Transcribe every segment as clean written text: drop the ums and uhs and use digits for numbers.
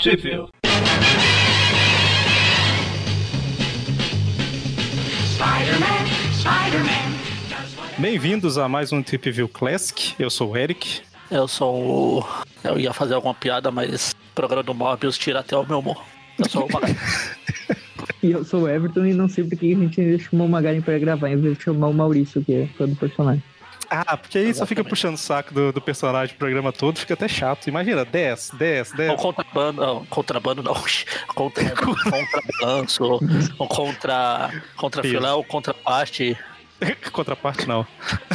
Trip-View. Bem-vindos a mais um Trip-View Classic. Eu sou o Eric. Eu ia fazer alguma piada, mas o programa do Morbius tira até o meu humor. Eu sou o Magaren. E eu sou o Everton e não sei porque a gente chamou o Magaren pra gravar em vez de chamar o Maurício, que é fã do personagem. Ah, porque aí só fica puxando o saco do personagem o programa todo, fica até chato. Imagina, 10. Ou contrabando não. Contrabalanço, ou contra filão, contraparte. Contraparte não.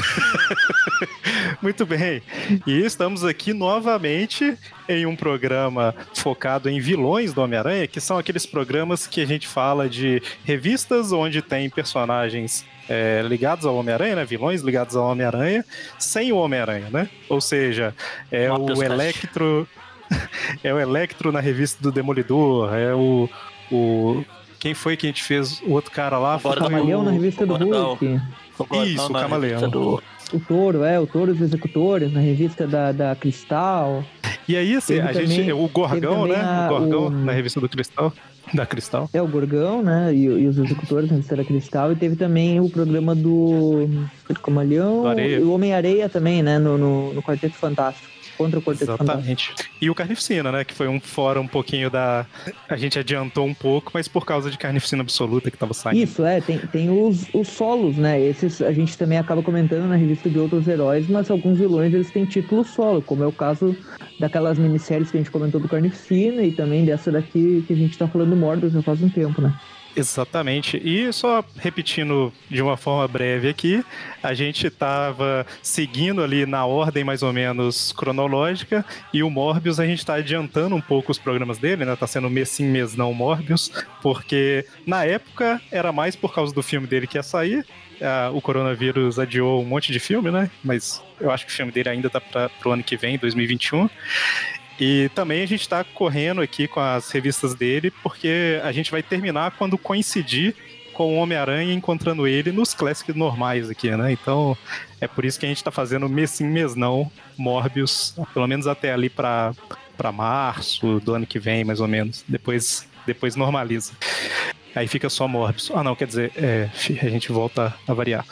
Muito bem. E estamos aqui novamente em um programa focado em vilões do Homem-Aranha, que são aqueles programas que a gente fala de revistas onde tem personagens ligados ao Homem-Aranha, né? Vilões ligados ao Homem-Aranha, sem o Homem-Aranha, né? Ou seja, o Electro. É o Electro na revista do Demolidor, é o quem foi que a gente fez o outro cara lá? O Camaleão na revista do Hulk. Isso, o Camaleão. O Touro e os Executores na revista da Cristal. E aí, assim, o Gorgão, né? O Gorgão na revista do Cristal. Da Cristal. É, o Gorgão, né? E os Executores na revista da Cristal. E teve também o programa do Camaleão. E o Homem-Areia também, né? No Quarteto Fantástico. Contra o Quarteto Exatamente. Fantástico. E o Carnificina, né? Que foi fora um pouquinho da... A gente adiantou um pouco, mas por causa de Carnificina Absoluta que tava saindo. Isso, tem os solos, né? Esses a gente também acaba comentando na revista de outros heróis, mas alguns vilões eles têm título solo, como é o caso daquelas minisséries que a gente comentou do Carnificina e também dessa daqui que a gente tá falando do Morbius já faz um tempo, né? Exatamente. E só repetindo de uma forma breve aqui, a gente estava seguindo ali na ordem mais ou menos cronológica, e o Morbius a gente está adiantando um pouco os programas dele, né? Tá sendo mês sim, mês não Morbius, porque na época era mais por causa do filme dele que ia sair. O coronavírus adiou um monte de filme, né? Mas eu acho que o filme dele ainda tá pro ano que vem, 2021. E também a gente está correndo aqui com as revistas dele, porque a gente vai terminar quando coincidir com o Homem-Aranha encontrando ele nos clássicos normais aqui, né? Então é por isso que a gente está fazendo mês sim, mês não, Morbius, pelo menos até ali para março do ano que vem, mais ou menos. Depois normaliza. Aí fica só Morbius. Ah, não, quer dizer, a gente volta a variar.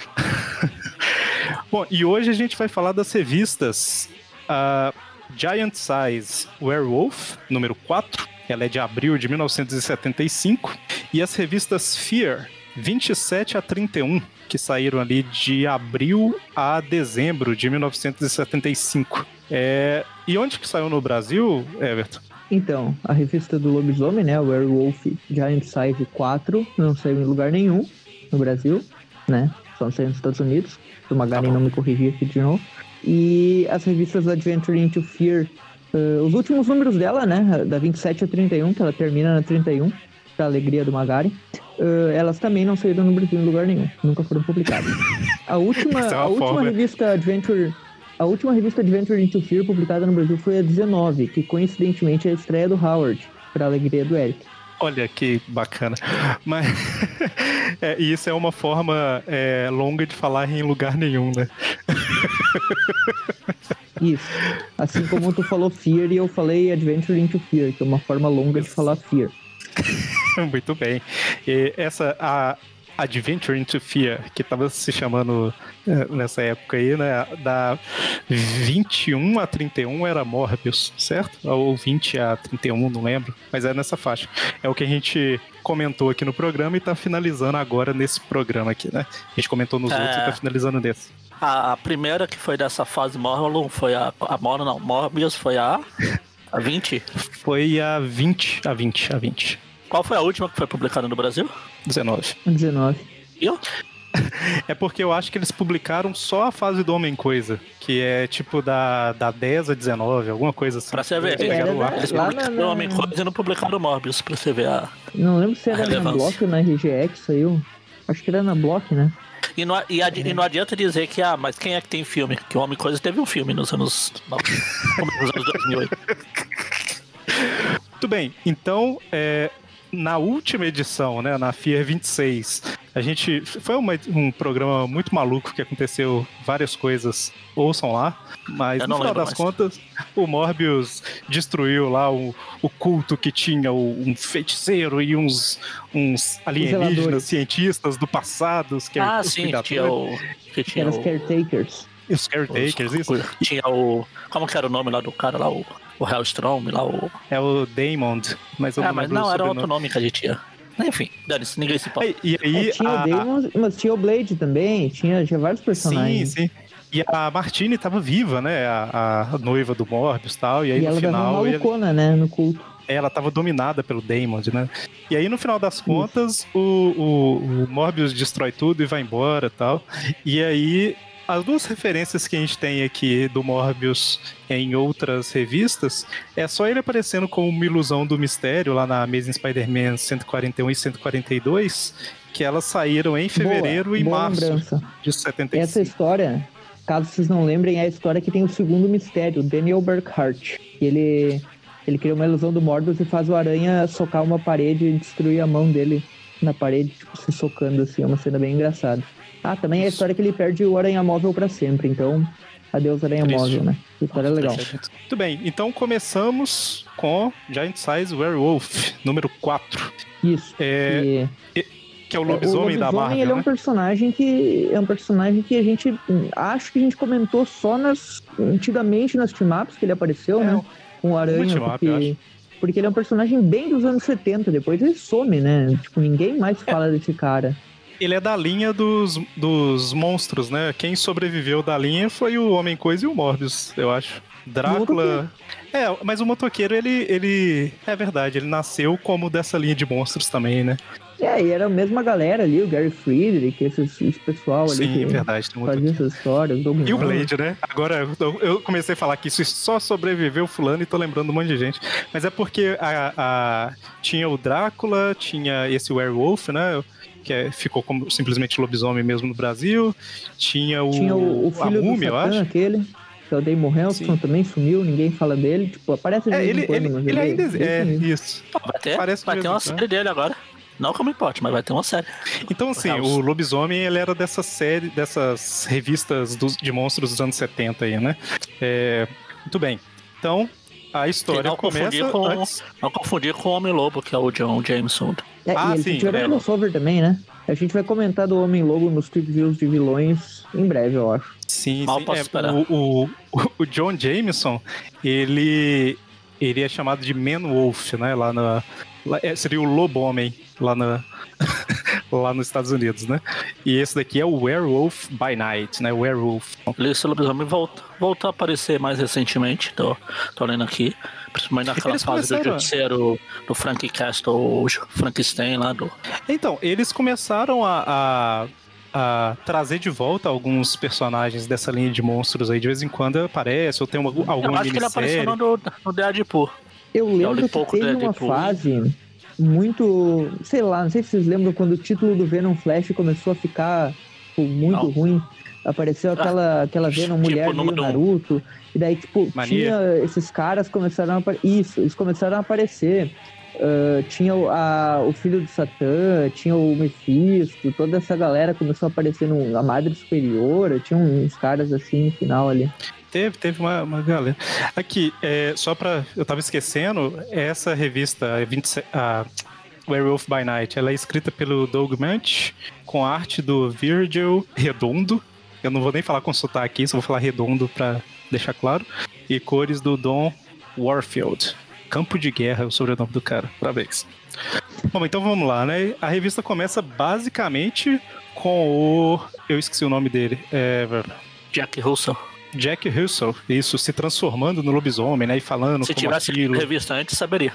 Bom, e hoje a gente vai falar das revistas... Giant Size Werewolf, número 4, ela é de abril de 1975, e as revistas Fear, 27 a 31, que saíram ali de abril a dezembro de 1975. E onde que saiu no Brasil, Everton? Então, a revista do Lobisomem, né, Werewolf Giant Size 4, não saiu em lugar nenhum no Brasil, né, só saiu nos Estados Unidos, se o Magaren não me corrigir aqui de novo. E as revistas Adventure into Fear, os últimos números dela, né, da 27 a 31, que ela termina na 31, pra alegria do Magaren, elas também não saíram no Brasil em lugar nenhum, nunca foram publicadas. A última revista Adventure into Fear publicada no Brasil foi a 19, que coincidentemente é a estreia do Howard, pra alegria do Eric. Olha que bacana. Mas e isso é uma forma longa de falar em lugar nenhum, né? Isso. Assim como tu falou Fear e eu falei Adventure into Fear, que é uma forma longa de falar Fear. Muito bem. E a Adventure into Fear, que estava se chamando nessa época aí, né? Da 21 a 31 era Morbius, certo? Ou 20 a 31, não lembro. Mas é nessa faixa. É o que a gente comentou aqui no programa e tá finalizando agora nesse programa aqui, né? A gente comentou nos outros e tá finalizando nesse. A primeira que foi dessa fase Morbius foi Morbius foi a 20? Foi a 20. Qual foi a última que foi publicada no Brasil? 19. E? É porque eu acho que eles publicaram só a fase do Homem-Coisa, que é tipo da 10 a 19, alguma coisa assim. Pra você ver, eles publicaram o Homem-Coisa e não publicaram o Morbius, pra você ver a Não lembro se era na Block ou na RGE que saiu. Acho que era na Block, né? E não adianta dizer que, mas quem é que tem filme? Que o Homem-Coisa teve um filme nos anos 2008. Muito bem, então... Na última edição, né, na Fear 26, Foi um programa muito maluco que aconteceu várias coisas, ouçam lá, mas no final das contas, o Morbius destruiu lá o culto que tinha um feiticeiro e uns alienígenas cientistas do passado. Sim, tinha os caretakers. Os caretakers, isso. Tinha como que era o nome lá do cara lá? O Hellstrom lá, É o Damon, mas eu não era outro nome que a gente tinha. Enfim, ninguém se pode. E aí, tinha o Damon, mas tinha o Blade também, tinha vários personagens. Sim. E a Martine tava viva, né? A noiva do Morbius e tal. E aí no ela final. Ela malucona, né? No culto. Ela tava dominada pelo Damon, né? E aí, no final das contas, o Morbius destrói tudo e vai embora e tal. E aí, as duas referências que a gente tem aqui do Morbius em outras revistas é só ele aparecendo como uma ilusão do mistério lá na Amazing Spider-Man 141 e 142, que elas saíram em fevereiro e março lembrança. De 75. Essa história, caso vocês não lembrem, é a história que tem o segundo mistério, Daniel Burkhart. Ele cria uma ilusão do Morbius e faz o Aranha socar uma parede e destruir a mão dele na parede, tipo, se socando assim. É uma cena bem engraçada. Também é a história que ele perde o Aranha Móvel pra sempre. Então, adeus Aranha Móvel, né? Que história legal. Muito bem, então começamos com Giant Size Werewolf, número 4. Isso. Que é o lobisomem da Marvel, ele é um personagem que a gente acho que a gente comentou só antigamente nas team-ups que ele apareceu, né? Com o Aranha, porque ele é um personagem bem dos anos 70, depois ele some, né? Tipo, ninguém mais fala desse cara. Ele é da linha dos monstros, né? Quem sobreviveu da linha foi o Homem-Coisa e o Morbius, eu acho. Drácula... mas o motoqueiro, ele... É verdade, ele nasceu como dessa linha de monstros também, né? E era a mesma galera ali, o Gary Friedrich, esse pessoal ali. Sim, verdade. Fazia essas histórias. E o Blade, né? Agora, eu comecei a falar que isso só sobreviveu fulano e tô lembrando um monte de gente. Mas é porque tinha o Drácula, tinha esse Werewolf, né? Que ficou como simplesmente lobisomem mesmo no Brasil. Tinha o filho Múmia, do Satã, eu acho. Aquele. Que é o Damon Hellstrom, também sumiu, ninguém fala dele. Tipo, aparece de vez em quando, mas ele ainda isso. Vai ter uma série dele agora. Não como importe, mas vai ter uma série. Então, assim, o lobisomem, ele era dessas revistas de monstros dos anos 70 aí, né? Muito bem. Então, a história começa antes... Não confundir com o Homem-Lobo, que é o John Jameson. E sim. Tiveram um crossover também, né? A gente vai comentar do Homem-Lobo nos previews de vilões em breve, eu acho. Sim, Mal posso esperar. O John Jameson, ele é chamado de Man-Wolf, né? Seria o Lobo-Homem lá nos Estados Unidos, né? E esse daqui é o Werewolf by Night, né? Werewolf. Esse lobisomem voltou a aparecer mais recentemente, tô lendo aqui. Principalmente naquela fase do justiceiro do Frank Castle, o Frankenstein lá do... Então, eles começaram a trazer de volta alguns personagens dessa linha de monstros aí. De vez em quando aparece, ou tem alguma minissérie. Eu acho que ele apareceu no Deadpool. Eu lembro que teve uma fase muito... Sei lá, não sei se vocês lembram quando o título do Venom Flash começou a ficar muito ruim. Apareceu aquela Venom mulher do Naruto. E daí, tipo, tinha esses caras começaram a aparecer. Isso, eles começaram a aparecer. Tinha o filho do Satã, tinha o Mephisto, toda essa galera começou a aparecer a Madre Superior. Tinha uns caras assim no final ali. Teve uma galera. Aqui, eu tava esquecendo, essa revista, a Werewolf by Night, ela é escrita pelo Doug Munch, com arte do Virgil Redondo. Eu não vou nem falar com sotaque aqui, só vou falar Redondo pra deixar claro. E cores do Don Warfield. Campo de Guerra é o sobrenome do cara. Parabéns. Bom, então vamos lá, né? A revista começa basicamente com eu esqueci o nome dele. Jack Russell. Jack Russell, isso, se transformando no lobisomem, né? E falando se como tivesse aquilo... revista antes, saberia.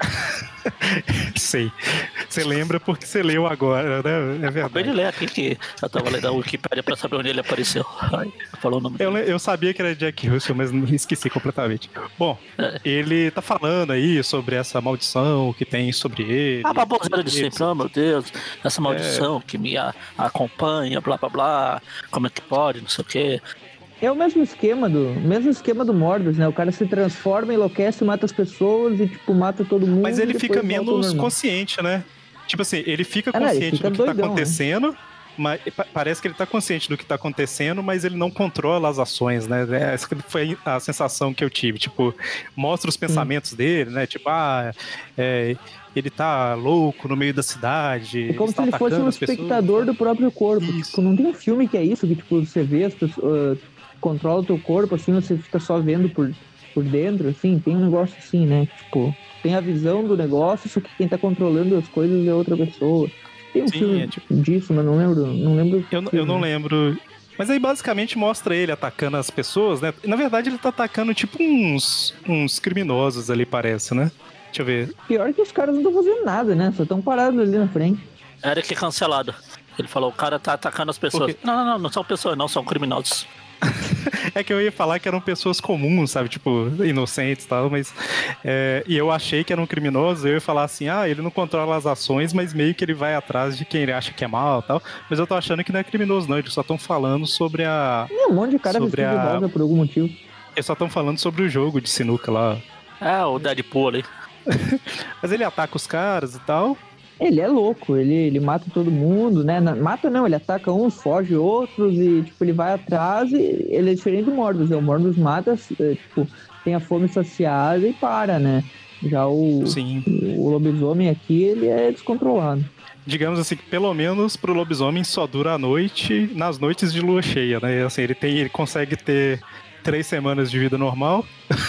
Sei. Você lembra porque você leu agora, né? É verdade. Acabei de ler aqui que eu tava lendo a Wikipédia pra saber onde ele apareceu. Falou o nome dele. Eu sabia que era Jack Russell, mas esqueci completamente. Bom, ele tá falando aí sobre essa maldição que tem sobre ele. A baboseira de sempre, oh meu Deus, essa maldição que me acompanha, blá blá blá, como é que pode, não sei o quê. É o mesmo esquema do Morbius, né? O cara se transforma, enlouquece, mata as pessoas e, tipo, mata todo mundo. Mas ele fica menos consciente, né? Tipo assim, ele fica consciente do que tá acontecendo, mas parece que ele tá consciente do que tá acontecendo, mas ele não controla as ações, né? Essa foi a sensação que eu tive. Tipo, mostra os pensamentos dele, né? Tipo, ele tá louco no meio da cidade. É como se ele fosse um espectador do próprio corpo. Tipo, não tem um filme que é isso, que tipo, você vê as pessoas, controla o teu corpo, assim, você fica só vendo por dentro, assim. Tem um negócio assim, né? Tipo, tem a visão do negócio, só que quem tá controlando as coisas é outra pessoa. Tem um filme disso, mas não lembro. Eu não lembro. Mas aí basicamente mostra ele atacando as pessoas, né? Na verdade ele tá atacando tipo uns criminosos ali, parece, né? Deixa eu ver. Pior que os caras não estão fazendo nada, né? Só estão parados ali na frente. Eric cancelado. Ele falou, o cara tá atacando as pessoas. Não são pessoas, não, são criminosos. É que eu ia falar que eram pessoas comuns, sabe? Tipo, inocentes e tal, mas... e eu achei que eram criminosos, eu ia falar assim, ele não controla as ações, mas meio que ele vai atrás de quem ele acha que é mal e tal. Mas eu tô achando que não é criminoso, não. Eles só estão falando sobre a... um monte de cara vestido de rosa por algum motivo. Eles só estão falando sobre o jogo de sinuca lá. O Deadpool ali. Mas ele ataca os caras e tal... Ele é louco, ele mata todo mundo, né? Mata não, ele ataca uns, foge outros e, tipo, ele vai atrás e ele é diferente do Morbius, né? O Morbius mata, tipo, tem a fome saciada e para, né? Já o lobisomem aqui, ele é descontrolado. Digamos assim, que pelo menos pro lobisomem só dura a noite, nas noites de lua cheia, né? Assim, ele consegue ter 3 semanas de vida normal...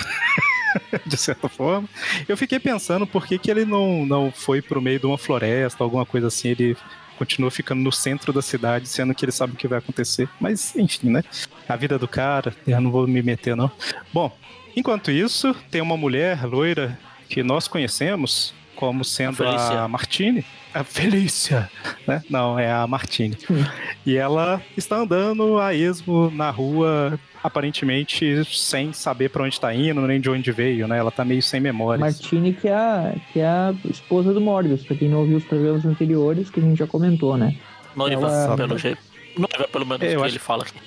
de certa forma. Eu fiquei pensando por que ele não foi pro meio de uma floresta, alguma coisa assim. Ele continua ficando no centro da cidade, sendo que ele sabe o que vai acontecer. Mas, enfim, né? A vida do cara, eu não vou me meter, não. Bom, enquanto isso, tem uma mulher loira que nós conhecemos como sendo a Martine. A Felícia, né? Não, é a Martine. E ela está andando a esmo na rua, aparentemente sem saber pra onde tá indo, nem de onde veio, né? Ela tá meio sem memória. Martine, que é a esposa do Morbius, pra quem não ouviu os programas anteriores, que a gente já comentou, né? Noiva, pelo jeito. Noiva, pelo menos, que ele fala aqui.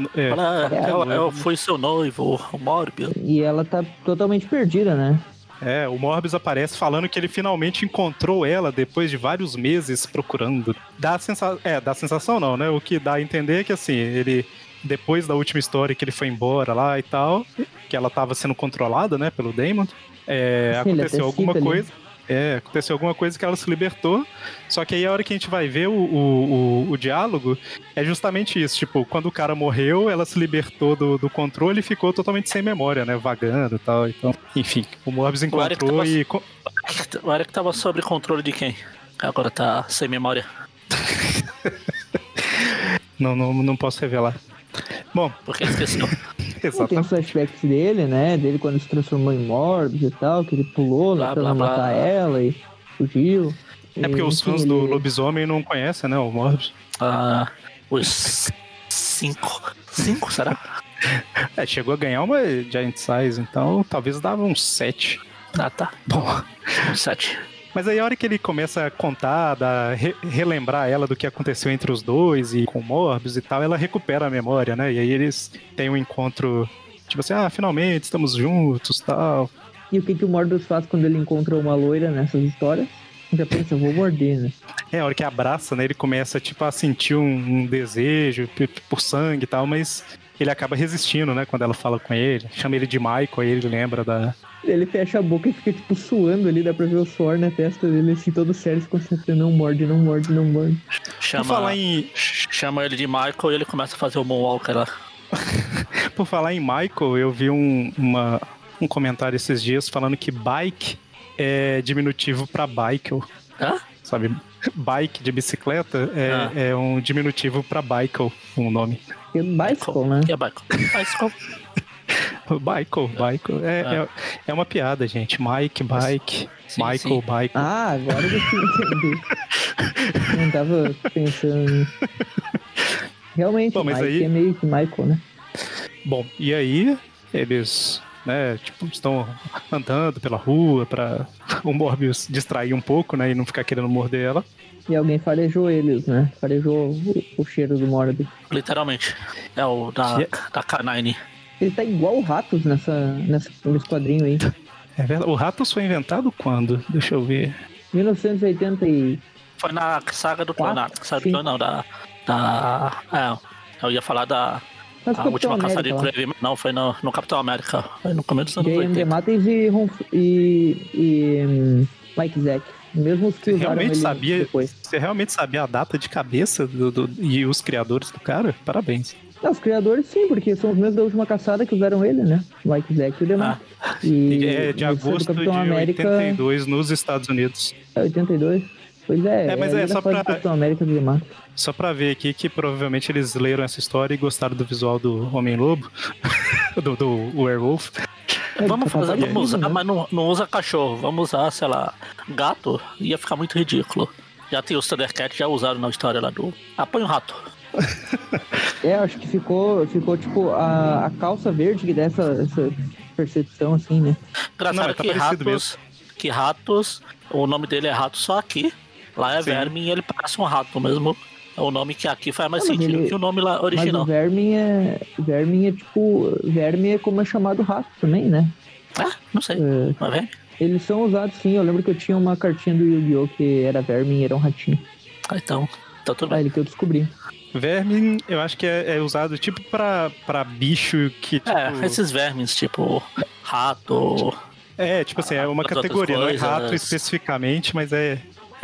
Ela foi seu noivo, o Morbius. E ela tá totalmente perdida, né? O Morbius aparece falando que ele finalmente encontrou ela depois de vários meses procurando. Dá a sensação não, né? O que dá a entender é que, assim, ele... Depois da última história que ele foi embora lá e tal, que ela tava sendo controlada, né, pelo Damon, aconteceu alguma coisa. Aconteceu alguma coisa que ela se libertou. Só que aí a hora que a gente vai ver o diálogo é justamente isso. Tipo, quando o cara morreu, ela se libertou do controle e ficou totalmente sem memória, né? Vagando e tal. Então, enfim, o Morbius encontrou e... O Eric tava sob controle de quem? Agora tá sem memória. Não posso revelar. Bom, porque esqueceu. Tem os flashbacks dele, né? Dele quando se transformou em Morbius e tal, que ele pulou lá pra matar ela e fugiu. Porque os fãs do lobisomem não conhecem, né? O Morbius. Os 5. 5, será? Chegou a ganhar uma Giant Size, então talvez dava uns 7. Tá. Bom, 7. Mas aí a hora que ele começa a contar, relembrar ela do que aconteceu entre os dois e com o Morbius e tal, ela recupera a memória, né? E aí eles têm um encontro, tipo assim, finalmente estamos juntos e tal. E o que o Morbius faz quando ele encontra uma loira nessas histórias? Já pensa, eu vou morder, né? A hora que abraça, né? Ele começa, tipo, a sentir um desejo por sangue e tal, mas ele acaba resistindo, né? Quando ela fala com ele, chama ele de Michael, aí ele lembra da... Ele fecha a boca e fica, tipo, suando ali, dá pra ver o suor na testa dele, assim, todo sério, se concentrando, não morde. Chama ele de Michael e ele começa a fazer o Moonwalker lá. Por falar em Michael, eu vi um comentário esses dias falando que bike é diminutivo pra Bikel. Sabe? Bike de bicicleta é um diminutivo pra Bikel, um nome. É Bicycle, né? Que é Bicycle? Bicycle. É uma piada, gente. Mike, bike, sim, Michael, bike. Agora eu entendi. Não tava pensando. Realmente, bom, mas Mike aí... é meio que Michael, né? Bom, e aí eles, né, tipo, estão andando pela rua pra o Morbius distrair um pouco, né, e não ficar querendo morder ela. E alguém farejou eles, né? Farejou o cheiro do Morbius. Literalmente. É o da K9. Ele tá igual o Ratos nesse quadrinho aí. É verdade. O Ratos foi inventado quando? Deixa eu ver. 1980 Foi na saga do Clone, saga do Clone não, eu ia falar da a última caçada de Kraven, não, foi no Capitão América, foi no começo dos anos 80. J.M. DeMatteis e Mike Zack, mesmo que usaram ele depois. Você realmente sabia a data de cabeça e os criadores do cara? Parabéns. Não, os criadores sim, porque são os mesmos da última caçada que usaram ele, né? Mike Zack e o DeMatteis. É de agosto de 82 nos Estados Unidos. É 82? Pois é, mas é só pra... Capitão América do DeMatteis. Só pra ver aqui que provavelmente eles leram essa história e gostaram do visual do Homem-Lobo, do Werewolf. Vamos usar, mas não usa cachorro. Vamos usar, sei lá, gato. Ia ficar muito ridículo. Já tem os Thundercats, já usaram na história lá do... põe um rato. Acho que ficou tipo a calça verde que dá essa percepção assim, né? Engraçado que ratos, o nome dele é rato só aqui. Lá é verme e ele parece um rato mesmo. O nome que aqui faz mais sentido que o nome lá original. Mas o verme é tipo... Verme é como é chamado rato também, né? Não sei. Não é verme? Eles são usados sim. Eu lembro que eu tinha uma cartinha do Yu-Gi-Oh! Que era verme e era um ratinho. Então tudo bem. Ele que eu descobri. Verme, eu acho que é usado tipo pra bicho que... Tipo... esses vermes, tipo rato... tipo assim, é uma categoria, não é rato especificamente, mas é...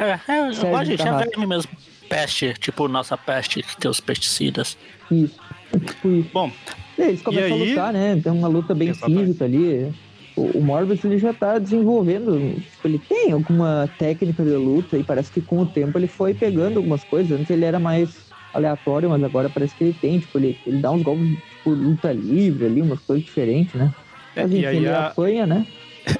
a gente é verme mesmo. Peste, tipo nossa peste, que tem os pesticidas. Isso, tipo isso. Bom, eles começam a lutar, né? Tem uma luta bem física ali. O Morbius, ele já tá desenvolvendo, tipo, ele tem alguma técnica de luta e parece que com o tempo ele foi pegando algumas coisas. Antes ele era mais aleatório, mas agora parece que ele tem, tipo, ele dá uns golpes, tipo, luta livre ali, umas coisas diferentes, né? Mas enfim, ele apanha, né?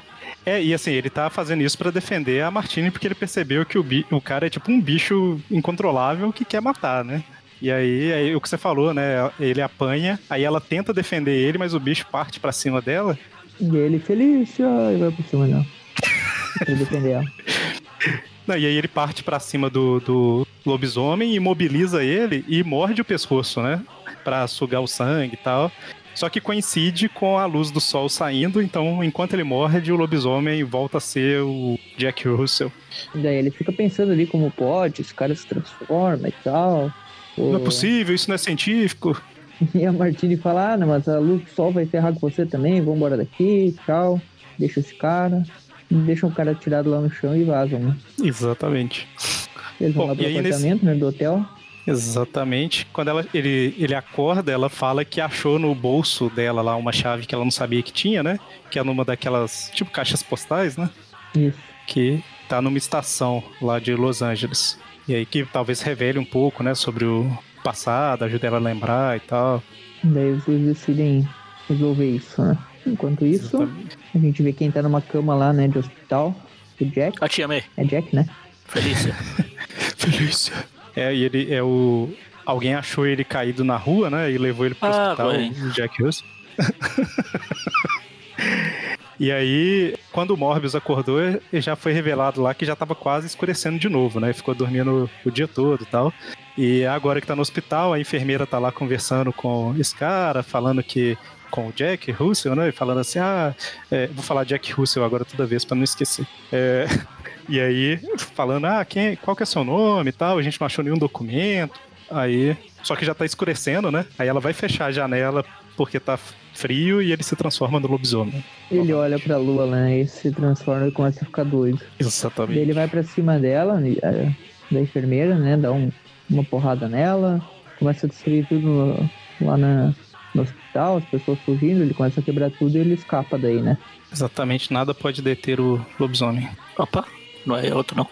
E assim, ele tá fazendo isso pra defender a Martini porque ele percebeu que o cara é tipo um bicho incontrolável que quer matar, né? E aí o que você falou, né? Ele apanha, aí ela tenta defender ele, mas o bicho parte pra cima dela. E ele feliz, e vai por cima dela. Pra defender ela. Não, e aí ele parte pra cima do lobisomem, imobiliza ele e morde o pescoço, né? Pra sugar o sangue e tal. Só que coincide com a luz do sol saindo, então enquanto ele morde, o lobisomem volta a ser o Jack Russell. E daí ele fica pensando ali como pode, esse cara se transforma e tal. Não é possível, isso não é científico. E a Martini fala, não, mas a luz do sol vai ferrar com você também, vamos embora daqui, tchau. Deixa esse cara, deixa o cara tirado lá no chão e vazam, né? Exatamente. Eles vão lá pro apartamento, né, do hotel. Exatamente. Quando ele acorda, ela fala que achou no bolso dela lá uma chave que ela não sabia que tinha, né? Que é numa daquelas, tipo, caixas postais, né? Isso. Que tá numa estação lá de Los Angeles. E aí que talvez revele um pouco, né, sobre o passado, ajude ela a lembrar e tal. Daí os dois decidem resolver isso, né? Enquanto isso, a gente vê quem tá numa cama lá, né, de hospital, o Jack. A tia May. É Jack, né? Felícia. Felícia. E ele é o... Alguém achou ele caído na rua, né, e levou ele pro hospital, o Jack Russell. E aí, quando o Morbius acordou, já foi revelado lá que já tava quase escurecendo de novo, né? Ficou dormindo o dia todo e tal. E agora que tá no hospital, a enfermeira tá lá conversando com esse cara, falando que... Com o Jack Russell, né? E falando assim, vou falar Jack Russell agora toda vez pra não esquecer. E aí, falando, qual que é seu nome e tal, a gente não achou nenhum documento. Aí, só que já tá escurecendo, né? Aí ela vai fechar a janela porque tá frio e ele se transforma no lobisomem. Ele olha pra lua, né? E se transforma e começa a ficar doido. Exatamente. Daí ele vai pra cima dela, da enfermeira, né? Dá uma porrada nela, começa a destruir tudo lá no hospital, as pessoas fugindo, ele começa a quebrar tudo e ele escapa daí, né? Exatamente, nada pode deter o lobisomem. Opa, não é outro não.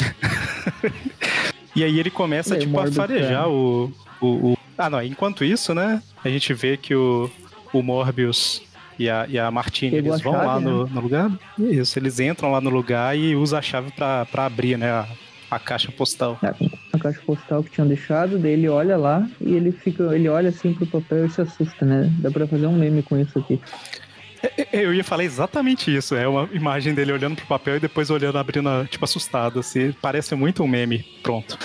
E aí ele começa, a farejar enquanto isso, né, a gente vê que o Morbius e a Martini, eles vão lá no lugar. Isso, eles entram lá no lugar e usam a chave pra abrir, né, a caixa postal. A caixa postal que tinham deixado, daí ele olha lá e ele olha assim pro papel e se assusta, né? Dá pra fazer um meme com isso aqui. Eu ia falar exatamente isso. É uma imagem dele olhando pro papel e depois olhando, abrindo, tipo, assustado, assim. Parece muito um meme. Pronto.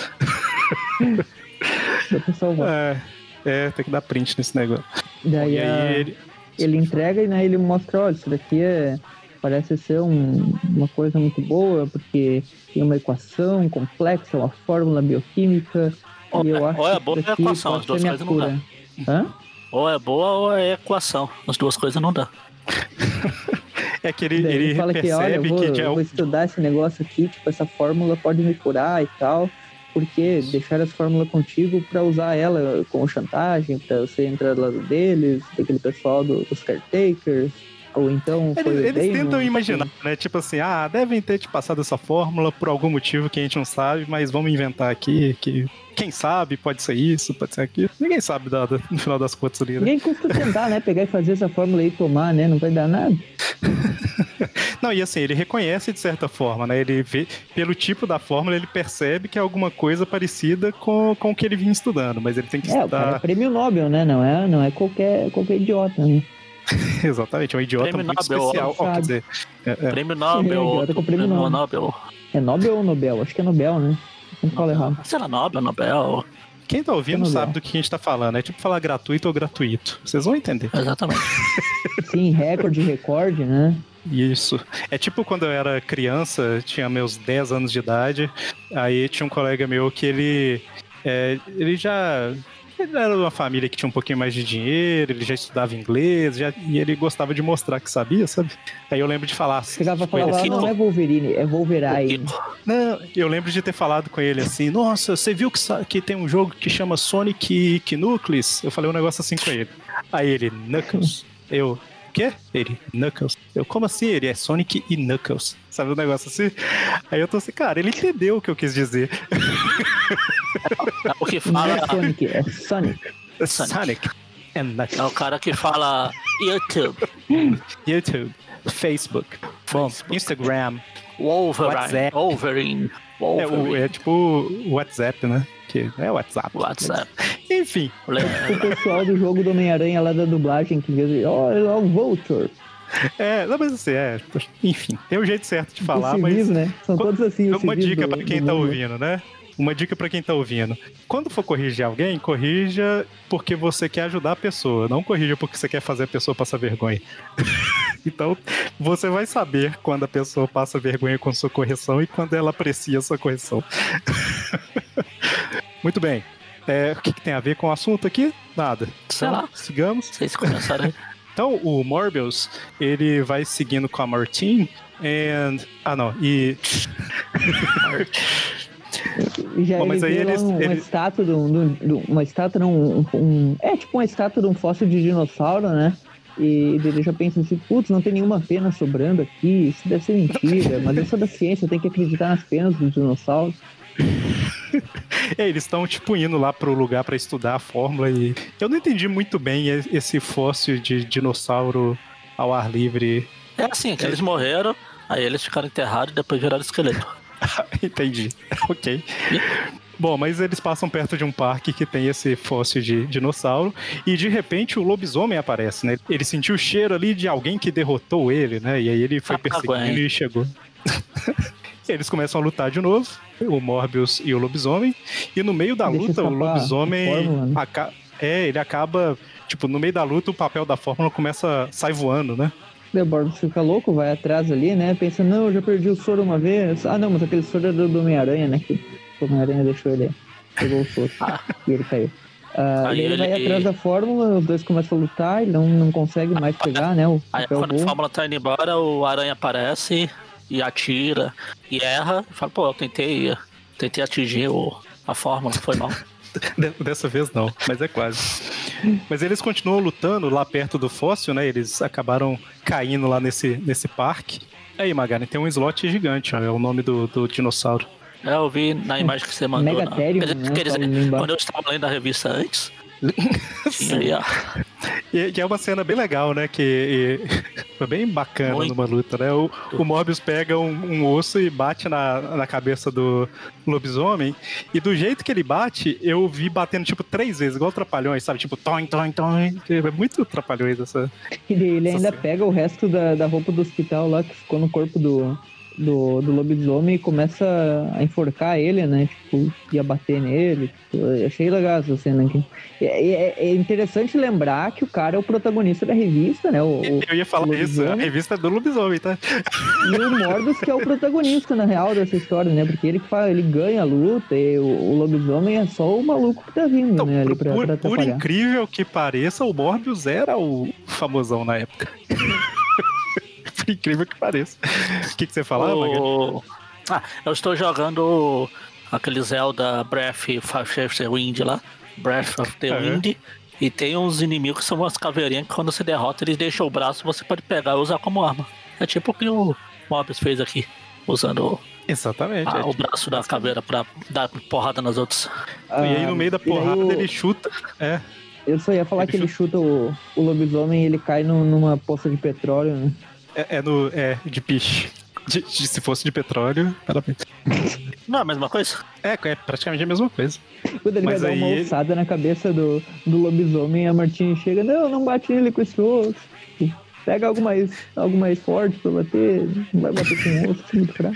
Dá pra salvar. Tem que dar print nesse negócio. Daí ele entrega e, né, ele mostra, olha, isso daqui é parece ser uma coisa muito boa, porque tem uma equação complexa, uma fórmula bioquímica, e eu acho ou é boa ou é equação, as duas coisas não dá. Ou é boa ou é equação, as duas coisas não dá. É que ele fala que, olha, eu vou estudar esse negócio aqui, tipo, essa fórmula pode me curar e tal, porque deixar essa fórmula contigo pra usar ela com chantagem, pra você entrar do lado deles, daquele pessoal dos caretakers, ou então... Eles tentam imaginar, né? Tipo assim, devem ter te passado essa fórmula por algum motivo que a gente não sabe, mas vamos inventar aqui que... Quem sabe, pode ser isso, pode ser aquilo. Ninguém sabe no final das contas ali, né? Ninguém custa tentar, né? Pegar e fazer essa fórmula aí e tomar, né? Não vai dar nada. Não, e assim, ele reconhece de certa forma, né? Ele vê, pelo tipo da fórmula, ele percebe que é alguma coisa parecida com o que ele vinha estudando, mas ele tem que estudar... O cara é prêmio Nobel, né? Não é qualquer idiota, né? Exatamente, é um idiota prêmio muito Nobel, especial. Quer dizer, prêmio Nobel. Prêmio Nobel. É Nobel ou Nobel? Acho que é Nobel, né? Não falo errado. Será Nobel? Quem tá ouvindo sabe do que a gente tá falando. É tipo falar gratuito ou gratuito. Vocês vão entender. Exatamente. Sim, recorde, né? Isso. É tipo quando eu era criança, tinha meus 10 anos de idade, aí tinha um colega meu que ele era de uma família que tinha um pouquinho mais de dinheiro, ele já estudava inglês, e ele gostava de mostrar que sabia, sabe? Aí eu lembro de falar... Chegava a falar, não é Wolverine, é Wolverine. Não, eu lembro de ter falado com ele assim, nossa, você viu que tem um jogo que chama Sonic Knuckles? Eu falei um negócio assim com ele. Aí ele, Knuckles. Eu... O quê? Ele, Knuckles. Eu, como assim? Ele é Sonic e Knuckles. Sabe um negócio assim? Aí eu tô assim, cara, ele entendeu o que eu quis dizer. O que fala... Não é Sonic, é Sonic. Sonic and Knuckles. É o cara que fala YouTube, Facebook, Instagram, Wolverine. É tipo WhatsApp, né? Que é WhatsApp. Enfim. O pessoal do jogo do Homem-Aranha lá da dublagem que diz, é o Vulture. Não, mas assim, enfim, tem um jeito certo de falar, civis, mas... né? São todos assim, uma dica pra quem tá ouvindo, né? Uma dica pra quem tá ouvindo. Quando for corrigir alguém, corrija porque você quer ajudar a pessoa, não corrija porque você quer fazer a pessoa passar vergonha. Então, você vai saber quando a pessoa passa vergonha com sua correção e quando ela aprecia a sua correção. Muito bem. O que tem a ver com o assunto aqui? Nada. Sei lá. Sigamos. Vocês começaram aí. Então, o Morbius, ele vai seguindo com a Martine Já bom, mas aí uma estátua uma estátua tipo uma estátua de um fóssil de dinossauro, né? E ele já pensa assim, putz, não tem nenhuma pena sobrando aqui, isso deve ser mentira, mas eu sou da ciência, eu tenho que acreditar nas penas dos dinossauros. Eles estão tipo indo lá pro lugar pra estudar a fórmula e eu não entendi muito bem esse fóssil de dinossauro ao ar livre. É assim, que eles morreram, aí eles ficaram enterrados e depois viraram esqueleto. Entendi. Ok. Bom, mas eles passam perto de um parque que tem esse fóssil de dinossauro e de repente o lobisomem aparece, né? Ele sentiu o cheiro ali de alguém que derrotou ele, né? E aí ele foi perseguindo e chegou. Eles começam a lutar de novo, o Morbius e o lobisomem, e no meio da luta o lobisomem ele acaba, tipo, no meio da luta o papel da fórmula sai voando, né? O Morbius fica louco, vai atrás ali, né? Pensa, não, eu já perdi o soro uma vez. Ah, não, mas aquele soro é do Homem-Aranha, né? Que o Homem-Aranha deixou ele, pegou o soro e ele caiu. Ele vai atrás da fórmula, os dois começam a lutar, ele não consegue mais pegar, né? Aí quando a fórmula tá indo embora, o Aranha aparece e atira e erra e fala, pô, eu tentei atingir a fórmula, foi mal. Dessa vez não, mas é quase. Mas eles continuam lutando lá perto do fóssil, né? Eles acabaram caindo lá nesse parque. Aí, Magari, tem um slot gigante, ó, é o nome do dinossauro. Eu vi na imagem que você mandou. Megatherium, né? Quer dizer, quando eu estava lendo a revista antes, tinha aí, E é uma cena bem legal, né? Que foi bem bacana numa luta, né? O Morbius pega um osso e bate na cabeça do lobisomem. E do jeito que ele bate, eu vi batendo tipo 3 vezes, igual Trapalhões, sabe? Tipo, toim. É muito Trapalhões essa. Ele ainda pega o resto da roupa do hospital lá que ficou no corpo do do lobisomem e começa a enforcar ele, né? Tipo, ia bater nele. Tipo, eu achei legal essa cena aqui. É interessante lembrar que o cara é o protagonista da revista, né? Eu ia falar isso, a revista é do lobisomem, tá? E o Morbius que é o protagonista, na real, dessa história, né? Porque ele ganha a luta e o lobisomem é só o maluco que tá vindo, então, né? Ali pra por incrível que pareça, o Morbius era o famosão na época. Por incrível que pareça. O que você falava, Magali? Eu estou jogando aquele Zelda Breath of the Wind lá. Breath of the Wind. E tem uns inimigos que são umas caveirinhas que quando você derrota, eles deixam o braço, você pode pegar e usar como arma. É tipo o que o Morbius fez aqui, usando exatamente, o braço da caveira pra dar porrada nas outras. E aí no meio da porrada ele chuta. Eu só ia falar que ele chuta o lobisomem e ele cai numa poça de petróleo, né? De piche. Se fosse de petróleo, parabéns. Não é a mesma coisa? É praticamente a mesma coisa. Quando ele vai dar uma alçada na cabeça do lobisomem, a Martine chega, não bate nele com esse osso. Pega algo mais forte pra bater, não vai bater com o osso, muito fraco.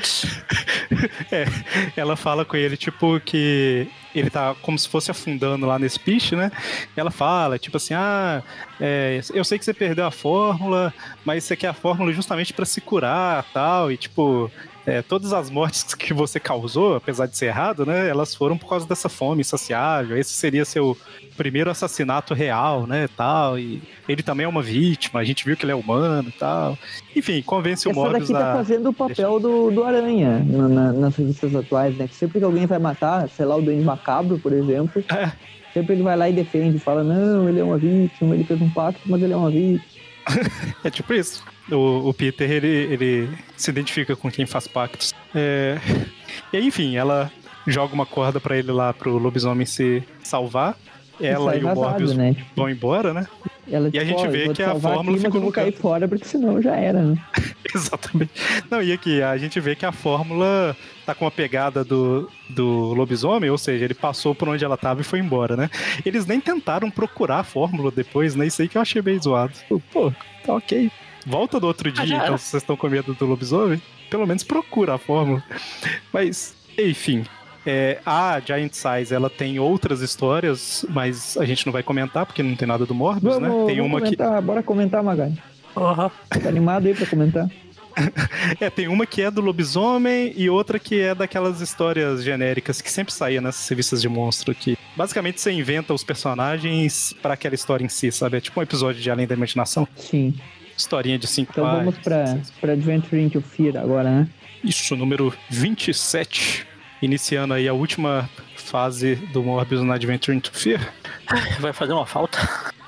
Ela fala com ele, tipo, que ele tá como se fosse afundando lá nesse piche, né? Ela fala, tipo assim, eu sei que você perdeu a fórmula, mas você quer a fórmula justamente pra se curar, tal, e tipo... todas as mortes que você causou, apesar de ser errado, né, elas foram por causa dessa fome insaciável. Esse seria seu primeiro assassinato real, né, tal, e ele também é uma vítima, a gente viu que ele é humano e tal. Enfim, convence o Morbius a... Essa daqui tá fazendo o papel do Aranha nas revistas atuais, né, que sempre que alguém vai matar, sei lá, o Duende Macabro, por exemplo, sempre ele vai lá e defende, fala, não, ele é uma vítima, ele fez um pacto, mas ele é uma vítima. É tipo isso. O Peter, ele se identifica com quem faz pactos. E aí, enfim, ela joga uma corda pra ele lá, pro lobisomem se salvar. Ela e o Morbius, né? Vão embora, né? E a gente vê que a fórmula ficou no cair fora, porque senão já era, né? Exatamente. Não, e aqui, a gente vê que a fórmula tá com a pegada do lobisomem, ou seja, ele passou por onde ela tava e foi embora, né? Eles nem tentaram procurar a fórmula depois, né? Isso aí que eu achei bem zoado. Pô, tá ok. Volta do outro dia, então, se vocês estão com medo do lobisomem, pelo menos procura a fórmula. Mas, enfim... a Giant Size, ela tem outras histórias, mas a gente não vai comentar, porque não tem nada do Morbius, né? Tem uma comentar, bora comentar, Magali. Tá animado aí pra comentar? Tem uma que é do lobisomem e outra que é daquelas histórias genéricas que sempre saía nessas revistas de monstro, que basicamente você inventa os personagens pra aquela história em si, sabe? É tipo um episódio de Além da Imaginação. Sim. Historinha de 5 Então vamos pra Adventure into Fear agora, né? Isso, número 27. Iniciando aí a última fase do Morbius na Adventure into Fear. Vai fazer uma falta.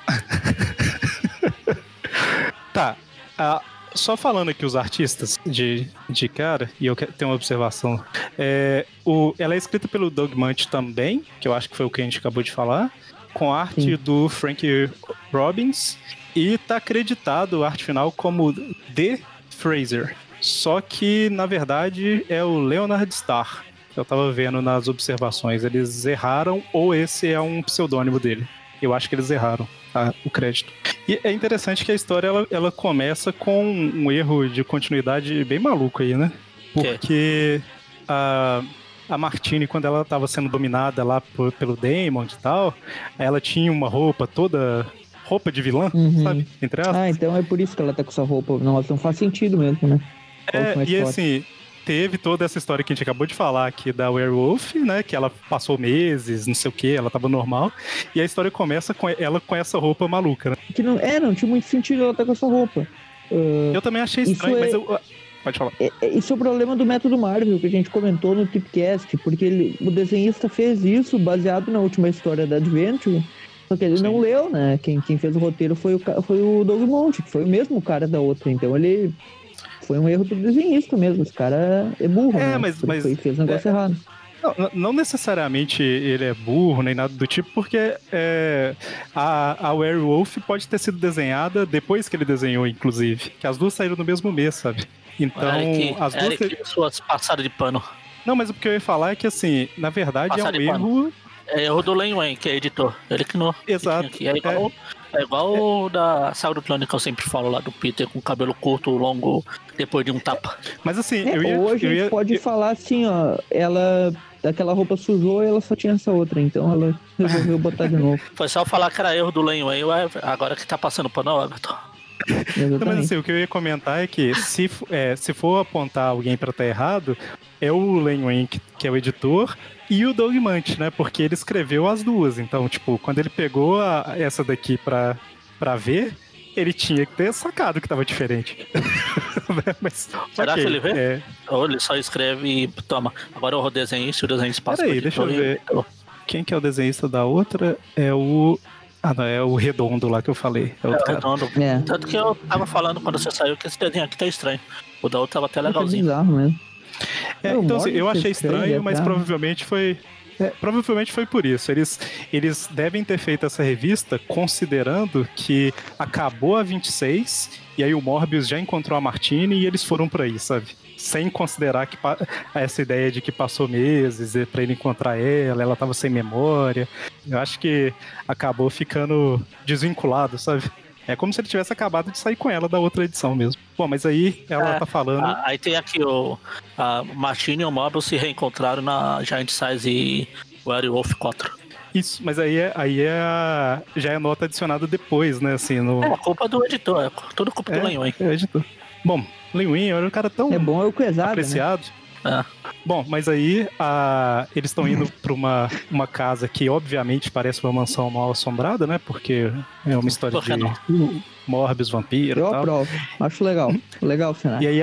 Tá. Só falando aqui os artistas de cara, e eu tenho uma observação. Ela é escrita pelo Doug Munch também, que eu acho que foi o que a gente acabou de falar, com arte do Frank Robbins, e tá acreditado a arte final como The Fraser. Só que, na verdade, é o Leonard Starr. Eu tava vendo nas observações, eles erraram ou esse é um pseudônimo dele. Eu acho que eles erraram o crédito. E é interessante que a história ela começa com um erro de continuidade bem maluco aí, né? Porque a Martine, quando ela tava sendo dominada lá pelo Damon e tal, ela tinha uma roupa de vilã, sabe? Entre aspas. Então é por isso que ela tá com essa roupa. Nossa, não faz sentido mesmo, né? E assim... Teve toda essa história que a gente acabou de falar aqui da Werewolf, né? Que ela passou meses, não sei o que, ela tava normal. E a história começa com ela com essa roupa maluca, né? Que não tinha muito sentido ela estar com essa roupa. Eu também achei estranho, mas eu... Pode falar. Isso é o problema do método Marvel, que a gente comentou no Tipcast, porque o desenhista fez isso baseado na última história da Adventure, só que ele não leu, né? Quem fez o roteiro foi o Doug Monte, que foi o mesmo cara da outra, então ele... Foi um erro do desenhista mesmo, esse cara é burro, né? Mas fez um negócio errado. Não necessariamente ele é burro, nem nada do tipo, porque a Werewolf pode ter sido desenhada depois que ele desenhou, inclusive. Que as duas saíram no mesmo mês, sabe? Então, as duas... pessoas passaram de pano. Não, mas o que eu ia falar é que, assim, na verdade é um erro... É erro do Len Wayne, que é editor. Ele que não. Exato. É igual o da Saga do Clone que eu sempre falo lá do Peter com cabelo curto, longo, depois de um tapa. Mas assim, ou a gente pode falar assim, ó, ela... Aquela roupa sujou e ela só tinha essa outra, então ela resolveu botar de novo. Foi só falar que era erro do Len Wayne, agora que tá passando pano, Everton. Não, mas assim, o que eu ia comentar é que se for apontar alguém pra estar errado, é o Len Wayne, que é o editor, e o Doug Manchin, né? Porque ele escreveu as duas. Então, tipo, quando ele pegou essa daqui pra ver, ele tinha que ter sacado que tava diferente. Mas, será que ele vê? Ou ele só escreve e toma. Agora o desenhista, o desenhista passa por deixa eu ver. Quem que é o desenhista da outra? É o... Ah, não, é o Redondo lá que eu falei. É o Redondo. Tanto que eu tava falando quando você saiu que esse desenho aqui tá estranho. O da outra tava até legalzinho. É bizarro mesmo. Então assim, eu achei estranho, mas provavelmente foi... provavelmente foi por isso. Eles devem ter feito essa revista considerando que acabou a 26 e aí o Morbius já encontrou a Martine e eles foram por aí, sabe? Sem considerar que essa ideia de que passou meses pra ele encontrar ela tava sem memória. Eu acho que acabou ficando desvinculado, sabe? É como se ele tivesse acabado de sair com ela da outra edição mesmo. Bom, mas aí ela tá falando... Aí tem aqui a Martine e o Mobius se reencontraram na Giant Size e Werewolf 4. Isso, mas aí já é nota adicionada depois, né? Assim, É culpa do editor, é tudo culpa do Len Wayne. É editor. Bom, Len Wayne era um cara tão apreciado. Né? Bom, mas aí eles estão indo pra uma casa que obviamente parece uma mansão mal assombrada, né? Porque é uma história de Morbius, vampiro e tal. Eu aprovo, acho legal. Legal o cenário. E aí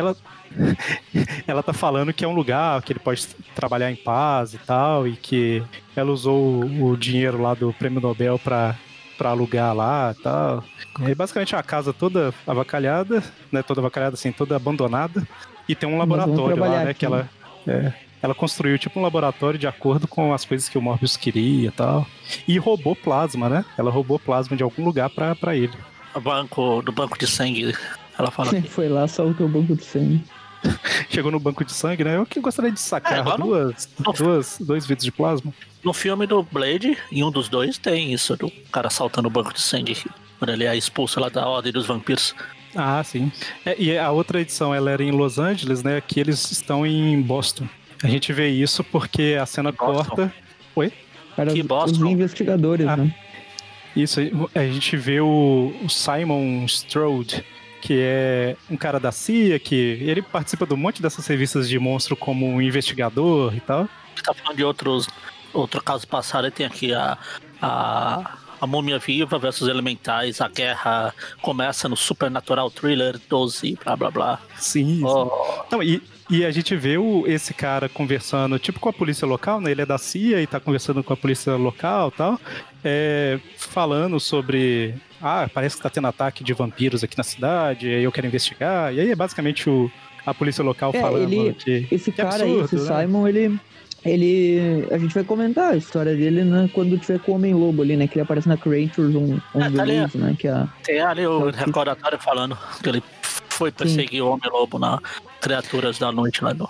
ela tá falando que é um lugar que ele pode trabalhar em paz e tal, e que ela usou o dinheiro lá do Prêmio Nobel pra alugar lá e tal. E aí, basicamente é uma casa toda avacalhada, né? Toda avacalhada assim, toda abandonada. E tem um laboratório lá, né? Aqui, que ela construiu tipo um laboratório de acordo com as coisas que o Morbius queria e tal. E roubou plasma, né? Ela roubou plasma de algum lugar pra ele. Do banco de sangue, ela fala aqui. Foi lá, soltou o banco de sangue. Chegou no banco de sangue, né? Eu que gostaria de sacar dois vidros de plasma. No filme do Blade, em um dos dois, tem isso, do cara saltando o banco de sangue, quando ele é expulso lá da Ordem dos Vampiros. Ah, sim. E a outra edição, ela era em Los Angeles, né? Aqui eles estão em Boston. A gente vê isso porque a cena corta... Oi? Para os investigadores, né? Isso, a gente vê o Simon Strode, que é um cara da CIA, que ele participa de um monte dessas revistas de monstro como um investigador e tal. Tá falando de outro caso passado, tem aqui a Múmia Viva versus Elementais, a guerra começa no Supernatural Thriller 12, blá blá blá. Sim. Não, e a gente vê esse cara conversando, tipo com a polícia local, né? Ele é da CIA e tá conversando com a polícia local e tal, falando sobre... parece que tá tendo ataque de vampiros aqui na cidade, e eu quero investigar. E aí é basicamente a polícia local falando esse que cara absurdo, aí, esse né? Simon, a gente vai comentar a história dele, né, quando tiver com o Homem-Lobo ali, né, que ele aparece na Creatures on the Loose, né, que tem ali o recordatório falando que ele foi perseguir o Homem-Lobo na Criaturas da Noite lá no...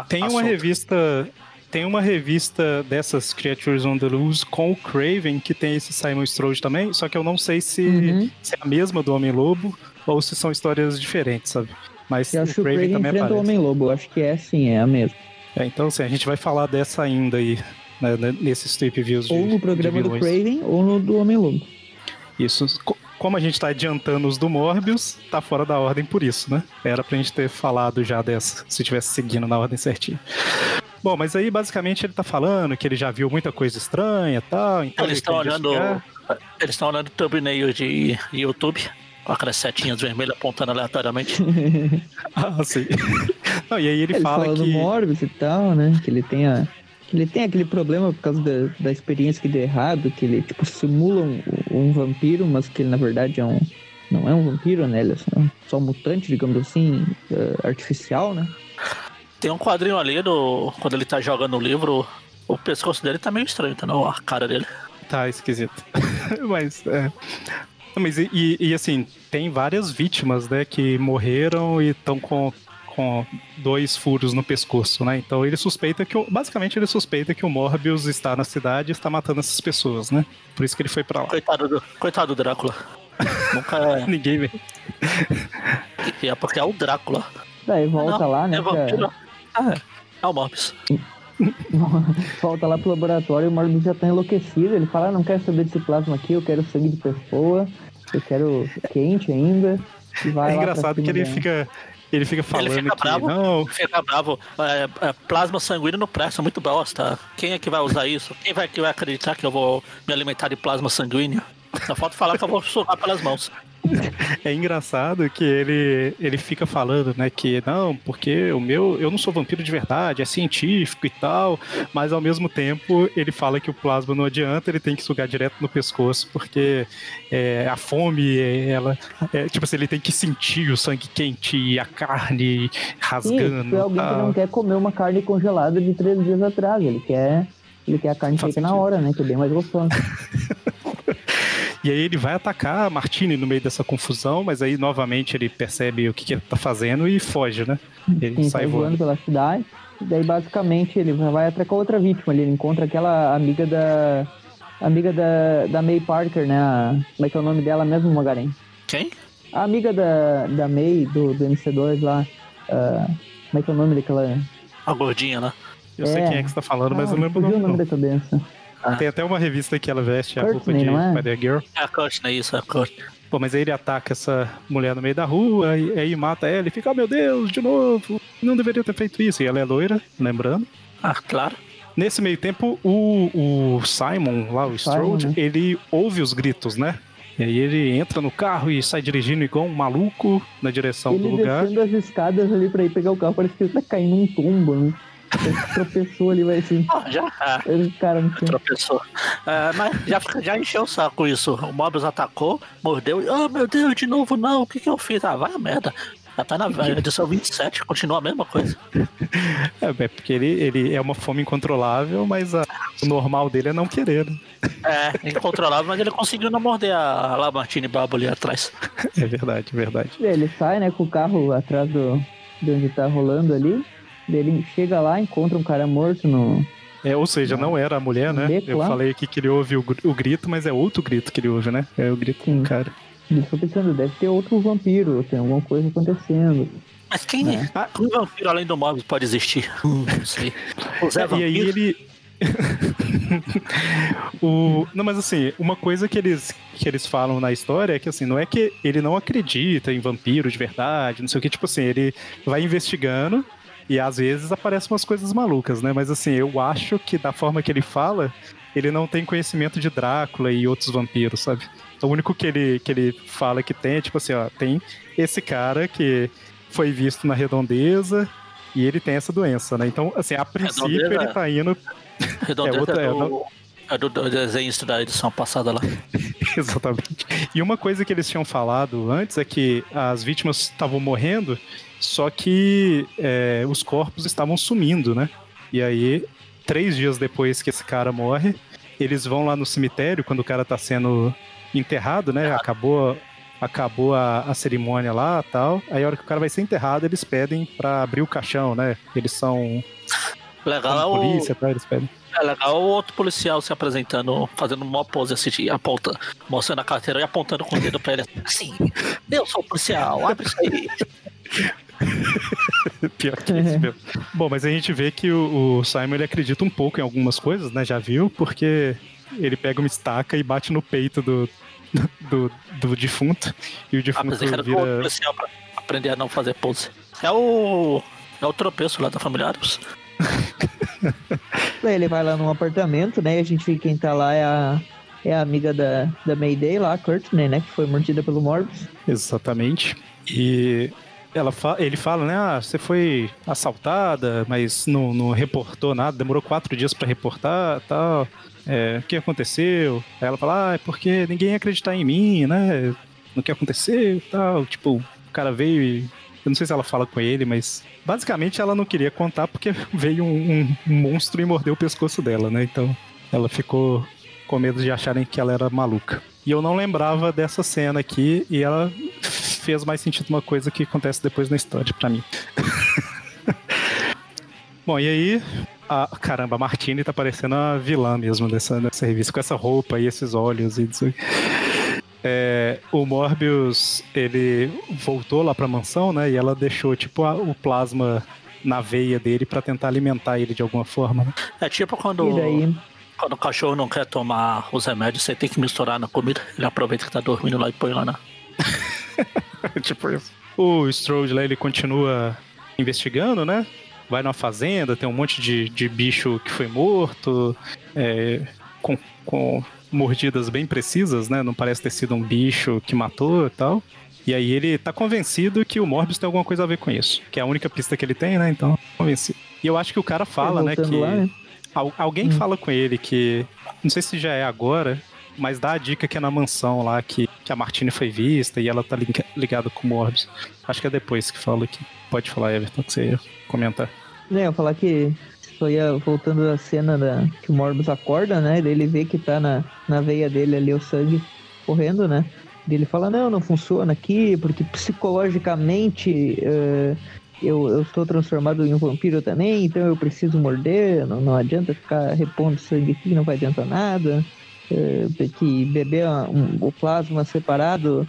Tem uma revista dessas Creatures on the Loose com o Craven, que tem esse Simon Strode também, só que eu não sei se é a mesma do Homem-Lobo ou se são histórias diferentes, sabe? Mas eu acho que o Craven também enfrenta aparece o Homem-Lobo, eu acho que é a mesma. Então, assim, a gente vai falar dessa ainda aí, né, nesses Trip Views ou no programa do Craven ou no do Homem-Lobo. Isso. Como a gente tá adiantando os do Morbius, tá fora da ordem por isso, né? Era pra gente ter falado já dessa, se tivesse seguindo na ordem certinha. Bom, mas aí basicamente ele tá falando que ele já viu muita coisa estranha e tal. Então eles estão olhando thumbnail de YouTube, com aquelas setinhas vermelhas apontando aleatoriamente. Sim. Não, e aí ele fala do Morbius e tal, né? Que ele tem aquele problema por causa da experiência que deu errado, que ele, tipo, simula um vampiro, mas que ele, na verdade, não é um vampiro, né? Ele é só um mutante, digamos assim, artificial, né? Tem um quadrinho ali quando ele tá jogando o livro, o pescoço dele tá meio estranho, tá? Não, a cara dele. Tá esquisito. Mas assim, tem várias vítimas, né, que morreram e estão com com 2 furos no pescoço, né? Então ele suspeita que basicamente ele suspeita que o Morbius está na cidade e está matando essas pessoas, né? Por isso que ele foi pra lá. Coitado do Drácula. Nunca. Ninguém vê. É porque é o Drácula. Daí volta lá, né? É o Morbius. Volta lá pro laboratório e o Morbius já tá enlouquecido. Ele fala, não quero saber desse plasma aqui, eu quero sangue de pessoa, eu quero quente ainda. E vai é lá engraçado que ele fica falando que bravo, não... Ele fica bravo. Plasma sanguíneo não presta, muito bosta. Quem é que vai usar isso? Quem vai acreditar que eu vou me alimentar de plasma sanguíneo? Só falta falar que eu vou sugar pelas mãos. É engraçado que ele fica falando, né, que não, porque eu não sou vampiro de verdade, é científico e tal, mas ao mesmo tempo ele fala que o plasma não adianta, ele tem que sugar direto no pescoço, porque a fome, tipo assim, ele tem que sentir o sangue quente e a carne rasgando. Isso é alguém que não quer comer uma carne congelada de 3 dias atrás, ele quer a carne feita na hora, né, que é bem mais gostosa. E aí ele vai atacar a Martini no meio dessa confusão, mas aí novamente ele percebe o que ele tá fazendo e foge, né? Ele sai voando pela cidade. E daí basicamente ele vai atracar outra vítima. Ele encontra aquela amiga da May Parker, né? Como é que é o nome dela mesmo, Magaren? Quem? A amiga da May, do MC2 lá. Como é que é o nome daquela... A gordinha, né? Eu sei quem é que você tá falando, mas eu não lembro o nome da cabeça. Tem até uma revista que ela veste Courtney, a roupa de Spider Girl. É a Courtney, isso, é a Courtney. Pô, mas aí ele ataca essa mulher no meio da rua, e aí mata ela e fica, meu Deus, de novo, não deveria ter feito isso. E ela é loira, lembrando. Ah, claro. Nesse meio tempo, o Simon, lá, o Strode, né? Ele ouve os gritos, né? E aí ele entra no carro e sai dirigindo igual um maluco na direção do lugar. Ele descendo as escadas ali pra ir pegar o carro, parece que ele tá caindo num tombo, né? Ele tropeçou ali, vai assim. Cara, não tinha. Tropeçou. Mas já encheu o saco isso. O Morbius atacou, mordeu e, meu Deus, de novo não, o que eu fiz? Vai a merda. Já tá na edição 27, continua a mesma coisa. É porque ele é uma fome incontrolável, mas o normal dele é não querer, né? É, incontrolável, mas ele conseguiu não morder a Lamartine Babo ali atrás. É verdade, verdade. Ele sai, né, com o carro atrás de onde tá rolando ali. Ele chega lá, encontra um cara morto no... ou seja, não era a mulher, né? Eu falei aqui que ele ouve o grito, mas é outro grito que ele ouve, né? É o grito do cara. Ele ficou pensando, deve ter outro vampiro, tem alguma coisa acontecendo. Mas quem um vampiro além do Morbius pode existir? Não sei. O Zé Vampiro? E aí ele... Não, mas assim, uma coisa que eles falam na história é que assim, não é que ele não acredita em vampiro de verdade, não sei o que, tipo assim, ele vai investigando e às vezes aparecem umas coisas malucas, né? Mas assim, eu acho que da forma que ele fala, ele não tem conhecimento de Drácula e outros vampiros, sabe? O único que ele fala que tem é tipo assim, ó, tem esse cara que foi visto na Redondeza e ele tem essa doença, né? Então, assim, a princípio ele tá indo... Redondeza é do desenhista da edição passada lá. Exatamente. E uma coisa que eles tinham falado antes é que as vítimas estavam morrendo, só que os corpos estavam sumindo, né? E aí, 3 dias depois que esse cara morre, eles vão lá no cemitério, quando o cara tá sendo enterrado, né? Acabou a cerimônia lá e tal. Aí a hora que o cara vai ser enterrado, eles pedem pra abrir o caixão, né? Eles são... Legal polícia, tá? Eles pedem. É legal o outro policial se apresentando, fazendo uma pose assim, mostrando a carteira e apontando com o dedo pra ele assim, eu sou o policial, abre isso aí. Pior que isso mesmo. Bom, mas a gente vê que o Simon ele acredita um pouco em algumas coisas, né? Já viu? Porque ele pega uma estaca e bate no peito do defunto e o defunto vira... o policial pra aprender a não fazer pose. É o tropeço lá da Familiares. Ele vai lá num apartamento, né? E a gente vê quem tá lá é a amiga da Mayday lá, a Courtney, né? Que foi mordida pelo Morbius. Exatamente. E ele fala, né? Você foi assaltada, mas não reportou nada. Demorou 4 dias pra reportar e tal. O que aconteceu? Aí ela fala, é porque ninguém ia acreditar em mim, né? No que aconteceu e tal. Tipo, o cara veio e... Eu não sei se ela fala com ele, mas basicamente ela não queria contar porque veio um monstro e mordeu o pescoço dela, né? Então ela ficou com medo de acharem que ela era maluca. E eu não lembrava dessa cena aqui e ela fez mais sentido uma coisa que acontece depois na história, pra mim. Bom, e aí... caramba, a Martini tá parecendo a vilã mesmo dessa revista, com essa roupa e esses olhos e isso. O Morbius, ele voltou lá pra mansão, né? E ela deixou, tipo, o plasma na veia dele pra tentar alimentar ele de alguma forma, né? É tipo quando o cachorro não quer tomar os remédios, você tem que misturar na comida. Ele aproveita que tá dormindo lá e põe lá na... Tipo isso. O Strode lá, ele continua investigando, né? Vai numa fazenda, tem um monte de bicho que foi morto, com mordidas bem precisas, né? Não parece ter sido um bicho que matou e tal. E aí ele tá convencido que o Morbius tem alguma coisa a ver com isso. Que é a única pista que ele tem, né? Então, convencido. E eu acho que o cara fala, né? Que lá, né? Alguém fala com ele que... Não sei se já é agora, mas dá a dica que é na mansão lá que a Martini foi vista e ela tá ligada com o Morbius. Acho que é depois que fala aqui. Pode falar, Everton, que você ia comentar. Eu ia falar que só ia voltando da cena que o Morbius acorda, né? Daí ele vê que tá na veia dele ali o sangue correndo, né? Daí ele fala, não funciona aqui, porque psicologicamente eu estou transformado em um vampiro também, então eu preciso morder, não adianta ficar repondo sangue aqui, não vai adiantar nada. Que beber o plasma separado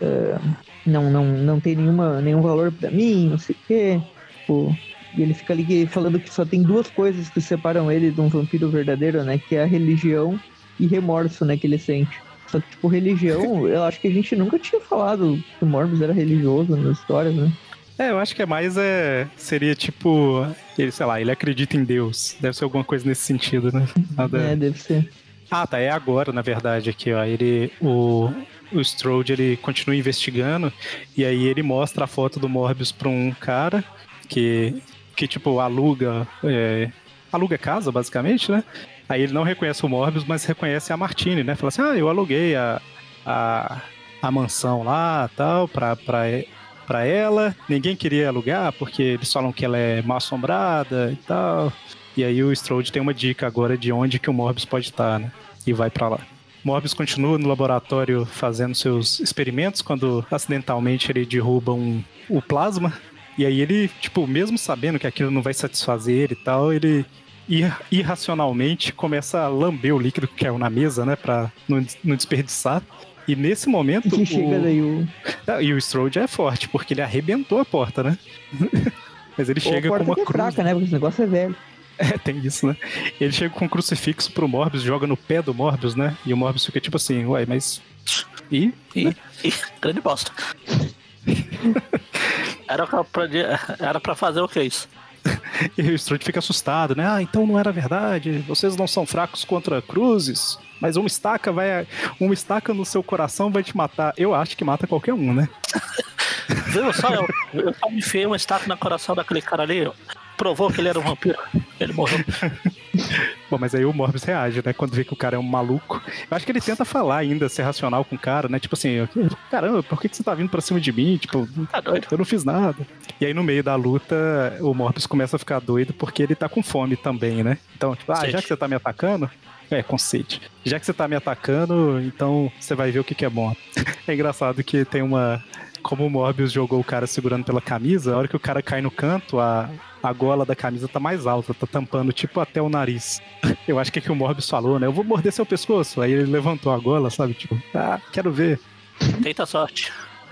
não tem nenhum valor pra mim, não sei o quê. E ele fica ali falando que só tem duas coisas que separam ele de um vampiro verdadeiro, né? Que é a religião e remorso, né? Que ele sente. Só que, tipo, religião, eu acho que a gente nunca tinha falado que o Morbius era religioso nas histórias, né? Eu acho que é mais, seria tipo, ele, sei lá, ele acredita em Deus. Deve ser alguma coisa nesse sentido, né? Deve ser. Tá, é agora, na verdade, aqui, ó. O Strode, ele continua investigando e aí ele mostra a foto do Morbius pra um cara que tipo, aluga casa, basicamente, né? Aí ele não reconhece o Morbius, mas reconhece a Martini, né? Fala assim, eu aluguei a mansão lá, tal, pra ela. Ninguém queria alugar, porque eles falam que ela é mal assombrada e tal. E aí o Strode tem uma dica agora de onde que o Morbius pode estar, né? E vai pra lá. Morbius continua no laboratório fazendo seus experimentos, quando acidentalmente ele derruba o plasma. E aí ele, tipo, mesmo sabendo que aquilo não vai satisfazer ele e tal, ele irracionalmente começa a lamber o líquido que caiu na mesa, né? Pra não desperdiçar. E nesse momento... Que chega daí E o Strode é forte, porque ele arrebentou a porta, né? Mas ele chega com uma cruz... fraca, né? Porque esse negócio é velho. Tem isso, né? Ele chega com um crucifixo pro Morbius, joga no pé do Morbius, né? E o Morbius fica tipo assim, ué, mas... Grande bosta. Era pra fazer o que isso? E o Strode fica assustado, né? Então não era verdade. Vocês não são fracos contra cruzes, mas uma estaca no seu coração vai te matar. Eu acho que mata qualquer um, né? Viu só? Eu só me enfiei uma estaca no coração daquele cara ali. Provou que ele era um vampiro. Ele morreu. Bom, mas aí o Morbius reage, né? Quando vê que o cara é um maluco. Eu acho que ele tenta falar ainda, ser racional com o cara, né? Tipo assim, caramba, por que você tá vindo pra cima de mim? Tipo, tá doido. Eu não fiz nada. E aí no meio da luta, o Morbius começa a ficar doido porque ele tá com fome também, né? Então, tipo, já que você tá me atacando... com sede. Já que você tá me atacando, então você vai ver o que é bom. É engraçado que tem uma... Como o Morbius jogou o cara segurando pela camisa, a hora que o cara cai no canto, a gola da camisa tá mais alta, tá tampando tipo até o nariz. Eu acho que é que o Morbius falou, né? Eu vou morder seu pescoço. Aí ele levantou a gola, sabe? Tipo, quero ver. Tenta sorte.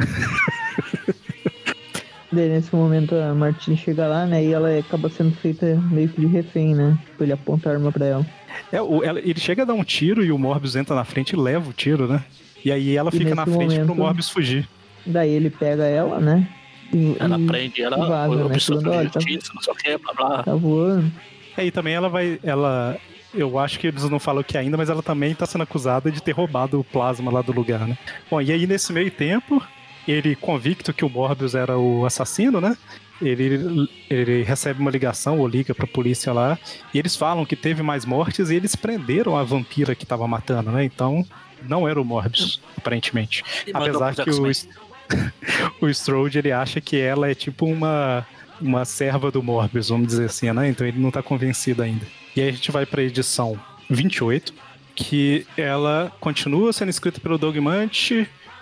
Daí nesse momento a Martini chega lá, né? E ela acaba sendo feita meio que de refém, né? Tipo, ele aponta a arma pra ela. Ele chega a dar um tiro e o Morbius entra na frente e leva o tiro, né? E aí ela fica na frente pro Morbius fugir. Daí ele pega ela, né? Ela prende, ela vaza, né? Falando, justiça, não sei o que, blá blá. Tá voando. E também eu acho que eles não falam o que ainda, mas ela também tá sendo acusada de ter roubado o plasma lá do lugar, né? Bom, e aí nesse meio tempo, ele convicto que o Morbius era o assassino, né? Ele recebe uma ligação ou liga pra polícia lá, e eles falam que teve mais mortes e eles prenderam a vampira que tava matando, né? Então, não era o Morbius, aparentemente. Apesar que o Strode, ele acha que ela é tipo uma serva do Morbius, vamos dizer assim, né? Então ele não tá convencido ainda. E aí a gente vai pra edição 28, que ela continua sendo escrita pelo Doug Munch,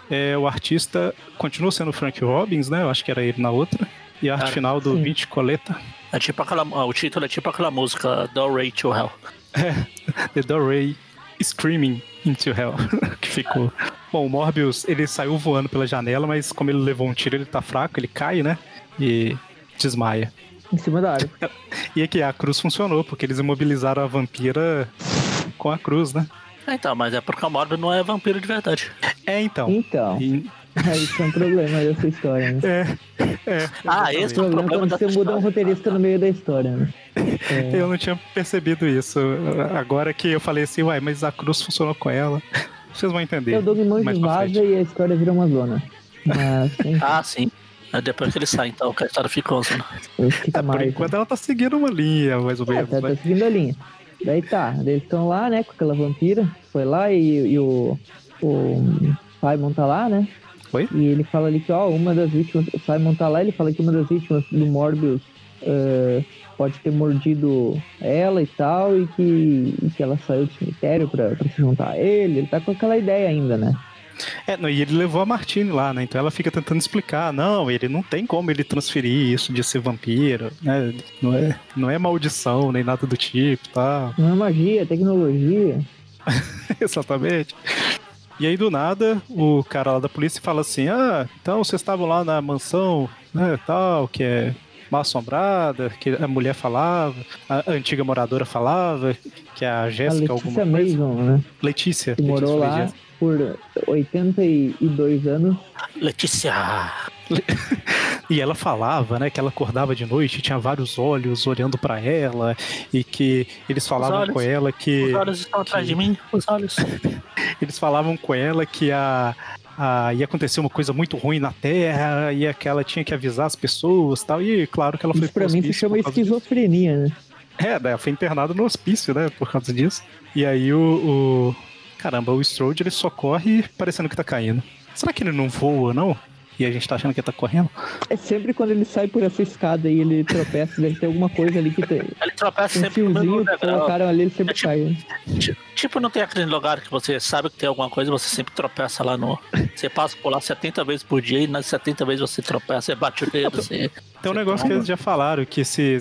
o artista continua sendo o Frank Robbins, né? Eu acho que era ele na outra. E a arte final do Vince Coletta. O título é tipo aquela música Doorway to Hell. The Doorway Screaming into Hell. Que ficou. Bom, o Morbius, ele saiu voando pela janela, mas como ele levou um tiro, ele tá fraco, ele cai, né? E desmaia. Em cima da árvore. E aqui a cruz funcionou, porque eles imobilizaram a vampira com a cruz, né? Então, mas é porque o Morbius não é vampiro de verdade. Então. Isso é um problema dessa história, né? Esse é o problema quando você muda um roteirista no meio da história, né? Eu não tinha percebido isso. Agora que eu falei assim, mas a cruz funcionou com ela. Vocês vão entender. O Doug Manjo vaza e a história vira uma zona. Mas, sim. É depois que ele sai, então, que a história fica uma zona. Por enquanto ela tá seguindo uma linha, mais ou menos. Tá seguindo a linha. Daí eles estão lá, né, com aquela vampira. Foi lá e o Simon tá lá, né? Oi? E ele fala ali que, uma das vítimas... O Simon tá lá, ele fala que uma das vítimas do Morbius pode ter mordido ela e tal, e que ela saiu do cemitério pra se juntar a ele. Ele tá com aquela ideia ainda, né? E ele levou a Martine lá, né? Então ela fica tentando explicar, não, ele não tem como ele transferir isso de ser vampiro, né? Não é maldição, nem nada do tipo, tá? Não é magia, é tecnologia. Exatamente. E aí, do nada, o cara lá da polícia fala assim, então vocês estavam lá na mansão, né, tal, que é mal assombrada, que a mulher falava, a antiga moradora falava, que a Jéssica alguma coisa. Mason, né? Letícia. Que morou lá por 82 anos. Letícia! E ela falava, né, que ela acordava de noite, tinha vários olhos olhando pra ela, e que eles falavam com ela que... Os olhos estão atrás de mim, os olhos. Eles falavam com ela que ia acontecer uma coisa muito ruim na Terra, e que ela tinha que avisar as pessoas e tal, e claro que ela foi pro hospício. Pra mim se chama esquizofrenia, né? Ela foi internada no hospício, né, por causa disso. E aí o Strode, ele socorre parecendo que tá caindo. Será que ele não voa, não? E a gente tá achando que ele tá correndo? É sempre quando ele sai por essa escada e ele tropeça, deve ter alguma coisa ali que tem. Ele tropeça sempre no mesmo lugar. Colocaram ali, ele sempre cai. Não tem aquele lugar que você sabe que tem alguma coisa, você sempre tropeça lá no... Você passa por lá 70 vezes por dia e nas 70 vezes você tropeça, você bate o dedo, você... Tem um negócio que eles já falaram, que se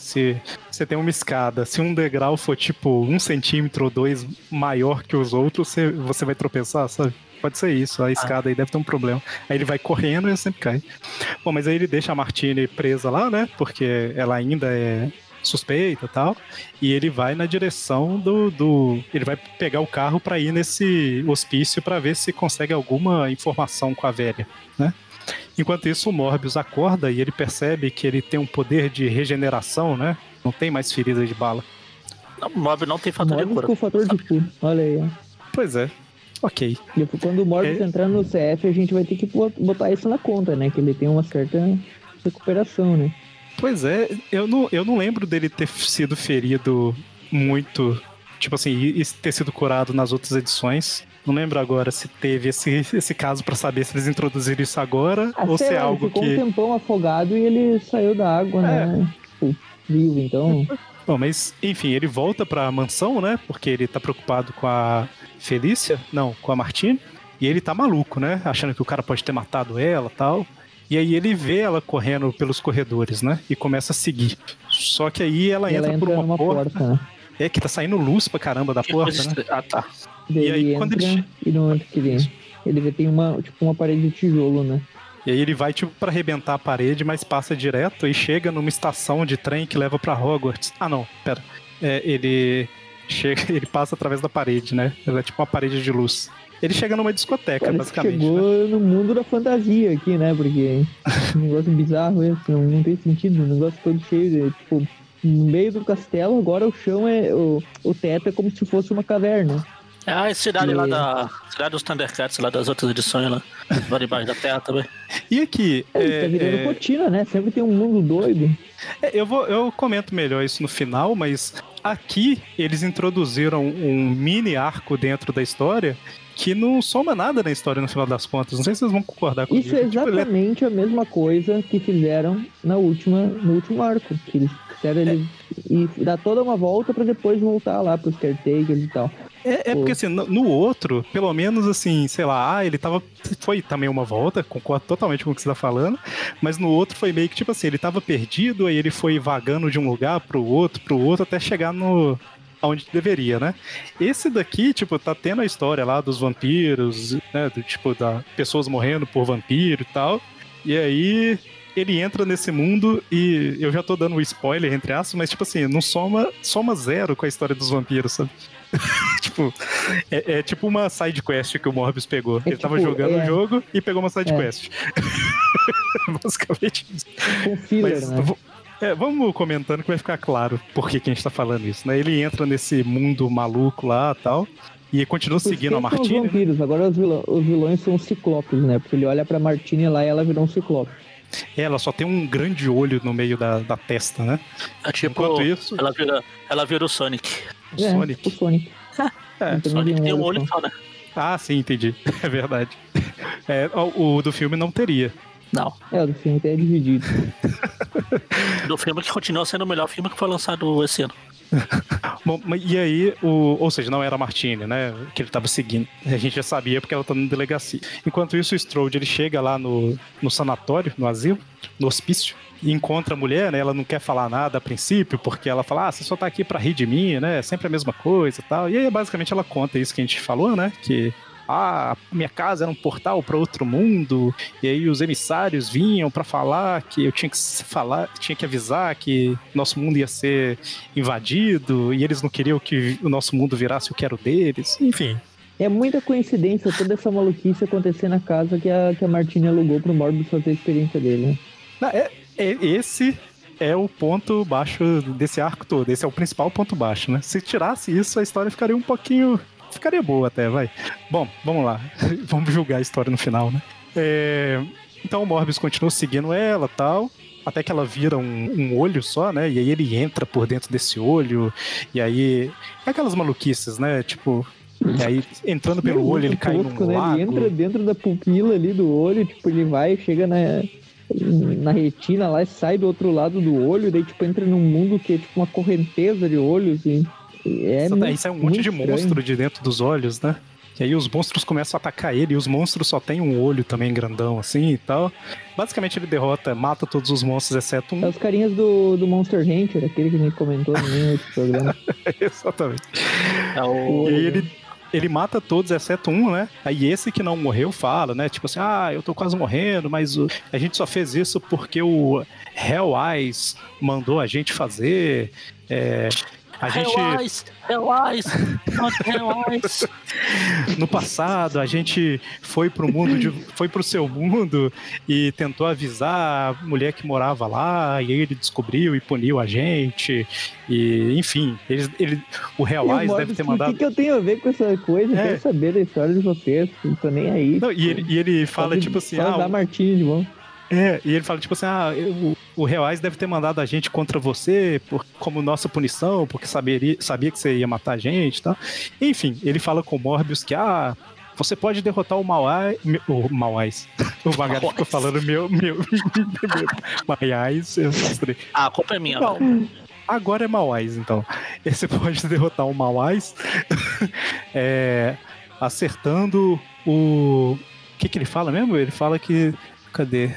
você tem uma escada, se um degrau for tipo 1 centímetro ou 2 maior que os outros, você vai tropeçar, sabe? Pode ser isso, a escada aí deve ter um problema. Aí ele vai correndo e sempre cai. Bom, mas aí ele deixa a Martine presa lá, né? Porque ela ainda é suspeita e tal. E ele vai na direção ele vai pegar o carro pra ir nesse hospício pra ver se consegue alguma informação com a velha, né? Enquanto isso, o Morbius acorda e ele percebe que ele tem um poder de regeneração, né? Não tem mais ferida de bala. Não, o Morbius não tem fator de cura. Com fator de cura. Olha aí, ó. Pois é. Ok. Quando o Morbius entrar no CF, a gente vai ter que botar isso na conta, né? Que ele tem uma certa recuperação, né? Pois é, eu não lembro dele ter sido ferido muito, tipo assim, e ter sido curado nas outras edições. Não lembro agora se teve esse caso pra saber se eles introduziram isso agora ou se é algo que... Ele ficou um tempão afogado e ele saiu da água, né? Tipo, vivo, então... Bom, mas, enfim, ele volta pra mansão, né? Porque ele tá preocupado com a Felícia, não, com a Martine. E ele tá maluco, né? Achando que o cara pode ter matado ela e tal. E aí ele vê ela correndo pelos corredores, né? E começa a seguir. Só que aí ela entra por uma porta. Né? É, que tá saindo luz pra caramba da porta, né? Ah, tá. E aí quando ele... E não entra que ele vê tem uma parede de tijolo, né? E aí ele vai, tipo, pra arrebentar a parede, mas passa direto e chega numa estação de trem que leva pra Hogwarts. Ah, não, pera. Ele passa através da parede, né? Ela é tipo uma parede de luz. Ele chega numa discoteca, parece basicamente. Chegou no mundo da fantasia aqui, né? Porque um negócio bizarro esse, não tem sentido. Um negócio todo cheio de, tipo, no meio do castelo, agora o chão o teto é como se fosse uma caverna. É a cidade lá cidade dos Thundercats, lá das outras edições lá. Lá debaixo da terra também. E aqui... Tá virando rotina, né? Sempre tem um mundo doido. Eu comento melhor isso no final, mas aqui eles introduziram um mini arco dentro da história que não soma nada na história no final das contas. Não sei se vocês vão concordar comigo. Isso é exatamente a mesma coisa que fizeram no último arco. Que eles fizeram e dar toda uma volta pra depois voltar lá pros caretakers e tal. Porque assim, no outro, pelo menos assim, sei lá, foi também uma volta, concordo totalmente com o que você tá falando, mas no outro foi meio que tipo assim, ele tava perdido, aí ele foi vagando de um lugar pro outro, até chegar onde deveria, né? Esse daqui, tipo, tá tendo a história lá dos vampiros, né, da pessoas morrendo por vampiro e tal, e aí ele entra nesse mundo e eu já tô dando um spoiler, entre aspas, mas tipo assim, não soma zero com a história dos vampiros, sabe? Tipo, é tipo uma side quest que o Morbius pegou. Ele tava jogando o jogo e pegou uma side quest. Basicamente isso. Com filler, né? Vamos comentando que vai ficar claro por que a gente tá falando isso, né? Ele entra nesse mundo maluco lá e tal, e continua seguindo a Martini. São os vampiros, agora os vilões são os ciclopes, né? Porque ele olha pra Martini lá e ela virou um ciclope. Ela só tem um grande olho no meio da testa, né? Enquanto isso... Ela vira o Sonic. O Sonic. O Sonic tem um olho só, né? Ah, sim, entendi. É verdade. O do filme não teria. Não. O do filme até é dividido. Do filme que continua sendo o melhor filme que foi lançado esse ano. Bom, e aí, ou seja, não era a Martini, né, que ele tava seguindo. A gente já sabia porque ela tá na delegacia. Enquanto isso, o Strode, ele chega lá no sanatório, no asilo, no hospício, e encontra a mulher, né, ela não quer falar nada a princípio, porque ela fala, você só tá aqui pra rir de mim, né, é sempre a mesma coisa e tal. E aí, basicamente, ela conta isso que a gente falou, né, que minha casa era um portal para outro mundo, e aí os emissários vinham para falar que eu tinha que avisar que nosso mundo ia ser invadido, e eles não queriam que o nosso mundo virasse o que era o deles, enfim. É muita coincidência toda essa maluquice acontecer na casa que a Martini alugou pro Morbius fazer a experiência dele, né? Esse é o ponto baixo desse arco todo, esse é o principal ponto baixo, né? Se tirasse isso, a história ficaria um pouquinho... Ficaria boa até, vai. Bom, vamos lá. Vamos julgar a história no final, né? Então o Morbius continua seguindo ela e tal, até que ela vira um olho só, né? E aí ele entra por dentro desse olho, e aí... aquelas maluquices, né? Tipo... E aí, entrando pelo olho, ele cai num lago. Ele entra dentro da pupila ali do olho, tipo, ele vai, chega na retina lá e sai do outro lado do olho, daí, tipo, entra num mundo que é, tipo, uma correnteza de olhos, e... Aí sai um monte de monstro de dentro dos olhos, né? E aí os monstros começam a atacar ele, e os monstros só tem um olho também grandão, assim, e tal. Basicamente ele mata todos os monstros, exceto um. É os carinhas do Monster Hunter, aquele que a gente comentou no outro programa. Exatamente. E aí ele mata todos, exceto um, né? Aí esse que não morreu fala, né? Tipo assim, eu tô quase morrendo, mas a gente só fez isso porque o Hell Eyes mandou a gente fazer... No passado, a gente foi pro seu mundo e tentou avisar a mulher que morava lá, e aí ele descobriu e puniu a gente. E, enfim, o Hell Eyes deve ter mandado. O que eu tenho a ver com essa coisa? Eu quero saber da história de vocês, não tô nem aí. Não, e ele fala, tipo assim. Só dar Martini de bom. E ele fala tipo assim, o Reais deve ter mandado a gente contra você como nossa punição, porque sabia que você ia matar a gente e tal. Enfim, ele fala com o Morbius que, você pode derrotar o Mauais. O Magari ficou falando meu Mauais. A culpa é minha. Não, agora é Mauais, então. Você pode derrotar o Mauais acertando o... O que ele fala mesmo? Ele fala que... Cadê?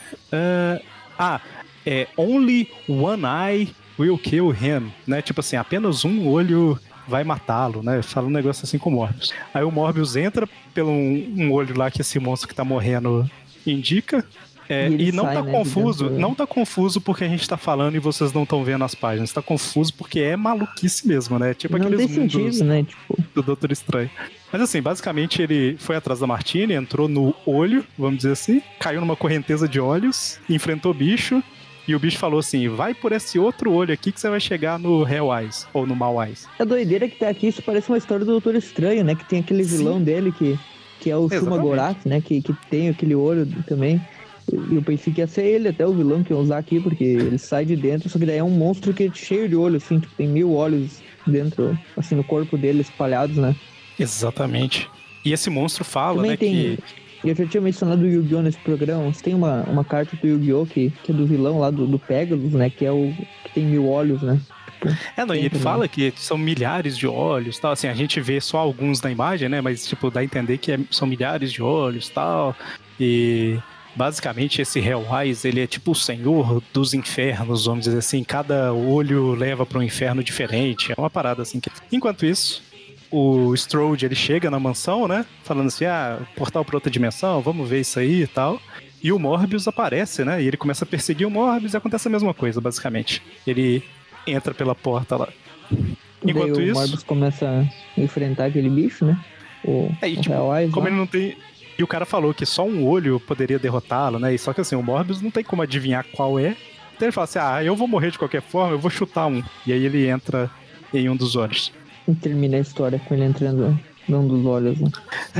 Only one eye will kill him, né? Tipo assim, apenas um olho vai matá-lo, né? Fala um negócio assim com o Morbius. Aí o Morbius entra pelo um olho lá que esse monstro que tá morrendo indica. E não tá confuso, não tá confuso porque a gente tá falando e vocês não estão vendo as páginas. Tá confuso porque é maluquice mesmo, né? Tipo não aqueles mundos sentido, né? Tipo... do Doutor Estranho. Mas assim, basicamente ele foi atrás da Martini, entrou no olho, vamos dizer assim, caiu numa correnteza de olhos, enfrentou o bicho, e o bicho falou assim, vai por esse outro olho aqui que você vai chegar no Hell Eyes, ou no Mal Eyes. A doideira que tá aqui, isso parece uma história do Doutor Estranho, né? Que tem aquele vilão dele que é o Shuma Gorath, né? Que tem aquele olho também. eu pensei que ia ser ele até o vilão que ia usar aqui, porque ele sai de dentro, só que daí é um monstro que é cheio de olhos, assim, tipo, tem 1000 olhos dentro, assim, no corpo dele, espalhados, né? Exatamente. E esse monstro fala, Também né, tem... Eu já tinha mencionado o Yu-Gi-Oh! Nesse programa. Tem uma carta do Yu-Gi-Oh! Que é do vilão lá, do Pegasus, né? Que é o que tem 1000 olhos, né? Não, e ele fala que são milhares de olhos, tal, assim, a gente vê só alguns na imagem, né, mas, tipo, dá a entender que são milhares de olhos, tal, e basicamente esse Hellwise, ele é tipo o senhor dos infernos, vamos dizer assim, cada olho leva para um inferno diferente, é uma parada assim. Enquanto isso, o Strode, ele chega na mansão, né, falando assim, portal para outra dimensão, vamos ver isso aí e tal, e o Morbius aparece, né, e ele começa a perseguir o Morbius e acontece a mesma coisa, basicamente. Ele entra pela porta lá. Enquanto daí isso, o Morbius começa a enfrentar aquele bicho, né? O Hellwise, como lá. ele não tem... E o cara falou que só um olho poderia derrotá-lo, né? E só que assim, o Morbius não tem como adivinhar qual é. Então ele fala assim, eu vou morrer de qualquer forma, eu vou chutar um. E aí ele entra em um dos olhos. E termina a história com ele entrando num dos olhos, né?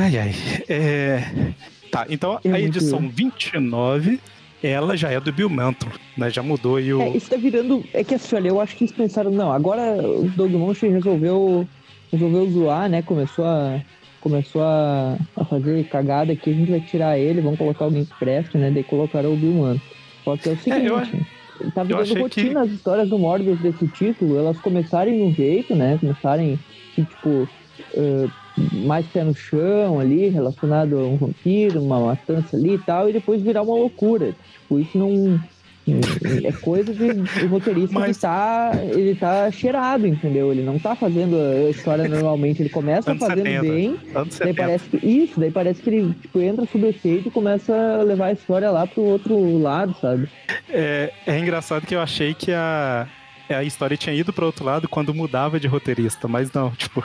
Tá, então a edição 29... ela já é do Bill Mantlo, né? Já mudou e o... isso tá virando... É que assim, olha, eu acho que eles pensaram, não, agora o Doug Moench resolveu zoar, né? Começou a fazer cagada aqui, a gente vai tirar ele, vamos colocar alguém que preste, né? Daí colocaram o Bill Mantlo. Só que é o seguinte, tá virando rotina as histórias do Morbius desse título, elas começarem de um jeito, né? Começarem, assim, tipo... mais pé no chão ali, relacionado a um vampiro, uma matança ali e tal, e depois virar uma loucura. Tipo, isso não... é coisa de roteirista que ele tá cheirado, entendeu? Ele não tá fazendo a história normalmente, ele começa fazendo 70, bem, daí parece que ele tipo, entra sob efeito e começa a levar a história lá pro outro lado, sabe? É engraçado que eu achei que a história tinha ido para outro lado quando mudava de roteirista, mas não, tipo,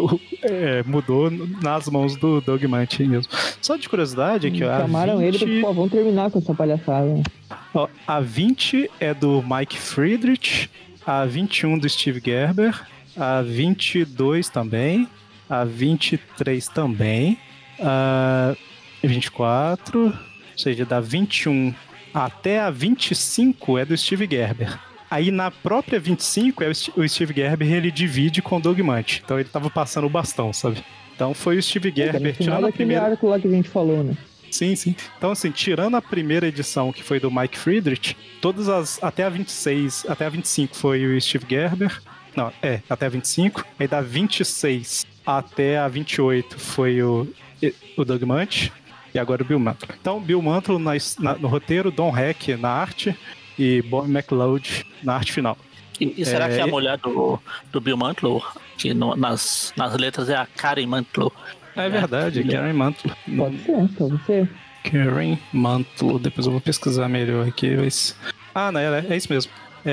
mudou nas mãos do Doug Moench mesmo. Só de curiosidade aqui, ó. Chamaram ele e falou, vamos terminar com essa palhaçada. Ó, a 20 é do Mike Friedrich, a 21 do Steve Gerber, a 22 também, a 23 também, a 24, ou seja, da 21 até a 25 é do Steve Gerber. Aí na própria 25, o Steve Gerber, ele divide com o Doug Moench. Então ele tava passando o bastão, sabe? Então foi o Steve Gerber tirando a primeira... arco lá que a gente falou, né? Sim. Então assim, tirando a primeira edição, que foi do Mike Friedrich, até a 26, até a 25 foi o Steve Gerber. Não, até a 25. Aí da 26 até a 28 foi o Doug Moench. E agora o Bill Mantlo. Então, Bill Mantlo no roteiro, Don Heck na arte... e Bob McLeod na arte final. E será que a mulher do Bill Mantlo, que nas letras é a Karen Mantlo? É verdade, Karen Mantlo. Pode ser. Karen Mantlo, depois eu vou pesquisar melhor aqui. Mas... não, é isso mesmo.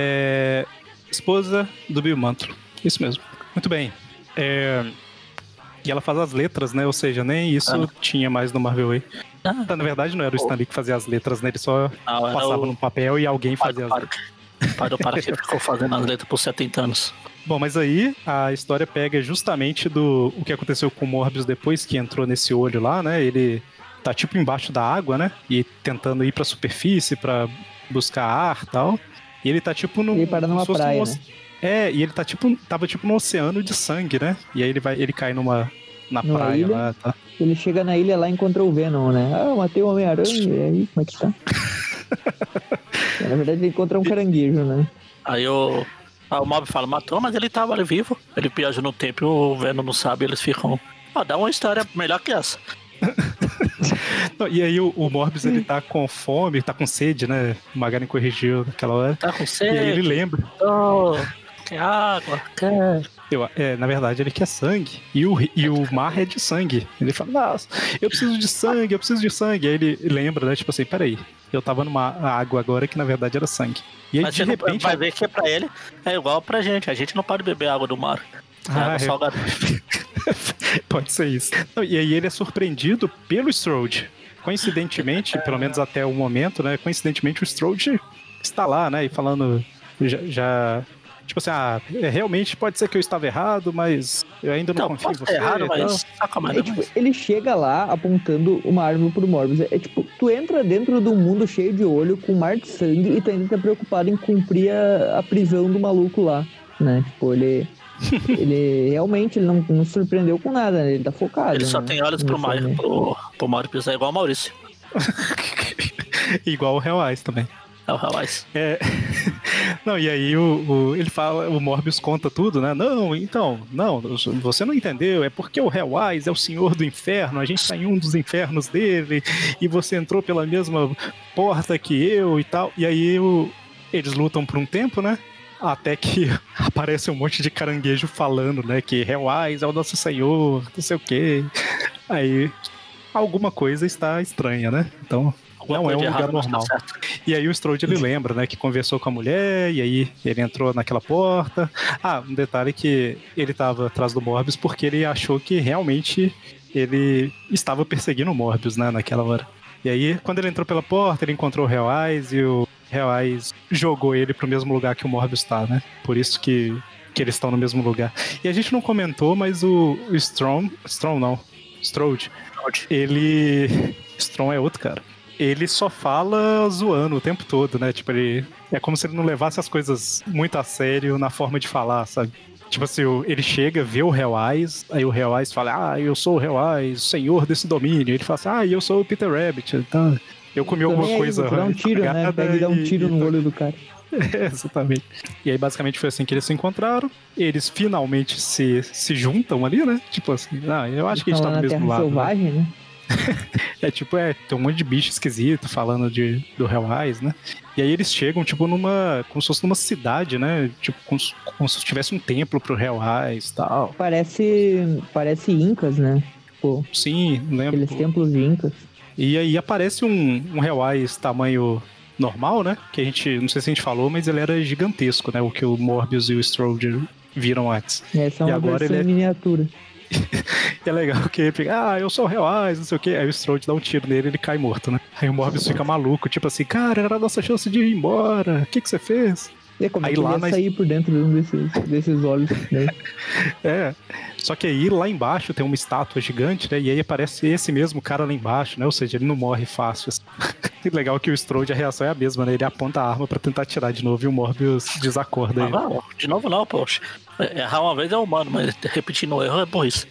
Esposa do Bill Mantlo. Isso mesmo. Muito bem. E ela faz as letras, né? Ou seja, nem isso tinha mais no Marvel Way. Na verdade, não era o Stan Lee que fazia as letras, né? Ele só passava no papel e alguém fazia as letras. Para que ficou fazendo as letras por 70 anos. Bom, mas aí a história pega justamente o que aconteceu com o Morbius depois que entrou nesse olho lá, né? Ele tá tipo embaixo da água, né? E tentando ir pra superfície pra buscar ar e tal. E ele tá tipo no... Ele para numa praia, né? E ele tava tipo no oceano de sangue, né? E aí ele cai numa praia ilha, lá, tá? Ele chega na ilha lá e encontra o Venom, né? Eu matei o Homem-Aranha, e aí, como é que tá? Na verdade, ele encontra um caranguejo, né? Aí o Mob fala, matou, mas ele tava ali vivo. Ele viaja no tempo e o Venom não sabe, eles ficam... dá uma história melhor que essa. Não, e aí o Morbius, ele tá com fome, tá com sede, né? O Magaren corrigiu naquela hora. Tá com sede? E aí ele lembra. Quer água? Quer... na verdade, ele quer sangue. E o mar é de sangue. Ele fala, nossa, eu preciso de sangue. Aí ele lembra, né? Tipo assim, peraí, eu tava numa água agora que na verdade era sangue. E aí, mas de repente... vai ver que pra ele é igual pra gente. A gente não pode beber água do mar. Água salgada. Pode ser isso. E aí ele é surpreendido pelo Strode. Coincidentemente, pelo menos até o momento, né? Coincidentemente o Strode está lá, né? E falando... Já tipo assim, realmente pode ser que eu estava errado, mas eu ainda não confio em você. Errado, mas ele chega lá apontando uma arma pro Morbius. Tipo, tu entra dentro de um mundo cheio de olho, com um mar de sangue, e tu ainda tá preocupado em cumprir a prisão do maluco lá, né? Tipo, ele realmente ele não surpreendeu com nada, né? Ele tá focado. Ele só né? tem olhos pro Morbius, é igual o Maurício. Igual o Helleyes também. É o Helleyes. Não, e aí ele fala, o Morbius conta tudo, né? Não, você não entendeu, é porque o Helleyes é o senhor do inferno, a gente tá em um dos infernos dele, e você entrou pela mesma porta que eu e tal. E aí eles lutam por um tempo, né? Até que aparece um monte de caranguejo falando, né? Que Helleyes é o nosso senhor, não sei o quê. Aí alguma coisa está estranha, né? Então não é um lugar normal. E aí o Strode, ele lembra, né, que conversou com a mulher, e aí ele entrou naquela porta. Um detalhe que ele estava atrás do Morbius porque ele achou que realmente ele estava perseguindo o Morbius, né, naquela hora. E aí, quando ele entrou pela porta, ele encontrou o Helleyes, e o Helleyes jogou ele pro mesmo lugar que o Morbius tá, né? Por isso que eles estão no mesmo lugar. E a gente não comentou, mas o Strode, Strong é outro cara. Ele só fala zoando o tempo todo, né? Tipo, é como se ele não levasse as coisas muito a sério na forma de falar, sabe? Tipo assim, ele chega, vê o Helleyes, aí o Helleyes fala, eu sou o Helleyes, senhor desse domínio. Ele fala assim, eu sou o Peter Rabbit, então eu comi alguma coisa... Dá um tiro, né? Pega e dá um tiro no olho do cara. Exatamente. E aí basicamente foi assim que eles se encontraram. Eles finalmente se juntam ali, né? Tipo assim, eu acho que a gente tá do mesmo lado. Selvagem, né? Tem um monte de bicho esquisito falando do Helleyes, né? E aí eles chegam, tipo, como se fosse numa cidade, né? Tipo, como se tivesse um templo pro Helleyes e tal. Parece Incas, né? Tipo, sim, lembro. Aqueles templos de Incas. E aí aparece um Helleyes tamanho normal, né? Que a gente, não sei se a gente falou, mas ele era gigantesco, né? O que o Morbius e o Strode viram antes. Essa é uma versão miniatura. É legal que ele fica, eu sou o Helleyes, não sei o que. Aí o Strode dá um tiro nele e ele cai morto, né? Aí o Morbius fica maluco, tipo assim, cara, era a nossa chance de ir embora. O que você fez? E como é que ele ia sair por dentro de um desses olhos, né? Só que aí lá embaixo tem uma estátua gigante, né? E aí aparece esse mesmo cara lá embaixo, né? Ou seja, ele não morre fácil. E legal que o Strode, a reação é a mesma, né? Ele aponta a arma pra tentar atirar de novo e o Morbius desacorda ele. Não, de novo não, poxa. Errar uma vez é humano, mas repetir no erro é burrice.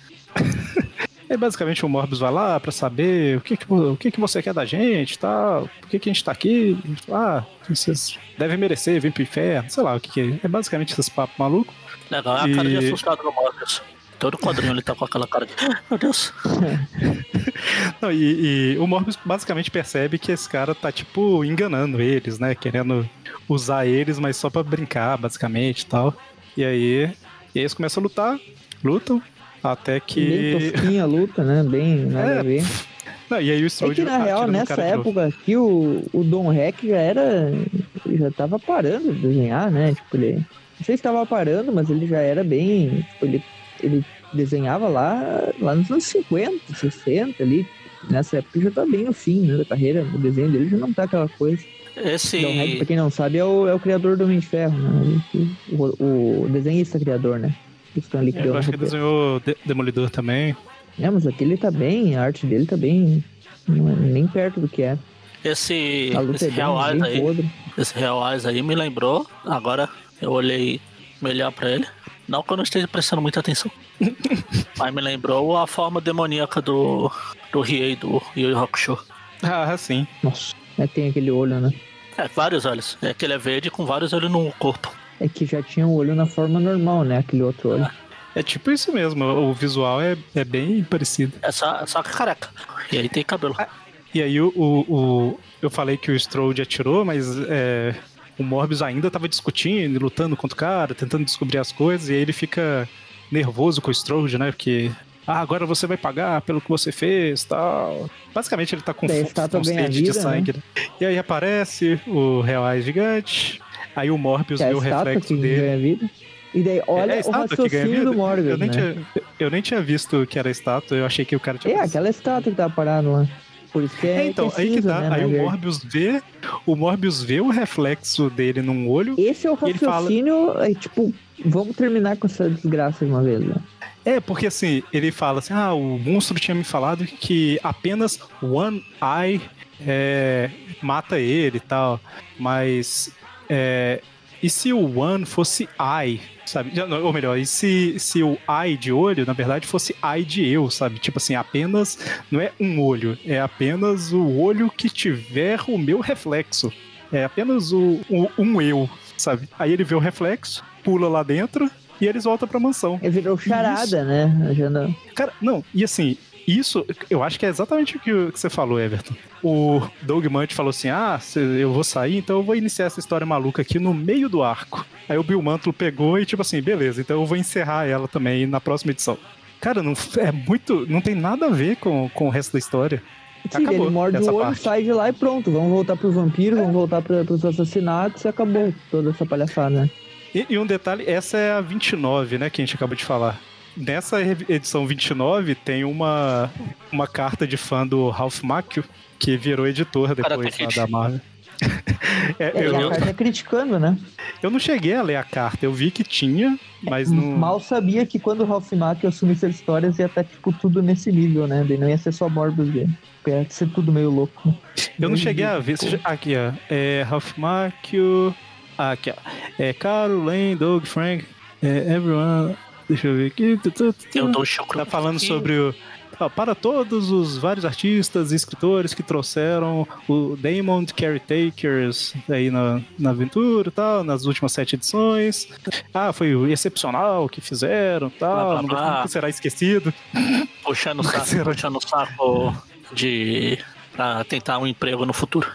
É basicamente o Morbius vai lá pra saber o que você quer da gente, tal, por que a gente tá aqui, vocês devem merecer vir pro inferno, sei lá o que é. É basicamente esses papos malucos. Legal, é a cara de assustado do Morbius. Todo quadrinho ele tá com aquela cara de, meu Deus. Não, e o Morbius basicamente percebe que esse cara tá, tipo, enganando eles, né, querendo usar eles, mas só pra brincar, basicamente, e tal. E aí eles começam a lutam, até que... Bem tosquinha a luta, né? Bem nada a ver. Não, e aí o Strode... na real, nessa época aqui, o Don Heck já tava parando de desenhar, né? Tipo, ele... Não sei se tava parando, mas ele já era bem... Tipo, ele desenhava lá nos anos 50, 60 ali. Nessa época já tá bem no fim, né, da carreira. O desenho dele já não tá aquela coisa. Don Heck, pra quem não sabe, é o criador do Homem de Ferro, né? O desenhista criador, né? Eu acho que ele desenhou Demolidor também. Mas aqui ele tá bem, a arte dele tá bem, não é nem perto do que é. Esse Helleyes aí me lembrou, agora eu olhei melhor pra ele, não que eu não esteja prestando muita atenção, mas me lembrou a forma demoníaca do Riei, do Yu Yu Hakusho. Sim. Nossa, tem aquele olho, né? Vários olhos, que ele é verde com vários olhos no corpo. É que já tinha o olho na forma normal, né? Aquele outro olho. É tipo isso mesmo, o visual é bem parecido. É só que careca. E aí tem cabelo. E aí eu falei que o Strode atirou, mas o Morbius ainda tava discutindo, lutando contra o cara, tentando descobrir as coisas, e aí ele fica nervoso com o Strode, né? Porque, agora você vai pagar pelo que você fez, tal. Basicamente ele tá com sede de sangue, né? E aí aparece o Helleyes gigante. Aí o Morbius vê o reflexo dele. E daí, olha o raciocínio do Morbius, eu nem tinha visto que era a estátua, eu achei que o cara tinha... aquela estátua que tava parada lá. Por isso que é então, que é aí que cinza, tá. né, Aí não é verde. o Morbius vê o reflexo dele num olho. Esse é o e ele fala, raciocínio, tipo, vamos terminar com essa desgraça de uma vez, né? porque assim, ele fala assim, o monstro tinha me falado que apenas One Eye mata ele e tal, mas e se o One fosse Eye, sabe? Ou melhor, e se o Eye de olho, na verdade, fosse Eye de eu, sabe? Tipo assim, apenas, não é um olho, é apenas o olho que tiver o meu reflexo. É apenas um eu, sabe? Aí ele vê o reflexo, pula lá dentro e eles voltam pra mansão. Ele virou charada, né? Já não... Cara, não, e assim, isso eu acho que é exatamente o que você falou, Everton. O Doug Munch falou assim, eu vou sair, então eu vou iniciar essa história maluca aqui no meio do arco. Aí o Bill Mantlo pegou e tipo assim, beleza, então eu vou encerrar ela também na próxima edição. Cara, não tem nada a ver com o resto da história. Sim, ele morde o olho, sai de lá e pronto. Vamos voltar pro vampiro, vamos voltar pros assassinatos e acabou toda essa palhaçada, né? E um detalhe, essa é a 29, né, que a gente acabou de falar. Nessa edição 29 tem uma carta de fã do Ralph Macchio, que virou editor depois da Marvel. A carta é criticando, né? Eu não cheguei a ler a carta, eu vi que tinha, mas não... Mal sabia que quando o Ralph Macchio assumisse as histórias ia estar, tipo, tudo nesse nível, né? Daí não ia ser só Morbius dele. Ia ser tudo meio louco. Né? Eu não cheguei a ver... Aqui, ó. Ralph Macchio... Aqui, ó. Carol, Lane, Doug, Frank... everyone... Deixa eu ver aqui... Tá falando sobre para todos os vários artistas e escritores que trouxeram o Diamond Caretakers aí na aventura e tal, nas últimas 7 edições. Foi excepcional o que fizeram e tal, nunca será esquecido. Puxando o saco pra tentar um emprego no futuro.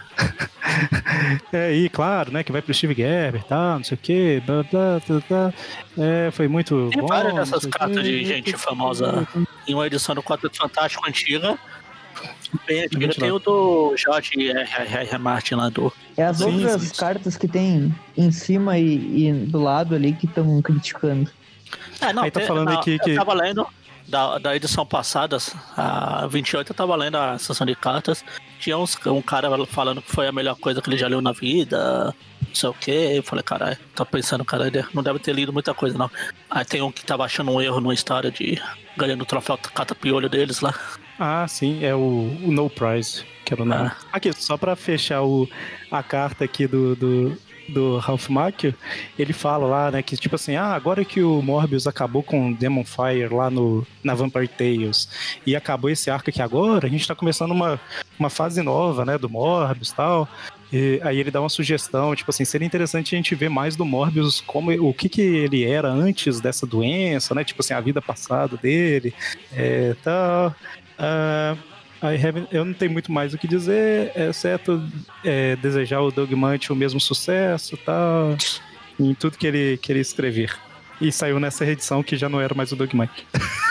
E claro, né, que vai pro Steve Gerber e tal, não sei o que, blá, blá, blá, blá. Foi muito Tem bom. Tem várias dessas cartas de gente famosa em uma edição do Quarteto Fantástico antiga. Bem antiga, tem o do George R. Martin lá do... As outras cartas que tem em cima e do lado ali que estão criticando. Aí tá falando aqui que... Eu tava lendo da edição passada, a 28, eu tava lendo a sessão de cartas. Tinha um cara falando que foi a melhor coisa que ele já leu na vida, não sei o que. Eu falei, caralho, tô pensando, cara, ele não deve ter lido muita coisa, não. Aí tem um que tava achando um erro numa história de ganhando o troféu cata-piolho deles lá. Sim, é o No Prize, que era o nome. Aqui, só pra fechar a carta aqui do Ralph Macchio, ele fala lá, né, que tipo assim, agora que o Morbius acabou com Demon Fire lá na Vampire Tales e acabou esse arco aqui agora, a gente tá começando uma fase nova, né, do Morbius e tal. E aí ele dá uma sugestão, tipo assim, seria interessante a gente ver mais do Morbius, o que ele era antes dessa doença, né, tipo assim, a vida passada dele, tal. Eu não tenho muito mais o que dizer, exceto desejar o Doug Munch o mesmo sucesso, tal, em tudo que ele queria escrever. E saiu nessa edição que já não era mais o Doug Munch.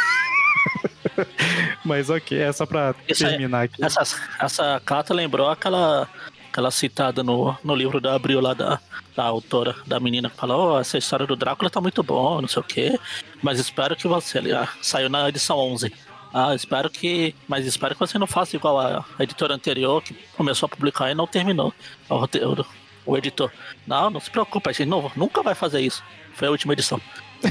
Mas ok, é só pra terminar aqui. Essa carta lembrou aquela citada no livro da Abril lá da autora, da menina que falou, essa história do Drácula tá muito bom, não sei o quê, mas espero que você... saiu na edição 11. Espero que você não faça igual a editora anterior, que começou a publicar e não terminou. O editor. Não se preocupe, a gente nunca vai fazer isso. Foi a última edição.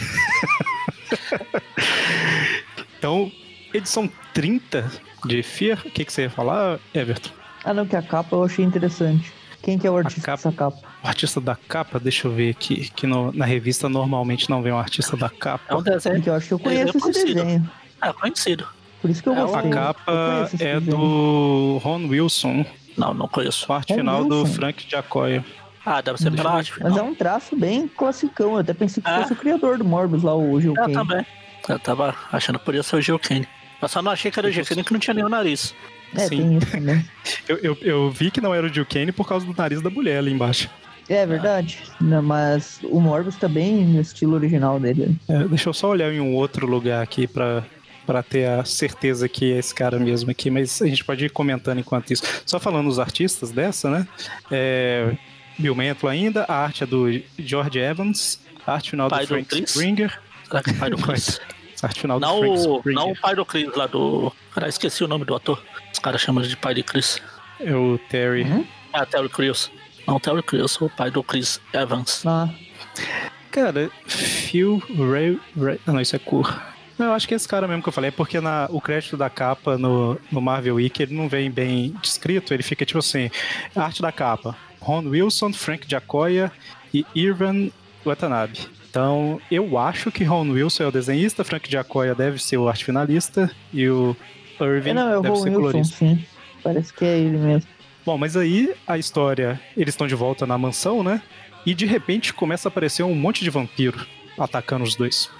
Então, edição 30 de Fear, o que você ia falar, Everton? Não, que a capa eu achei interessante. Quem que é o artista dessa capa? O artista da capa, deixa eu ver aqui, que na revista normalmente não vem um artista da capa. É um desenho. Eu acho que eu conheço esse desenho. Conhecido. Por isso que eu gostei. A capa é do Ron Wilson. Não conheço. Parte final Wilson. Do Frank Giacoia. Deve ser pela arte final. Mas é um traço bem classicão. Eu até pensei que fosse o criador do Morbius lá, o Gil Kane. Também. Eu tava achando que podia ser o Gil Kane. Eu só não achei que era o Gil Kane, que não tinha nem o nariz. Sim. Tem isso também. eu vi que não era o Gil Kane por causa do nariz da mulher ali embaixo. É verdade. Não, mas o Morbius tá bem no estilo original dele. Deixa eu só olhar em um outro lugar aqui pra ter a certeza que é esse cara mesmo aqui, mas a gente pode ir comentando enquanto isso. Só falando os artistas dessa, né? Bill Mantlo ainda, a arte é do George Evans, a arte final do Frank Springer. Será que é pai do Chris? Arte final do Não, Frank Springer. não o pai do Chris lá do... Cara, esqueci o nome do ator. Os caras chamam de pai de Chris. É o Terry. Terry Crews. Não, o Terry Crews, o pai do Chris Evans. Cara, Phil Ray... Não, isso é cor. Não, eu acho que é esse cara mesmo que eu falei, é porque o crédito da capa no Marvel Wiki, ele não vem bem descrito, ele fica tipo assim, arte da capa, Ron Wilson, Frank Giacoia e Irvin Watanabe. Então, eu acho que Ron Wilson é o desenhista, Frank Giacoia deve ser o arte finalista e o Irvin deve ser colorista. Sim. Parece que é ele mesmo. Bom, mas aí a história, eles estão de volta na mansão, né? E de repente começa a aparecer um monte de vampiro atacando os dois.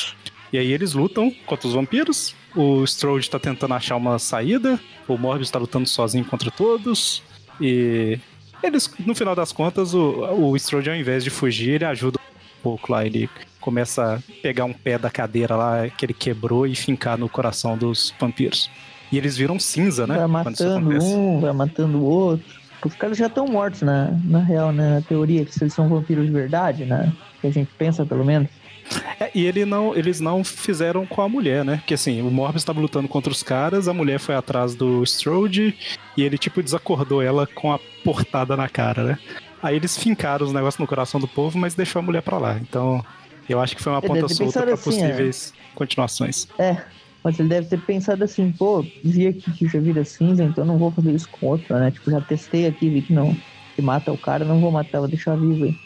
E aí eles lutam contra os vampiros, o Strode tá tentando achar uma saída, o Morbius tá lutando sozinho contra todos, e eles, no final das contas, o Strode, ao invés de fugir, ele ajuda um pouco lá, ele começa a pegar um pé da cadeira lá que ele quebrou e fincar no coração dos vampiros. E eles viram cinza, né? Vai matando um, vai matando o outro. Os caras já estão mortos, na real, né? Na teoria, que eles são vampiros de verdade, né? Que a gente pensa, pelo menos. E eles não fizeram com a mulher, né? Porque assim, o Morbius estava lutando contra os caras, a mulher foi atrás do Strode e ele tipo desacordou ela com a portada na cara, né? Aí eles fincaram os negócios no coração do povo, mas deixou a mulher pra lá. Então, eu acho que foi uma ponta solta pra possíveis continuações. Mas ele deve ter pensado assim, vi aqui que já vira cinza, então não vou fazer isso com outro, né? Tipo, já testei aqui, vi que não, que mata o cara, não vou matar, vou deixar vivo aí.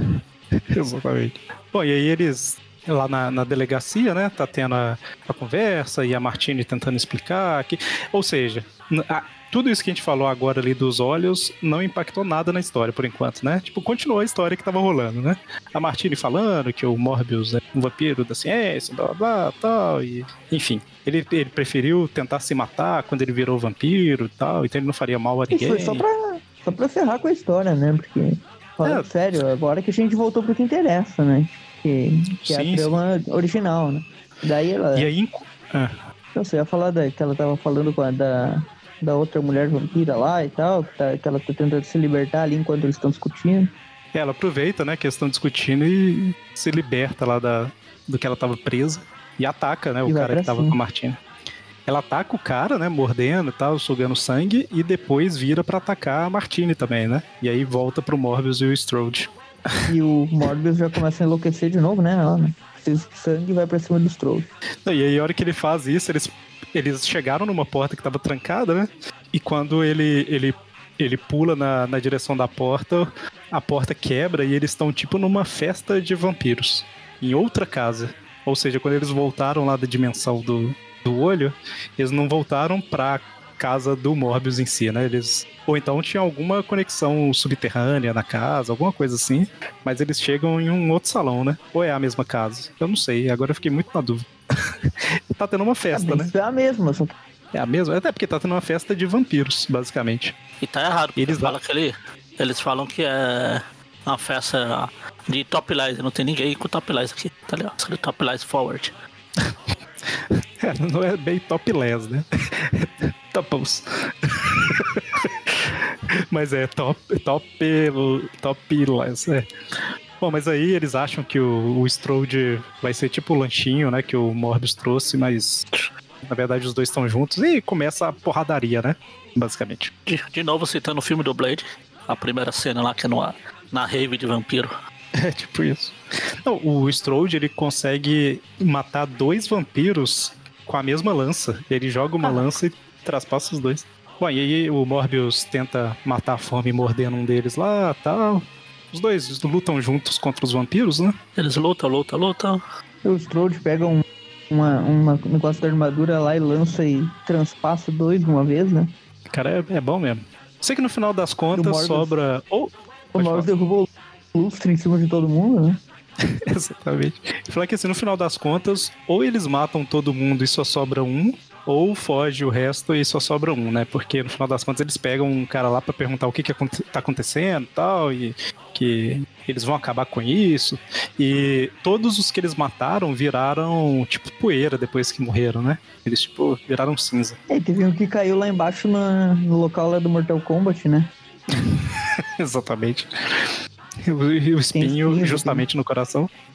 Exatamente. Bom, e aí eles, lá na delegacia, né, tá tendo a conversa e a Martini tentando explicar que, ou seja, tudo isso que a gente falou agora ali dos olhos não impactou nada na história por enquanto, né? Tipo, continuou a história que tava rolando, né? A Martini falando que o Morbius é um vampiro da ciência, blá, blá, tal, e enfim. Ele preferiu tentar se matar quando ele virou vampiro e tal, então ele não faria mal a ninguém. Isso foi só pra ferrar com a história, né? Porque... Sério, agora que a gente voltou pro que interessa, né? Que é a trama original, né? Daí ela... E aí... Não sei, eu ia falar que ela tava falando com da outra mulher vampira lá e tal, que ela tá tentando se libertar ali enquanto eles estão discutindo. Ela aproveita, né, que eles estão discutindo e se liberta lá do que ela tava presa e ataca, né, o cara que tava com a Martina. Ela ataca o cara, né, mordendo e tal, sugando sangue, e depois vira pra atacar a Martini também, né? E aí volta pro Morbius e o Strode. E o Morbius já começa a enlouquecer de novo, né? Sangue vai pra cima do Strode. E aí, a hora que ele faz isso, eles chegaram numa porta que tava trancada, né? E quando ele pula na direção da porta, a porta quebra e eles estão tipo numa festa de vampiros, em outra casa. Ou seja, quando eles voltaram lá da dimensão do olho, eles não voltaram pra casa do Morbius em si, né? Ou então tinha alguma conexão subterrânea na casa, alguma coisa assim, mas eles chegam em um outro salão, né? Ou é a mesma casa? Eu não sei, agora eu fiquei muito na dúvida. Tá tendo uma festa, né? É a mesma, só que... É a mesma? Até porque tá tendo uma festa de vampiros, basicamente. E tá errado, porque eles falam que é uma festa de Top Lies, não tem ninguém com Top Lies aqui, tá ligado? Escrito Top Lies Forward. Não é bem topless, né? Topos. Mas é topless, é. Bom, mas aí eles acham que o Strode vai ser tipo o lanchinho, né? Que o Morbius trouxe, mas na verdade os dois estão juntos e começa a porradaria, né? Basicamente. De novo citando o filme do Blade, a primeira cena lá que é na rave de vampiro. É tipo isso. Não, o Strode, ele consegue matar 2 vampiros com a mesma lança. Ele joga uma lança e traspassa os dois. Bom, e aí o Morbius tenta matar a fome mordendo um deles lá e tal. Os dois lutam juntos contra os vampiros, né? Eles lutam. O Strode pega um negócio da armadura lá e lança e transpassa 2 de uma vez, né? Cara, é bom mesmo. Sei que no final das contas sobra... O Morbius derrubou o lustre em cima de todo mundo, né? Exatamente. Falar que assim, no final das contas, ou eles matam todo mundo e só sobra um, ou foge o resto e só sobra um, né? Porque no final das contas eles pegam um cara lá pra perguntar o que tá acontecendo e tal, e que eles vão acabar com isso. E todos os que eles mataram viraram, tipo, poeira depois que morreram, né? Eles, tipo, viraram cinza. Teve um que caiu lá embaixo no local lá do Mortal Kombat, né? Exatamente. O espinho justamente no coração.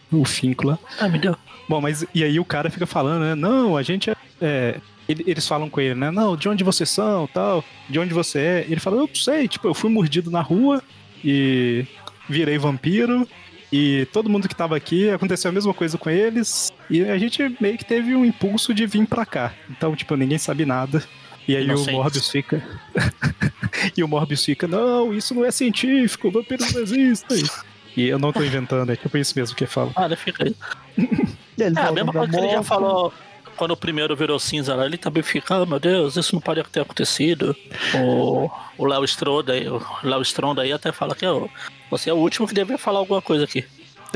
o Finco lá. Ah, me deu. Bom, mas e aí o cara fica falando, né? Não, a gente eles falam com ele, né? Não, de onde vocês são, tal? De onde você é? Ele fala, eu não sei, tipo, eu fui mordido na rua e virei vampiro. E todo mundo que tava aqui, aconteceu a mesma coisa com eles. E a gente meio que teve um impulso de vir pra cá. Então, tipo, ninguém sabe nada. E aí o Morbius fica... E o Morbius fica, não, isso não é científico, vampiros não existem. E eu não tô inventando, é tipo isso mesmo que fala. Ah, ele fica aí. A mesma coisa que ele já falou quando o primeiro virou cinza lá, ele também fica, oh meu Deus, isso não pode ter acontecido. O Léo Stronda aí até fala que você é o último que deveria falar alguma coisa aqui.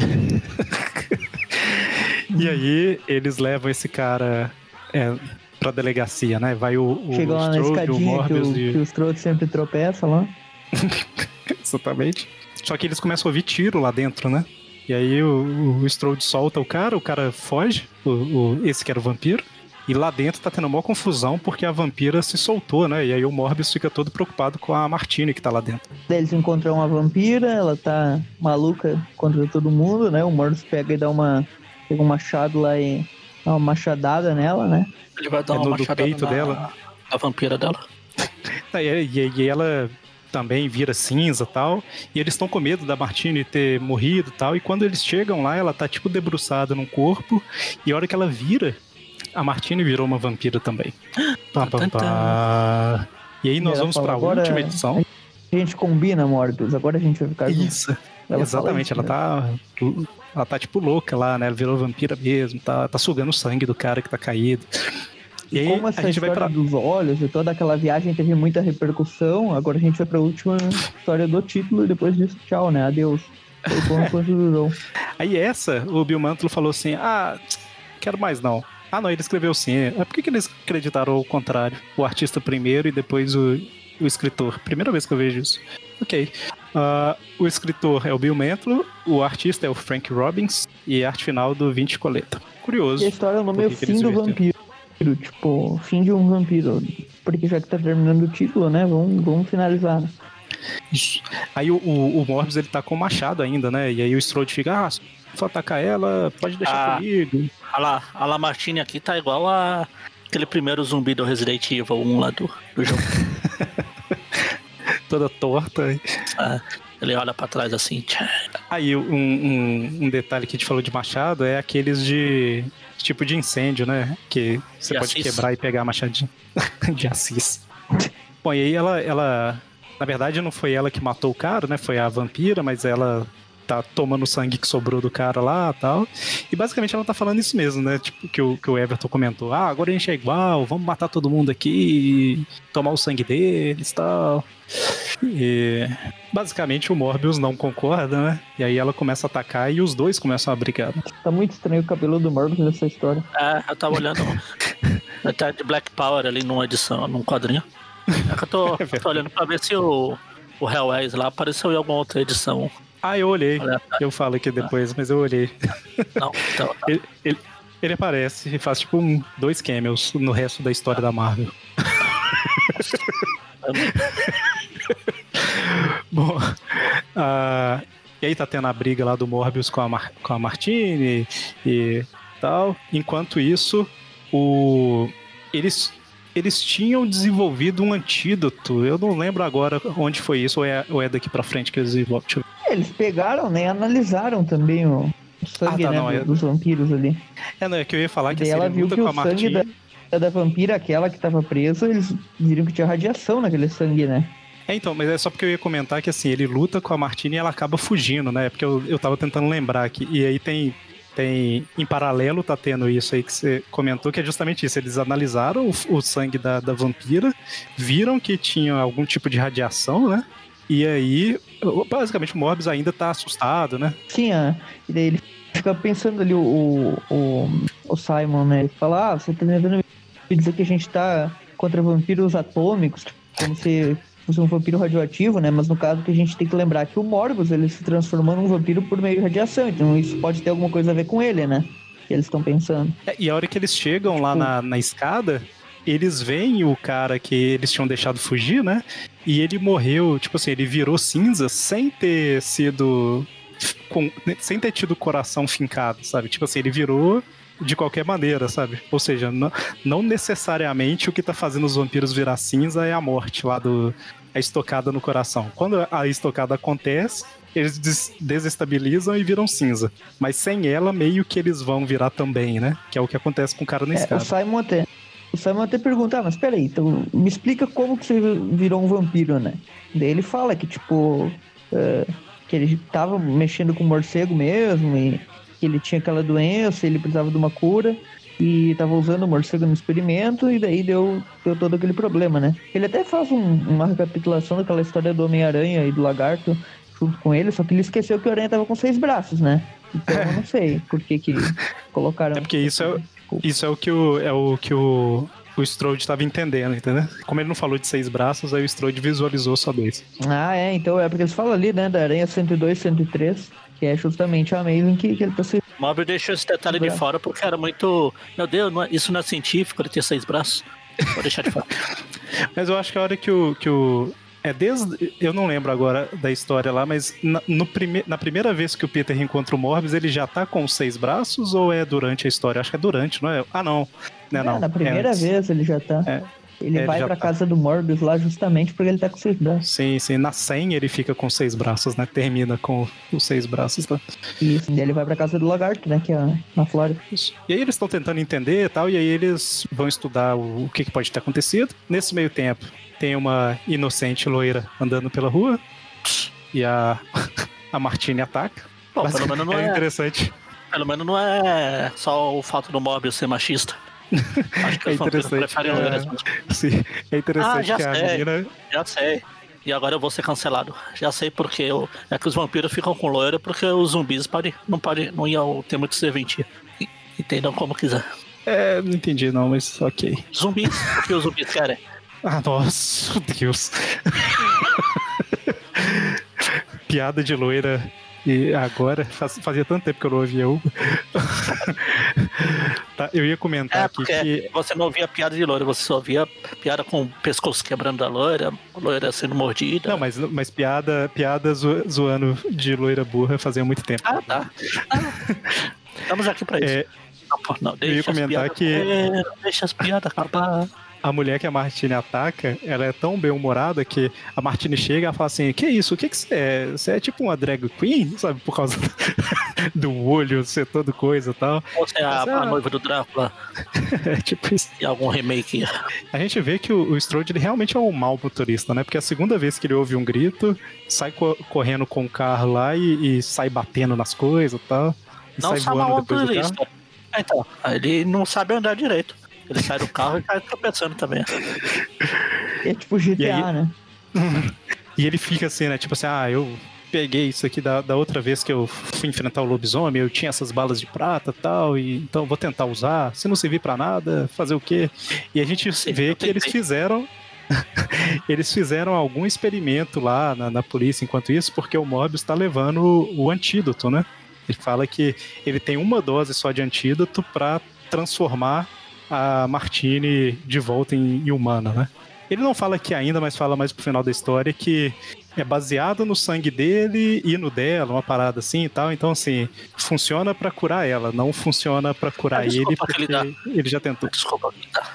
E aí eles levam esse cara pra delegacia, né? Vai o Chega lá na escadinha que o Strode sempre tropeça lá. Exatamente. Só que eles começam a ouvir tiro lá dentro, né? E aí o Strode solta o cara foge, esse que era o vampiro. E lá dentro tá tendo uma confusão porque a vampira se soltou, né? E aí o Morbius fica todo preocupado com a Martini que tá lá dentro. Daí eles encontram uma vampira, ela tá maluca contra todo mundo, né? O Morbius pega e pega um machado lá e dá uma machadada nela, né? Ele vai dar uma machadada peito dela. A vampira dela. E ela também vira cinza e tal. E eles estão com medo da Martini ter morrido e tal. E quando eles chegam lá, ela tá tipo debruçada num corpo. E a hora que ela vira, a Martini virou uma vampira também. E aí nós vamos pra última edição. A gente combina, Morbius. Agora a gente vai ficar junto. Isso. Exatamente, ela tá tipo louca lá, né? Ela virou vampira mesmo, tá sugando o sangue do cara que tá caído. E aí, como essa história dos olhos e toda aquela viagem teve muita repercussão, agora a gente vai pra última história do título e depois disso, tchau, né? Adeus. Foi bom enquanto durou. Aí o Bill Mantlo falou assim, quero mais não. Não, ele escreveu sim. Por que eles acreditaram ao contrário? O artista primeiro e depois o escritor. Primeira vez que eu vejo isso. Ok. O escritor é o Bill Mantlo, o artista é o Frank Robbins e a arte final do Vince Coletta. Curioso. E a história, o nome é o Fim do Vampiro. Tipo, fim de um vampiro. Porque já que tá terminando o título, né? Vamos finalizar. Isso. Aí o Morbius, ele tá com o machado ainda, né? E aí o Strode fica, se for atacar ela, pode deixar comigo. A Lamartine aqui tá igual aquele primeiro zumbi do Resident Evil 1 lá do jogo. Toda torta. Ele olha pra trás assim. Aí um detalhe que a gente falou de machado é aqueles de tipo de incêndio, né? Que você pode quebrar e pegar a machadinha de Assis. Bom, e aí ela... Na verdade não foi ela que matou o cara, né? Foi a vampira, mas ela tá tomando o sangue que sobrou do cara lá e tal. E basicamente ela tá falando isso mesmo, né? Tipo, que o Everton comentou. Agora a gente é igual, vamos matar todo mundo aqui, tomar o sangue deles e tal. E basicamente o Morbius não concorda, né? E aí ela começa a atacar e os dois começam a brigar. Tá muito estranho o cabelo do Morbius nessa história. Eu tava olhando até de Black Power ali numa edição, num quadrinho. Eu tô olhando pra ver se o Hellwise lá apareceu em alguma outra edição. Eu olhei. Eu falo aqui depois, mas eu olhei. Não, então... Ele aparece e faz tipo 2 cameos no resto da história da Marvel. Bom, e aí tá tendo a briga lá do Morbius com a Martini e tal. Enquanto isso, eles tinham desenvolvido um antídoto. Eu não lembro agora onde foi isso, ou é daqui pra frente que eles desenvolvem. Eles pegaram, né, e analisaram também o sangue, dos vampiros ali. Não, é que eu ia falar que ela viu que o sangue da vampira, aquela que tava presa, eles viram que tinha radiação naquele sangue, né? Então, mas é só porque eu ia comentar que assim, ele luta com a Martini e ela acaba fugindo, né? Porque eu tava tentando lembrar aqui. E aí tem em paralelo, tá tendo isso aí que você comentou, que é justamente isso. Eles analisaram o sangue da vampira, viram que tinha algum tipo de radiação, né? E aí, basicamente, o Morbius ainda tá assustado, né? Sim, e daí ele fica pensando ali, o Simon, né? Ele fala, você tá tentando me dizer que a gente tá contra vampiros atômicos, como se fosse um vampiro radioativo, né? Mas no caso que a gente tem que lembrar que o Morbius, ele se transformou num vampiro por meio de radiação, então isso pode ter alguma coisa a ver com ele, né? Que eles estão pensando. E a hora que eles chegam lá na escada, eles veem o cara que eles tinham deixado fugir, né? E ele morreu, tipo assim, ele virou cinza sem ter sido sem ter tido o coração fincado, sabe? Tipo assim, ele virou de qualquer maneira, sabe? Ou seja, não necessariamente o que tá fazendo os vampiros virar cinza é a morte lá a estocada no coração. Quando a estocada acontece, eles desestabilizam e viram cinza. Mas sem ela, meio que eles vão virar também, né? Que é o que acontece com o cara na escada. O Simon até pergunta, mas peraí, então me explica como que você virou um vampiro, né? Daí ele fala que, tipo, que ele tava mexendo com morcego mesmo e que ele tinha aquela doença, ele precisava de uma cura e tava usando o morcego no experimento e daí deu todo aquele problema, né? Ele até faz uma recapitulação daquela história do Homem-Aranha e do Lagarto junto com ele, só que ele esqueceu que o Aranha tava com 6 braços, né? Então eu não sei por que colocaram... É porque isso é o que o Strode estava entendendo, entendeu? Como ele não falou de 6 braços, aí o Strode visualizou só 2. Ah, então é porque eles falam ali, né, da Aranha 102, 103, que é justamente a Amazing que ele tá se... O Mobius deixou esse detalhe de fora porque era muito... Meu Deus, isso não é científico, ele ter 6 braços. Vou deixar de fora. Mas eu acho que a hora que o eu não lembro agora da história lá, mas na primeira vez que o Peter reencontra o Morbius, ele já tá com 6 braços ou é durante a história? Acho que é durante, não é? Ah, não. Não. Na primeira vez ele já tá. Ele vai pra casa do Morbius lá justamente porque ele tá com 6 braços. Sim. Na 100 ele fica com 6 braços, né? Termina com os 6 braços, tá? Isso. E ele vai pra casa do Lagarto, né? Que é na Flórida. Isso. E aí eles estão tentando entender e tal, e aí eles vão estudar o que pode ter acontecido. Nesse meio tempo, tem uma inocente loira andando pela rua e a Martine ataca. Bom, pelo menos não é interessante. Pelo menos não é só o fato do Mobius ser machista. Acho que é interessante. Sim, é interessante que a menina... Já sei. E agora eu vou ser cancelado. Já sei porque é que os vampiros ficam com loira porque os zumbis não iam ter muito serventia. Entendam como quiser. Não entendi não, mas ok. Zumbis? O que os zumbis querem? Ah, nossa, Deus. Piada de loira. E agora, fazia tanto tempo que eu não ouvia uma. Tá, eu ia comentar aqui que... Você não ouvia piada de loira, você só ouvia piada com o pescoço quebrando da loira, a loira sendo mordida. Não, mas piada zoando de loira burra fazia muito tempo. Ah, tá. Estamos aqui pra isso. Não, eu ia comentar deixa as piadas acabar. A mulher que a Martine ataca, ela é tão bem-humorada que a Martine chega e fala assim, que isso? O que você é? Você é tipo uma drag queen? Sabe, por causa do olho ser todo coisa e tal. Ou você é a noiva do Drácula? É tipo isso. E algum remake. A gente vê que o Strode, ele realmente é um mau motorista, né? Porque a segunda vez que ele ouve um grito, sai correndo com o carro lá e sai batendo nas coisas e tal. Não sai mau motorista. Então, ele não sabe andar direito. Ele sai do carro e cai tropeçando também. É tipo GTA, aí, né? E ele fica assim, né? Tipo assim, eu peguei isso aqui da outra vez que eu fui enfrentar o lobisomem, eu tinha essas balas de prata e tal, e então vou tentar usar. Se não servir pra nada, fazer o quê? E a gente vê que eles fizeram... eles fizeram algum experimento lá na polícia enquanto isso, porque o Morbius tá levando o antídoto, né? Ele fala que ele tem uma dose só de antídoto pra transformar a Martine de volta em humana, né? Ele não fala aqui ainda, mas fala mais pro final da história que é baseado no sangue dele e no dela, uma parada assim e tal. Então, assim, funciona pra curar ela, não funciona pra curar ele, porque ele já tentou. Desculpa.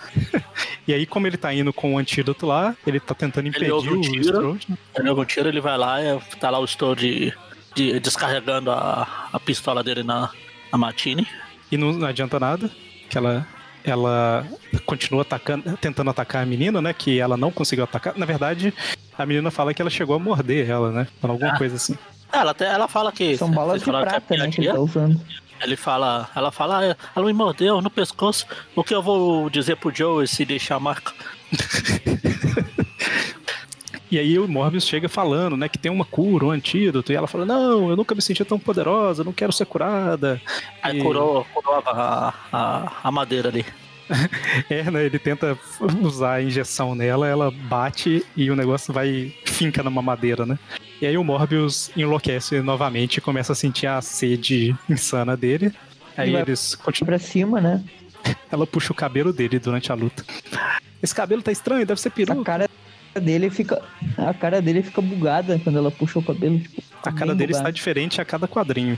E aí, como ele tá indo com o antídoto lá, ele tá tentando impedir o Strode. Ele ouve um tiro, ele vai lá e tá lá o Strode descarregando a pistola dele na Martine. E não adianta nada, que ela continua tentando atacar a menina, né? Que ela não conseguiu atacar. Na verdade, a menina fala que ela chegou a morder ela, né? Alguma coisa assim. Ela fala que... São balas de prata, né? Que ele tá usando. Ela fala, ela me mordeu no pescoço. O que eu vou dizer pro Joe se deixar a marca? E aí o Morbius chega falando, né, que tem uma cura, um antídoto, e ela fala, não, eu nunca me senti tão poderosa, eu não quero ser curada. Aí curou a madeira ali. Né, ele tenta usar a injeção nela, ela bate e o negócio finca numa madeira, né. E aí o Morbius enlouquece novamente e começa a sentir a sede insana dele. Aí eles continuam pra cima, né. Ela puxa o cabelo dele durante a luta. Esse cabelo tá estranho, deve ser peruca. A cara dele fica bugada quando ela puxa o cabelo, tipo... A cara dele está diferente a cada quadrinho.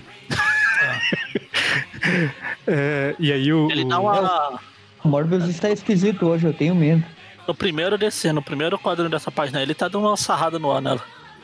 E aí ele dá uma... O Morbius está esquisito hoje, eu tenho medo. No primeiro quadrinho dessa página, ele tá dando uma sarrada no ar nela.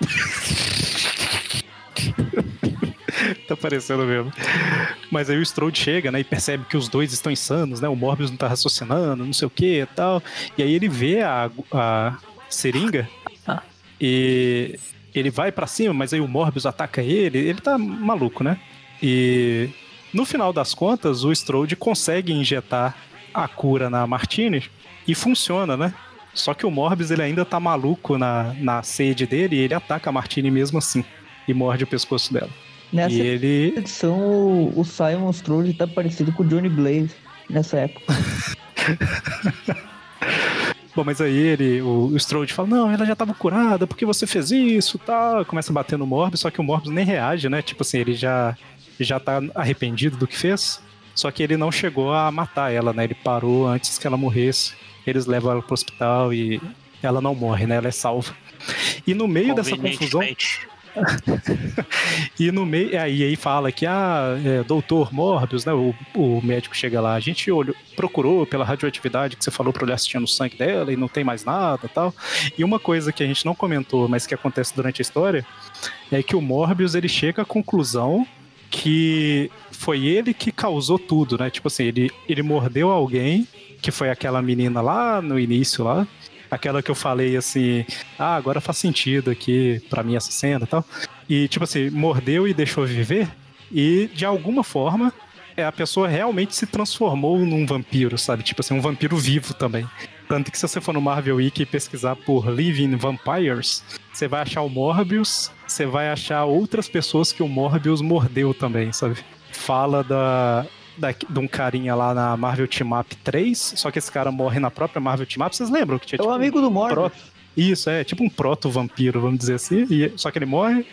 Tá parecendo mesmo. Mas aí o Strode chega, né, e percebe que os dois estão insanos, né? O Morbius não tá raciocinando, não sei o que e tal. E aí ele vê a seringa e ele vai pra cima, mas aí o Morbius ataca ele. Ele tá maluco, né? E no final das contas, o Strode consegue injetar a cura na Martini e funciona, né? Só que o Morbius, ele ainda tá maluco na sede dele e ele ataca a Martini mesmo assim e morde o pescoço dela. Nessa edição, o Simon Strode tá parecido com o Johnny Blaze nessa época. Bom, mas aí o Strode fala, não, ela já tava curada, por que você fez isso, tal? Começa a bater no Morbius, só que o Morbius nem reage, né? Tipo assim, ele já tá arrependido do que fez, só que ele não chegou a matar ela, né? Ele parou antes que ela morresse. Eles levam ela pro hospital e ela não morre, né? Ela é salva. E no meio dessa confusão... E no meio, aí fala que doutor Morbius, né, o médico chega lá, a gente procurou pela radioatividade que você falou pra olhar se tinha no sangue dela e não tem mais nada e tal. E uma coisa que a gente não comentou, mas que acontece durante a história, é que o Morbius, ele chega à conclusão que foi ele que causou tudo, né? Tipo assim, ele mordeu alguém, que foi aquela menina lá no início lá, aquela que eu falei assim, agora faz sentido aqui pra mim essa cena e tal. E tipo assim, mordeu e deixou viver, e de alguma forma a pessoa realmente se transformou num vampiro, sabe? Tipo assim, um vampiro vivo também. Tanto que se você for no Marvel Wiki e pesquisar por Living Vampires, você vai achar o Morbius, você vai achar outras pessoas que o Morbius mordeu também, sabe? Fala de um carinha lá na Marvel Team Up 3, só que esse cara morre na própria Marvel Team Up. Vocês lembram que tinha o amigo do Morbius. Isso, tipo um proto-vampiro, vamos dizer assim, só que ele morre.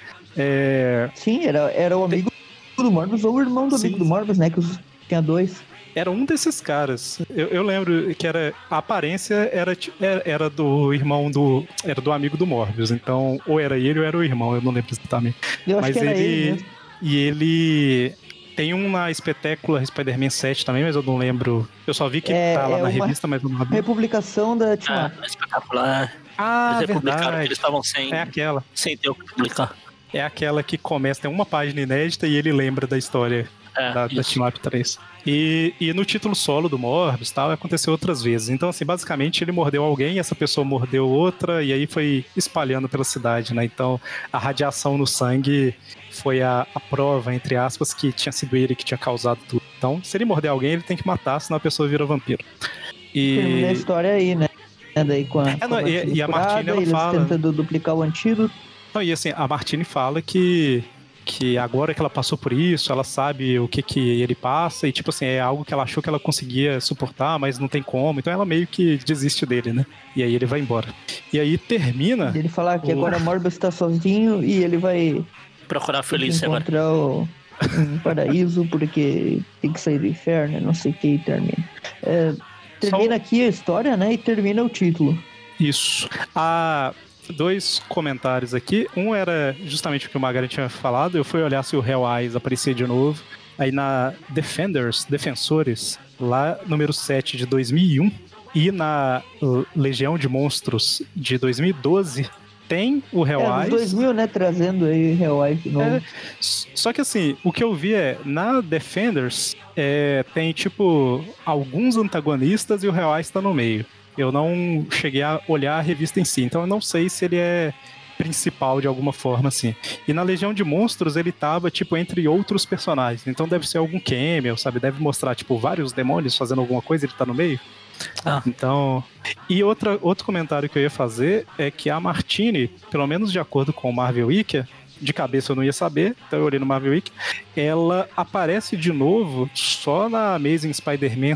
Sim, era o amigo do Morbius ou o irmão do amigo do Morbius, né? Que tinha dois. Era um desses caras. Eu lembro que a aparência era do irmão era do amigo do Morbius. Então, ou era ele ou era o irmão, eu não lembro exatamente. Eu acho que era ele mesmo. E ele... Tem um na Espetácula Spider-Man 7 também, mas eu não lembro. Eu só vi que tá lá na revista, mas eu não lembro. Republicação da Team Up. Espetacular. Verdade. Eles estavam sem ter o que publicar. É aquela que começa, tem uma página inédita e ele lembra da história da Team Up 3. E no título solo do Morbius tal, aconteceu outras vezes. Então, assim, basicamente ele mordeu alguém, essa pessoa mordeu outra, e aí foi espalhando pela cidade, né? Então, a radiação no sangue foi a prova, entre aspas, que tinha sido ele que tinha causado tudo. Então, se ele morder alguém, ele tem que matar, senão a pessoa vira vampiro. Termina a história aí, né? Daí com a Martini, ela fala... tentando duplicar o antídoto. Não, e assim, a Martini fala que agora que ela passou por isso, ela sabe o que ele passa, e tipo assim, é algo que ela achou que ela conseguia suportar, mas não tem como, então ela meio que desiste dele, né? E aí ele vai embora. E aí termina... Ele fala que agora Morbius tá sozinho e ele vai... procurar feliz encontrar um paraíso, porque tem que sair do inferno, não sei o que, e termina. Termina aqui a história, né? E termina o título. Isso. Dois comentários aqui. Um era justamente o que o Magari tinha falado. Eu fui olhar se o Hell Eyes aparecia de novo. Aí na Defensores, lá número 7 de 2001, e na Legião de Monstros de 2012, tem o Hell Eyes. 2000, né? Trazendo aí Hell Eyes de novo. Só que assim, o que eu vi na Defenders tem tipo alguns antagonistas e o Hell Eyes tá no meio. Eu não cheguei a olhar a revista em si, então eu não sei se ele é principal de alguma forma, assim. E na Legião de Monstros ele tava, tipo, entre outros personagens, então deve ser algum cameo, sabe? Deve mostrar, tipo, vários demônios fazendo alguma coisa, ele tá no meio. Então... E outro comentário que eu ia fazer é que a Martini, pelo menos de acordo com o Marvel Wiki, de cabeça eu não ia saber, então eu olhei no Marvel Wiki, ela aparece de novo só na Amazing Spider-Man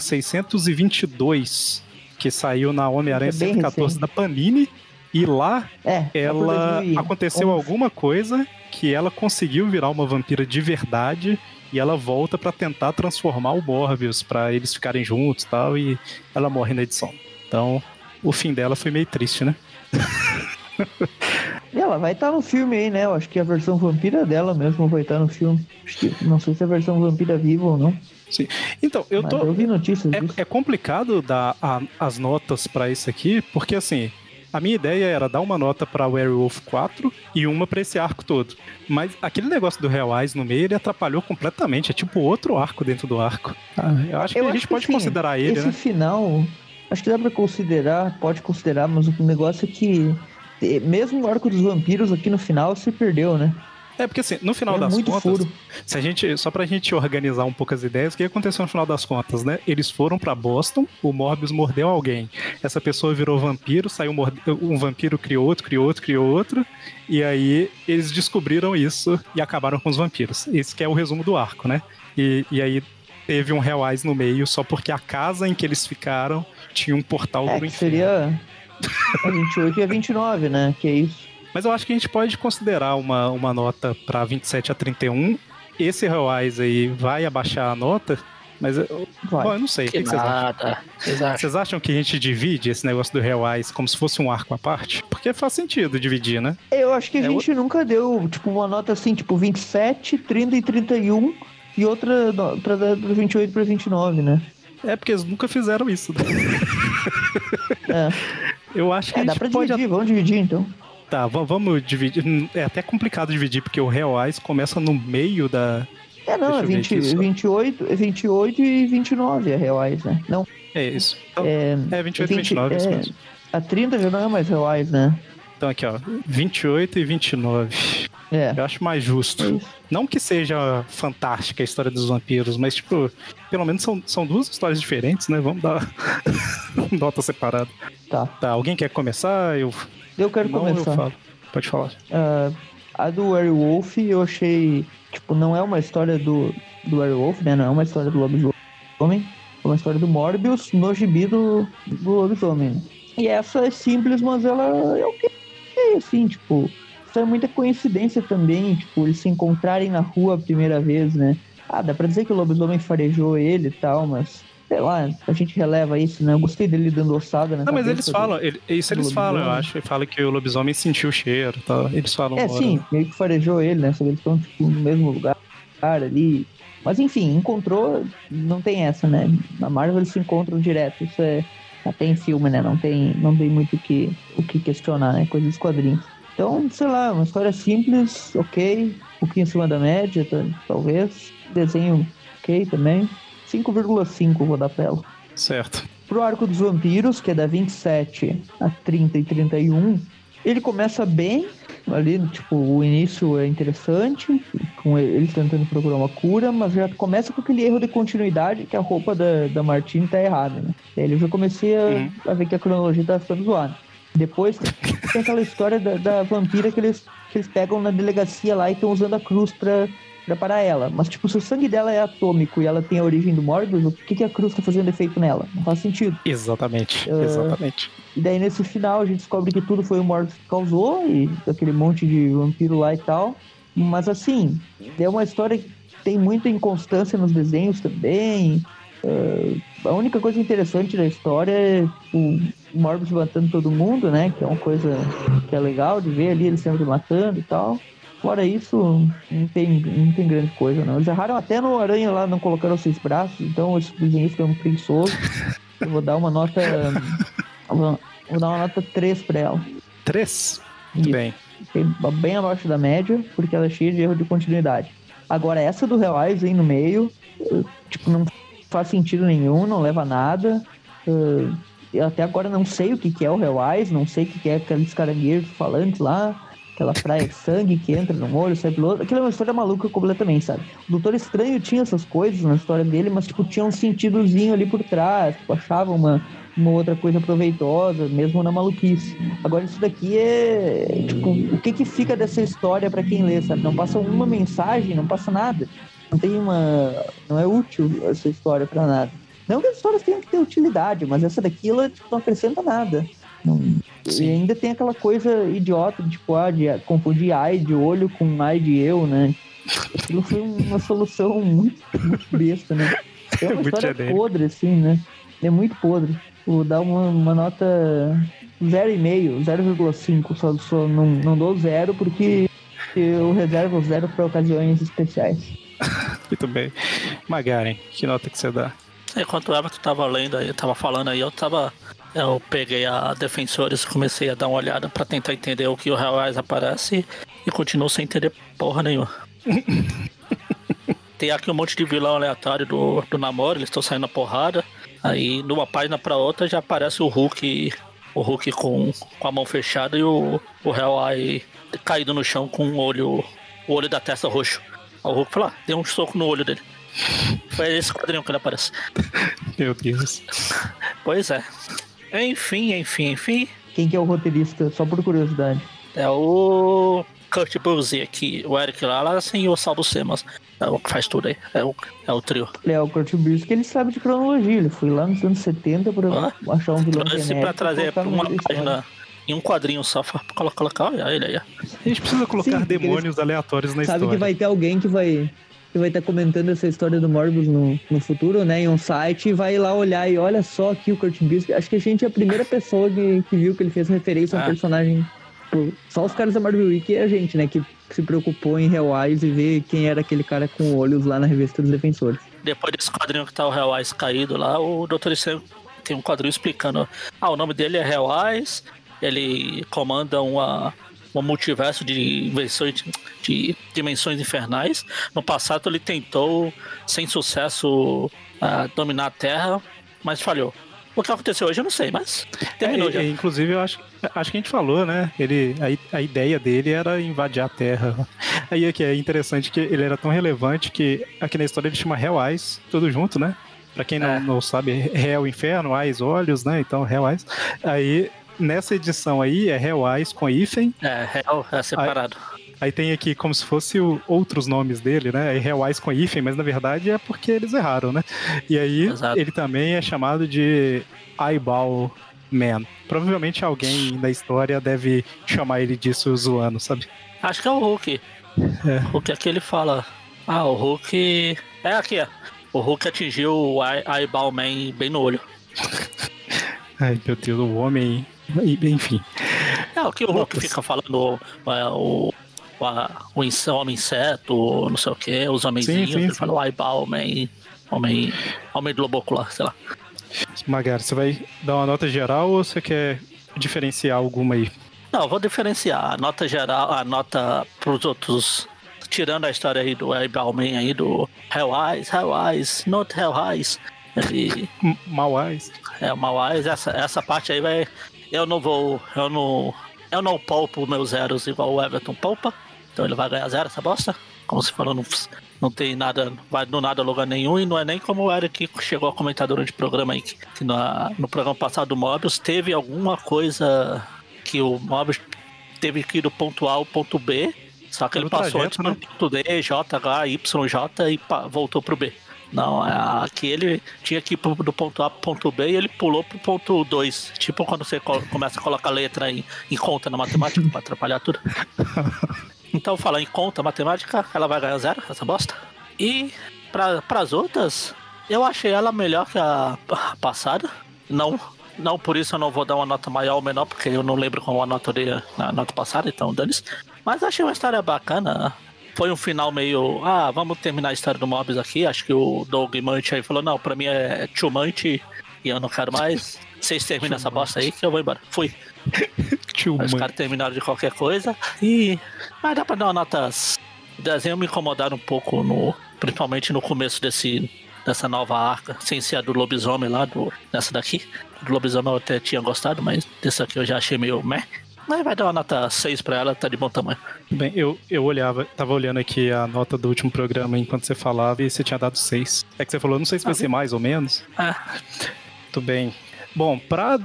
622, que saiu na Homem-Aranha 114 da Panini, e lá aconteceu alguma coisa que ela conseguiu virar uma vampira de verdade, e ela volta pra tentar transformar o Morbius, pra eles ficarem juntos e tal, e ela morre na edição. Então, o fim dela foi meio triste, né? E ela vai estar no filme aí, né? Eu acho que a versão vampira dela mesmo vai estar no filme. Acho que, não sei se é a versão vampira viva ou não. Sim. Então, eu vi notícias disso. É complicado dar as notas pra isso aqui, porque assim, a minha ideia era dar uma nota pra Werewolf 4 e uma pra esse arco todo. Mas aquele negócio do Real Eyes no meio, ele atrapalhou completamente. É tipo outro arco dentro do arco. Eu acho que a gente pode considerar ele, esse né? Final, acho que dá pra considerar, pode considerar, mas o negócio é que mesmo o arco dos vampiros aqui no final se perdeu, né? É porque assim, no final das contas, furo. Só pra gente organizar um pouco as ideias, o que aconteceu no final das contas, né? Eles foram pra Boston, o Morbius mordeu alguém. Essa pessoa virou vampiro, um vampiro criou outro, e aí eles descobriram isso e acabaram com os vampiros. Esse que é o resumo do arco, né? E aí teve um Hell Eyes no meio, só porque a casa em que eles ficaram tinha um portal pro inferno. Seria a 28 e a 29, né? Que é isso. Mas eu acho que a gente pode considerar uma nota para 27 a 31. Esse Hell Eyes aí vai abaixar a nota, mas eu não sei. O que vocês acham? Vocês acham que a gente divide esse negócio do Hell Eyes como se fosse um arco à parte? Porque faz sentido dividir, né? Eu acho que a gente nunca deu tipo uma nota assim, tipo 27, 30 e 31 e outra pra 28 para 29, né? É porque eles nunca fizeram isso. Eu acho que a gente dá pra dividir, vamos dividir então. Tá, vamos dividir. É até complicado dividir, porque o Hell Eyes começa no meio da... Não, é 28 e 29 é Hell Eyes, né? Não. É isso. Então, 28 e 29, isso mesmo. A 30 já não é mais Hell Eyes, né? Então aqui, ó, 28 e 29. Eu acho mais justo. Não que seja fantástica a história dos vampiros, mas, tipo, pelo menos são duas histórias diferentes, né? Vamos dar nota separada. Tá, alguém quer começar? Eu quero começar. Eu falo. Pode falar. A do Werewolf eu achei, tipo, não é uma história do Werewolf, né? Não é uma história do lobisomem. É uma história do Morbius no gibi do lobisomem. E essa é simples, mas ela é o que é, assim, tipo... Isso é muita coincidência também, tipo, eles se encontrarem na rua a primeira vez, né? Dá pra dizer que o lobisomem farejou ele e tal, mas... Sei lá, a gente releva isso, né? Eu gostei dele dando ossada, né? Não, mas eles falam, eles falam, eu acho. Eles falam que o lobisomem sentiu o cheiro, tá? Eles falam. Sim, meio que farejou ele, né? Só que eles estão, tipo, no mesmo lugar ali. Mas enfim, encontrou, não tem essa, né? Na Marvel eles se encontram direto, isso é... Até em filme, né? Não tem muito o que questionar, né? Coisa dos quadrinhos. Então, sei lá, uma história simples, ok. Um pouquinho acima da média, talvez. Desenho ok também. 5,5 vou dar pra ela. Certo. Pro arco dos vampiros, que é da 27 a 30 e 31, ele começa bem, ali, tipo, o início é interessante, com eles tentando procurar uma cura, mas já começa com aquele erro de continuidade, que a roupa da Martine tá errada, né? Daí eu já comecei a ver que a cronologia tá ficando zoada. Depois tem aquela história da vampira que eles pegam na delegacia lá e estão usando a cruz pra parar ela. Mas, tipo, se o sangue dela é atômico e ela tem a origem do Morbius, o que a cruz tá fazendo efeito nela? Não faz sentido. Exatamente. E daí, nesse final, a gente descobre que tudo foi o Morbius que causou, e aquele monte de vampiro lá e tal. Mas, assim, é uma história que tem muita inconstância nos desenhos também. A única coisa interessante da história é o Morbius matando todo mundo, né? Que é uma coisa que é legal de ver ali, ele sempre matando e tal. Fora isso, não tem grande coisa, não. Eles erraram até no Aranha lá, não colocaram 6 braços, então esse desenhista é um preguiçoso. Eu vou dar uma nota... vou dar uma nota 3 pra ela. 3? Muito bem. Bem abaixo da média, porque ela é cheia de erro de continuidade. Agora, essa do Hell Eyes aí no meio, tipo, não faz sentido nenhum, não leva a nada. Eu até agora não sei o que é o Hell Eyes, não sei o que é aqueles caranguejos falantes lá, aquela praia de sangue que entra no olho, sai pelo outro. Aquilo é uma história maluca completamente, sabe? O Doutor Estranho tinha essas coisas na história dele, mas, tipo, tinha um sentidozinho ali por trás, tipo, achava uma outra coisa proveitosa, mesmo na maluquice. Agora, isso daqui é, tipo, o que fica dessa história pra quem lê, sabe? Não passa uma mensagem, não passa nada. Não é útil essa história pra nada. Não que as histórias tenham que ter utilidade, mas essa daqui, ela, tipo, não acrescenta nada. E ainda tem aquela coisa idiota, tipo, de confundir ai de olho com ai de eu, né? Aquilo foi uma solução muito besta, né? É uma história podre, assim, né? É muito podre. Vou dar uma nota 0,5, 0,5. Só não dou 0 porque eu reservo 0 para ocasiões especiais. Muito bem. Magaren, que nota que você dá? Enquanto o Everton tava lendo aí, tava falando aí, eu peguei a Defensores e comecei a dar uma olhada pra tentar entender o que o Hellwise aparece e continuo sem entender porra nenhuma. Tem aqui um monte de vilão aleatório do Namor, eles estão saindo na porrada. Aí, de uma página pra outra, já aparece o Hulk com a mão fechada e o Hellwise caído no chão com o olho da testa roxo. Aí o Hulk falou, deu um soco no olho dele. Foi esse quadrinho que ele aparece. Meu Deus. Pois é. Enfim. Quem que é o roteirista? Só por curiosidade. É o Kurt Busiek, o Eric Larsen e o Salvo Semas. É o que faz tudo aí. É o trio. É o Kurt Busiek, ele sabe de cronologia. Ele foi lá nos anos 70 pra achar um vilão genérico. Pra trazer uma página em um quadrinho só pra colocar. Olha ele aí. A gente precisa colocar demônios aleatórios na história. Sabe que vai ter alguém que vai estar comentando essa história do Morbius no futuro, né, em um site, e vai lá olhar e olha só aqui o Kurt Busiek. Acho que a gente é a primeira pessoa que viu que ele fez referência a um personagem. Só os caras da Marvel Week e a gente, né, que se preocupou em Hellwise e ver quem era aquele cara com olhos lá na revista dos Defensores. Depois desse quadrinho que tá o Hellwise caído lá, o Dr. Estranho tem um quadrinho explicando. O nome dele é Hellwise, ele comanda um multiverso de invenções de dimensões infernais. No passado ele tentou, sem sucesso, dominar a Terra, mas falhou. O que aconteceu hoje eu não sei, mas terminou já. Inclusive eu acho que a gente falou, né? A ideia dele era invadir a Terra. Aí aqui é interessante que ele era tão relevante que aqui na história ele chama Hellwise, tudo junto, né? Pra quem não sabe, Hell, inferno, Eyes, olhos, né? Então Hellwise. Aí nessa edição aí é Hellwise com hífen. Hell é separado. Aí tem aqui como se fosse outros nomes dele, né? Hellwise com hífen, mas na verdade é porque eles erraram, né? E aí ele também é chamado de Eyeball Man. Provavelmente alguém da história deve chamar ele disso zoando, sabe? Acho que é o Hulk. O Hulk aqui ele fala. O Hulk. É aqui, ó. O Hulk atingiu o Eyeball Man bem no olho. Ai, meu Deus, o homem. Enfim. O que o Hulk fica falando, o homem inseto, não sei o que, os homenzinhos, ele fala o Eyeball Man, homem do lobo ocular, sei lá. Magari, você vai dar uma nota geral ou você quer diferenciar alguma aí? Não, eu vou diferenciar a nota geral, a nota pros outros, tirando a história aí do Eyeball Man aí, do Hellwise, not Hellwise. Malwise. O Malwise, essa parte aí vai. Eu não poupo meus zeros igual o Everton poupa. Então ele vai ganhar 0 essa bosta. Como se falou, não tem nada, vai do nada a lugar nenhum. E não é nem como o Eric chegou a comentar durante o programa aí, que no programa passado do Mobius teve alguma coisa que o Mobius teve que ir do ponto A ao ponto B. Só que ele passou antes no ponto D, J, H, Y, J e voltou pro B. Não, aqui ele tinha que ir do ponto A pro ponto B e ele pulou pro ponto 2. Tipo quando você começa a colocar letra em conta na matemática pra atrapalhar tudo. Então, falar em conta matemática, ela vai ganhar 0, essa bosta. E pras outras, eu achei ela melhor que a passada. Não por isso eu não vou dar uma nota maior ou menor, porque eu não lembro como a nota dele na nota passada, então dane-se. Mas achei uma história bacana. Foi um final meio... vamos terminar a história do Mobius aqui. Acho que o Doug Munch aí falou, não, pra mim é too much e eu não quero mais. Vocês terminam essa bosta aí que eu vou embora. Fui. Os caras terminaram de qualquer coisa. Mas dá pra dar uma nota... O desenho me incomodaram um pouco, principalmente no começo dessa nova arca, sem ser a do lobisomem lá, dessa daqui. Do lobisomem eu até tinha gostado, mas dessa aqui eu já achei meio meh. Mas vai dar uma nota 6 pra ela, tá de bom tamanho. Bem, eu tava olhando aqui a nota do último programa enquanto você falava e você tinha dado 6. É que você falou, não sei se vai ser mais ou menos. Muito bem. Bom,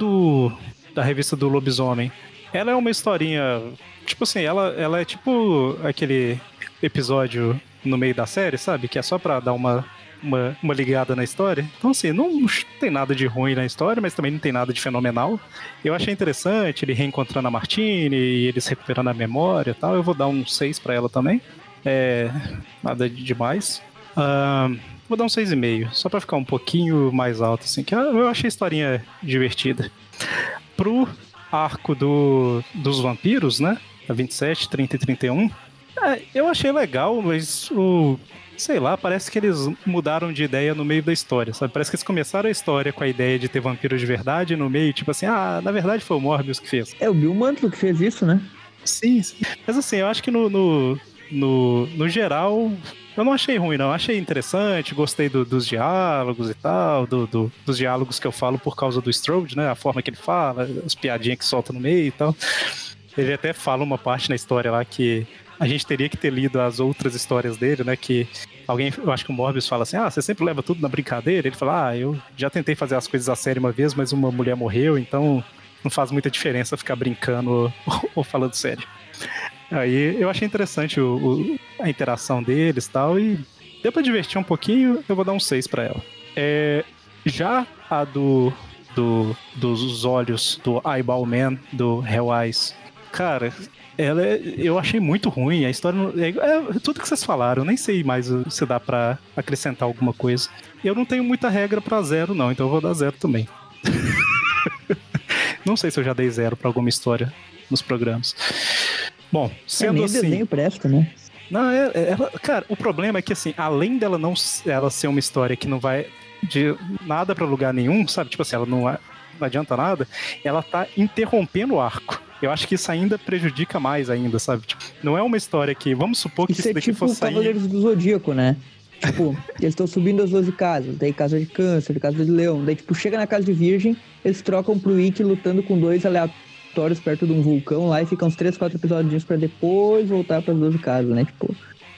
da revista do Lobisomem, ela é uma historinha, tipo assim, ela é tipo aquele episódio no meio da série, sabe? Que é só pra dar uma ligada na história. Então assim, não tem nada de ruim na história, mas também não tem nada de fenomenal. Eu achei interessante ele reencontrando a Martine e eles recuperando a memória e tal. Eu vou dar um 6 pra ela também. Nada de demais. Vou dar um 6,5, só pra ficar um pouquinho mais alto, assim, que eu achei a historinha divertida. Pro arco dos vampiros, né? A 27, 30 e 31. Eu achei legal, mas sei lá, parece que eles mudaram de ideia no meio da história, sabe? Parece que eles começaram a história com a ideia de ter vampiro de verdade, no meio, tipo assim, na verdade foi o Morbius que fez. É o Bill Mantlo que fez isso, né? Sim. Mas assim, eu acho que no geral, eu não achei ruim, não. Achei interessante, gostei dos diálogos e tal, dos diálogos que eu falo por causa do Strode, né? A forma que ele fala, as piadinhas que solta no meio e tal. Ele até fala uma parte na história lá que a gente teria que ter lido as outras histórias dele, né? Que eu acho que o Morbius fala assim, você sempre leva tudo na brincadeira. Ele fala, eu já tentei fazer as coisas a sério uma vez, mas uma mulher morreu, então não faz muita diferença ficar brincando ou falando sério. Aí eu achei interessante a interação deles e tal, e deu pra divertir um pouquinho, eu vou dar um 6 pra ela. Já a dos olhos do Eyeball Man, do Hell Eyes, cara, eu achei muito ruim, a história tudo que vocês falaram, eu nem sei mais se dá pra acrescentar alguma coisa. Eu não tenho muita regra pra 0 não, então eu vou dar 0 também. Não sei se eu já dei 0 pra alguma história nos programas. Bom, sendo assim... desenho presta, né? Não, cara, o problema é que, assim, além dela ela ser uma história que não vai de nada pra lugar nenhum, sabe? Tipo assim, ela não adianta nada, ela tá interrompendo o arco. Eu acho que isso ainda prejudica mais ainda, sabe? Tipo, não é uma história que... Vamos supor que isso daqui tipo fosse sair... Cavaleiros do Zodíaco, né? Tipo, eles estão subindo as 12 casas, daí casa de Câncer, casa de Leão, daí tipo, chega na casa de Virgem, eles trocam pro Ikki lutando com 2 aleatórios perto de um vulcão lá e ficam uns 3, 4 episódios pra depois voltar pras 12 casas, né? Tipo,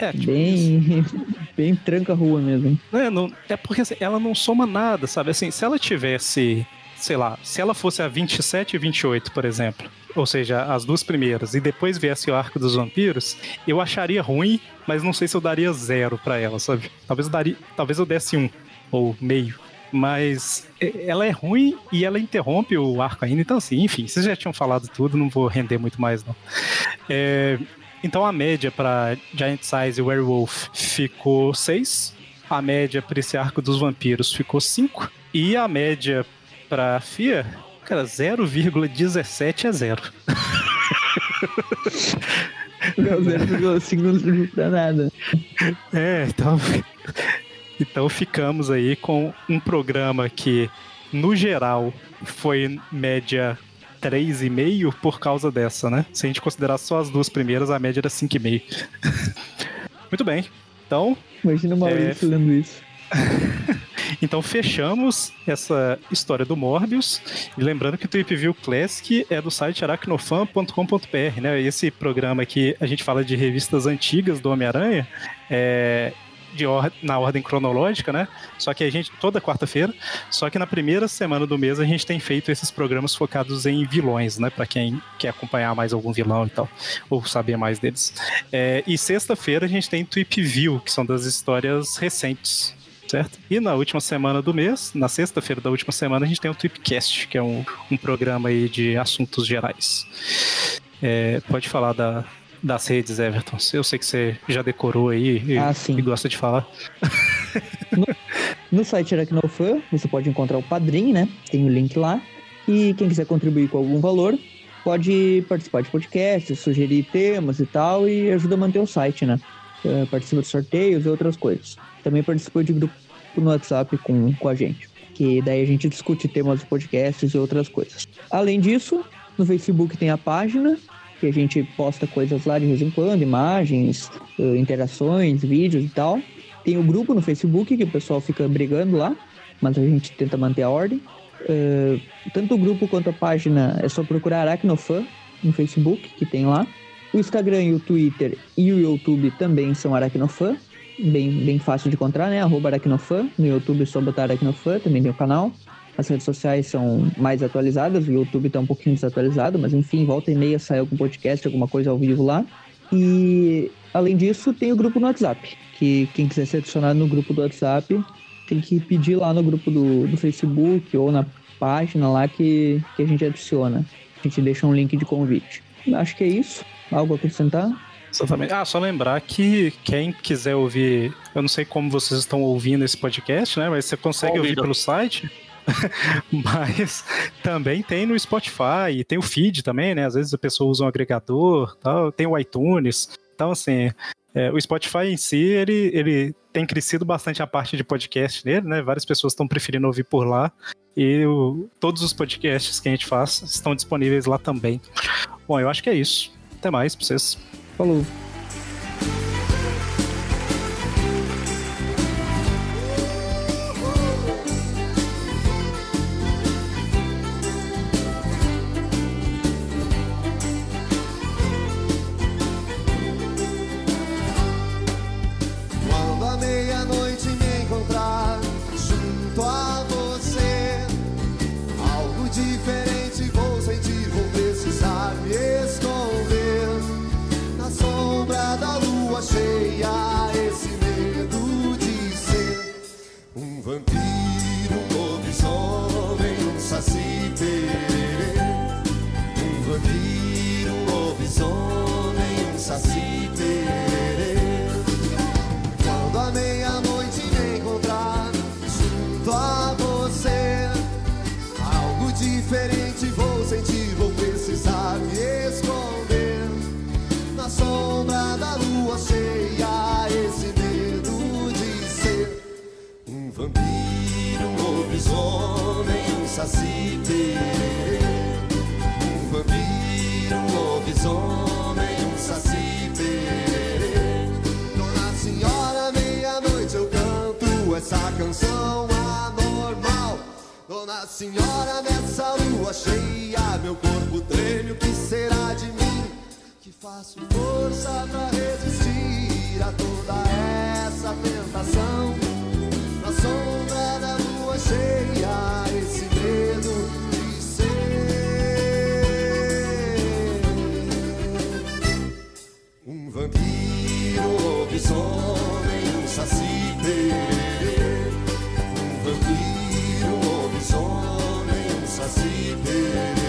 bem tranca-rua mesmo. É porque assim, ela não soma nada, sabe? Assim, se ela tivesse, sei lá, se ela fosse a 27 e 28, por exemplo, ou seja, as 2 primeiras, e depois viesse o arco dos vampiros, eu acharia ruim, mas não sei se eu daria 0 pra ela, sabe? Talvez eu desse 1 ou meio. Mas ela é ruim e ela interrompe o arco ainda. Então, assim, enfim, vocês já tinham falado tudo, não vou render muito mais, não. Então, a média para Giant Size e Werewolf ficou 6. A média para esse arco dos vampiros ficou 5. E a média para Fia, cara, 0,17 é 0. Não, 0,5 não serviu pra nada. Então ficamos aí com um programa que, no geral, foi média 3,5 por causa dessa, né? Se a gente considerar só as 2 primeiras, a média era 5,5. Muito bem. Então... Imagina o Maurício lendo isso. Então fechamos essa história do Morbius. E lembrando que o Trip View Classic é do site aracnofan.com.br, né? Esse programa aqui, a gente fala de revistas antigas do Homem-Aranha, na ordem cronológica, né? Só que a gente, toda quarta-feira, só que na primeira semana do mês a gente tem feito esses programas focados em vilões, né? Pra quem quer acompanhar mais algum vilão e tal, ou saber mais deles. E sexta-feira a gente tem Trip View, que são das histórias recentes, certo? E na última semana do mês, na sexta-feira da última semana, a gente tem o Tripcast, que é um programa aí de assuntos gerais. Pode falar das redes, Everton. Eu sei que você já decorou aí e gosta de falar. No site Aracnofan, você pode encontrar o Padrim, né? Tem o link lá. E quem quiser contribuir com algum valor, pode participar de podcasts, sugerir temas e tal, e ajuda a manter o site, né? Participa de sorteios e outras coisas. Também participa de grupo no WhatsApp com a gente, que daí a gente discute temas de podcasts e outras coisas. Além disso, no Facebook tem a página, que a gente posta coisas lá de vez em quando, imagens, interações, vídeos e tal. Tem o grupo no Facebook, que o pessoal fica brigando lá, mas a gente tenta manter a ordem. Tanto o grupo quanto a página é só procurar Aracnofan no Facebook, que tem lá. O Instagram e o Twitter e o YouTube também são Aracnofan, bem fácil de encontrar, né? @Aracnofan. No YouTube é só botar Aracnofan, também tem o canal. As redes sociais são mais atualizadas, o YouTube tá um pouquinho desatualizado, mas enfim, volta e meia sai algum podcast, alguma coisa ao vivo lá. E além disso, tem o grupo no WhatsApp, que quem quiser ser adicionado no grupo do WhatsApp tem que pedir lá no grupo do Facebook ou na página lá que a gente adiciona. A gente deixa um link de convite. Acho que é isso. Algo a acrescentar? Exatamente. Só lembrar que quem quiser ouvir, eu não sei como vocês estão ouvindo esse podcast, né? Mas você consegue ouvir pelo site. Mas também tem no Spotify, tem o feed também, né? Às vezes a pessoa usa um agregador, tal, tem o iTunes. Então, assim, o Spotify em si, ele tem crescido bastante a parte de podcast nele, né? Várias pessoas estão preferindo ouvir por lá. E todos os podcasts que a gente faz estão disponíveis lá também. Bom, eu acho que é isso. Até mais pra vocês. Falou. Quando à meia-noite me encontrar junto a você, algo diferente vou sentir, vou precisar me esconder na sombra da lua cheia. Esse medo de ser um vampiro, um lobisomem, um saci pererê. Um vampiro, um lobisomem, um saci pererê. Quando à meia-noite me encontrar junto a você, algo diferente vou sentir, vou precisar me esconder na sombra da lua cheia. Esse medo de ser um vampiro, um lobisomem, um saci pererê. Um vampiro, um lobisomem, um saci pererê. Dona Senhora, meia-noite eu canto essa canção anormal. Dona Senhora, nessa lua cheia, meu corpo treme, o que será de mim? Que faço força pra resistir a toda essa tentação. Na sombra da lua cheia, esse medo de ser um vampiro, um lobisomem, um saci pererê. Um vampiro, um lobisomem, um saci pererê.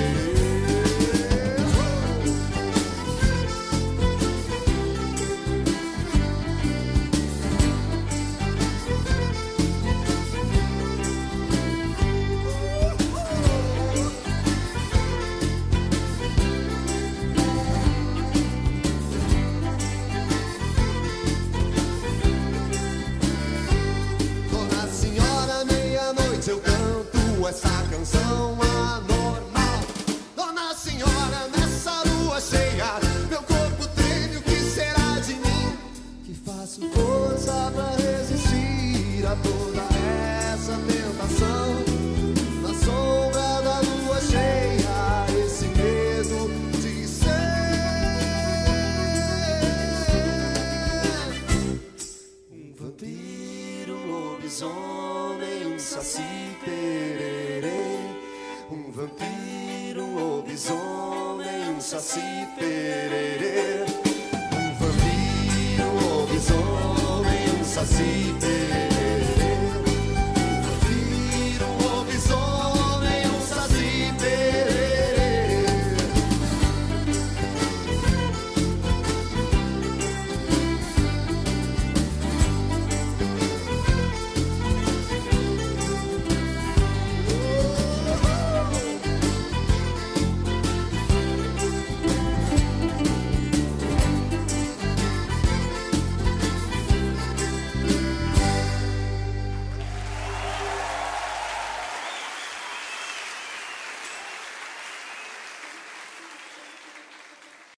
Dona Senhora, meia-noite eu canto essa canção anormal. Dona Senhora, nessa lua cheia, meu corpo treme, o que será de mim? Que faço força pra resistir a toda essa tentação. Na sombra da lua cheia, esse medo de ser um vampiro, um lobisomem, um saci pererê. Um vampiro, um lobisomem, um saci pererê.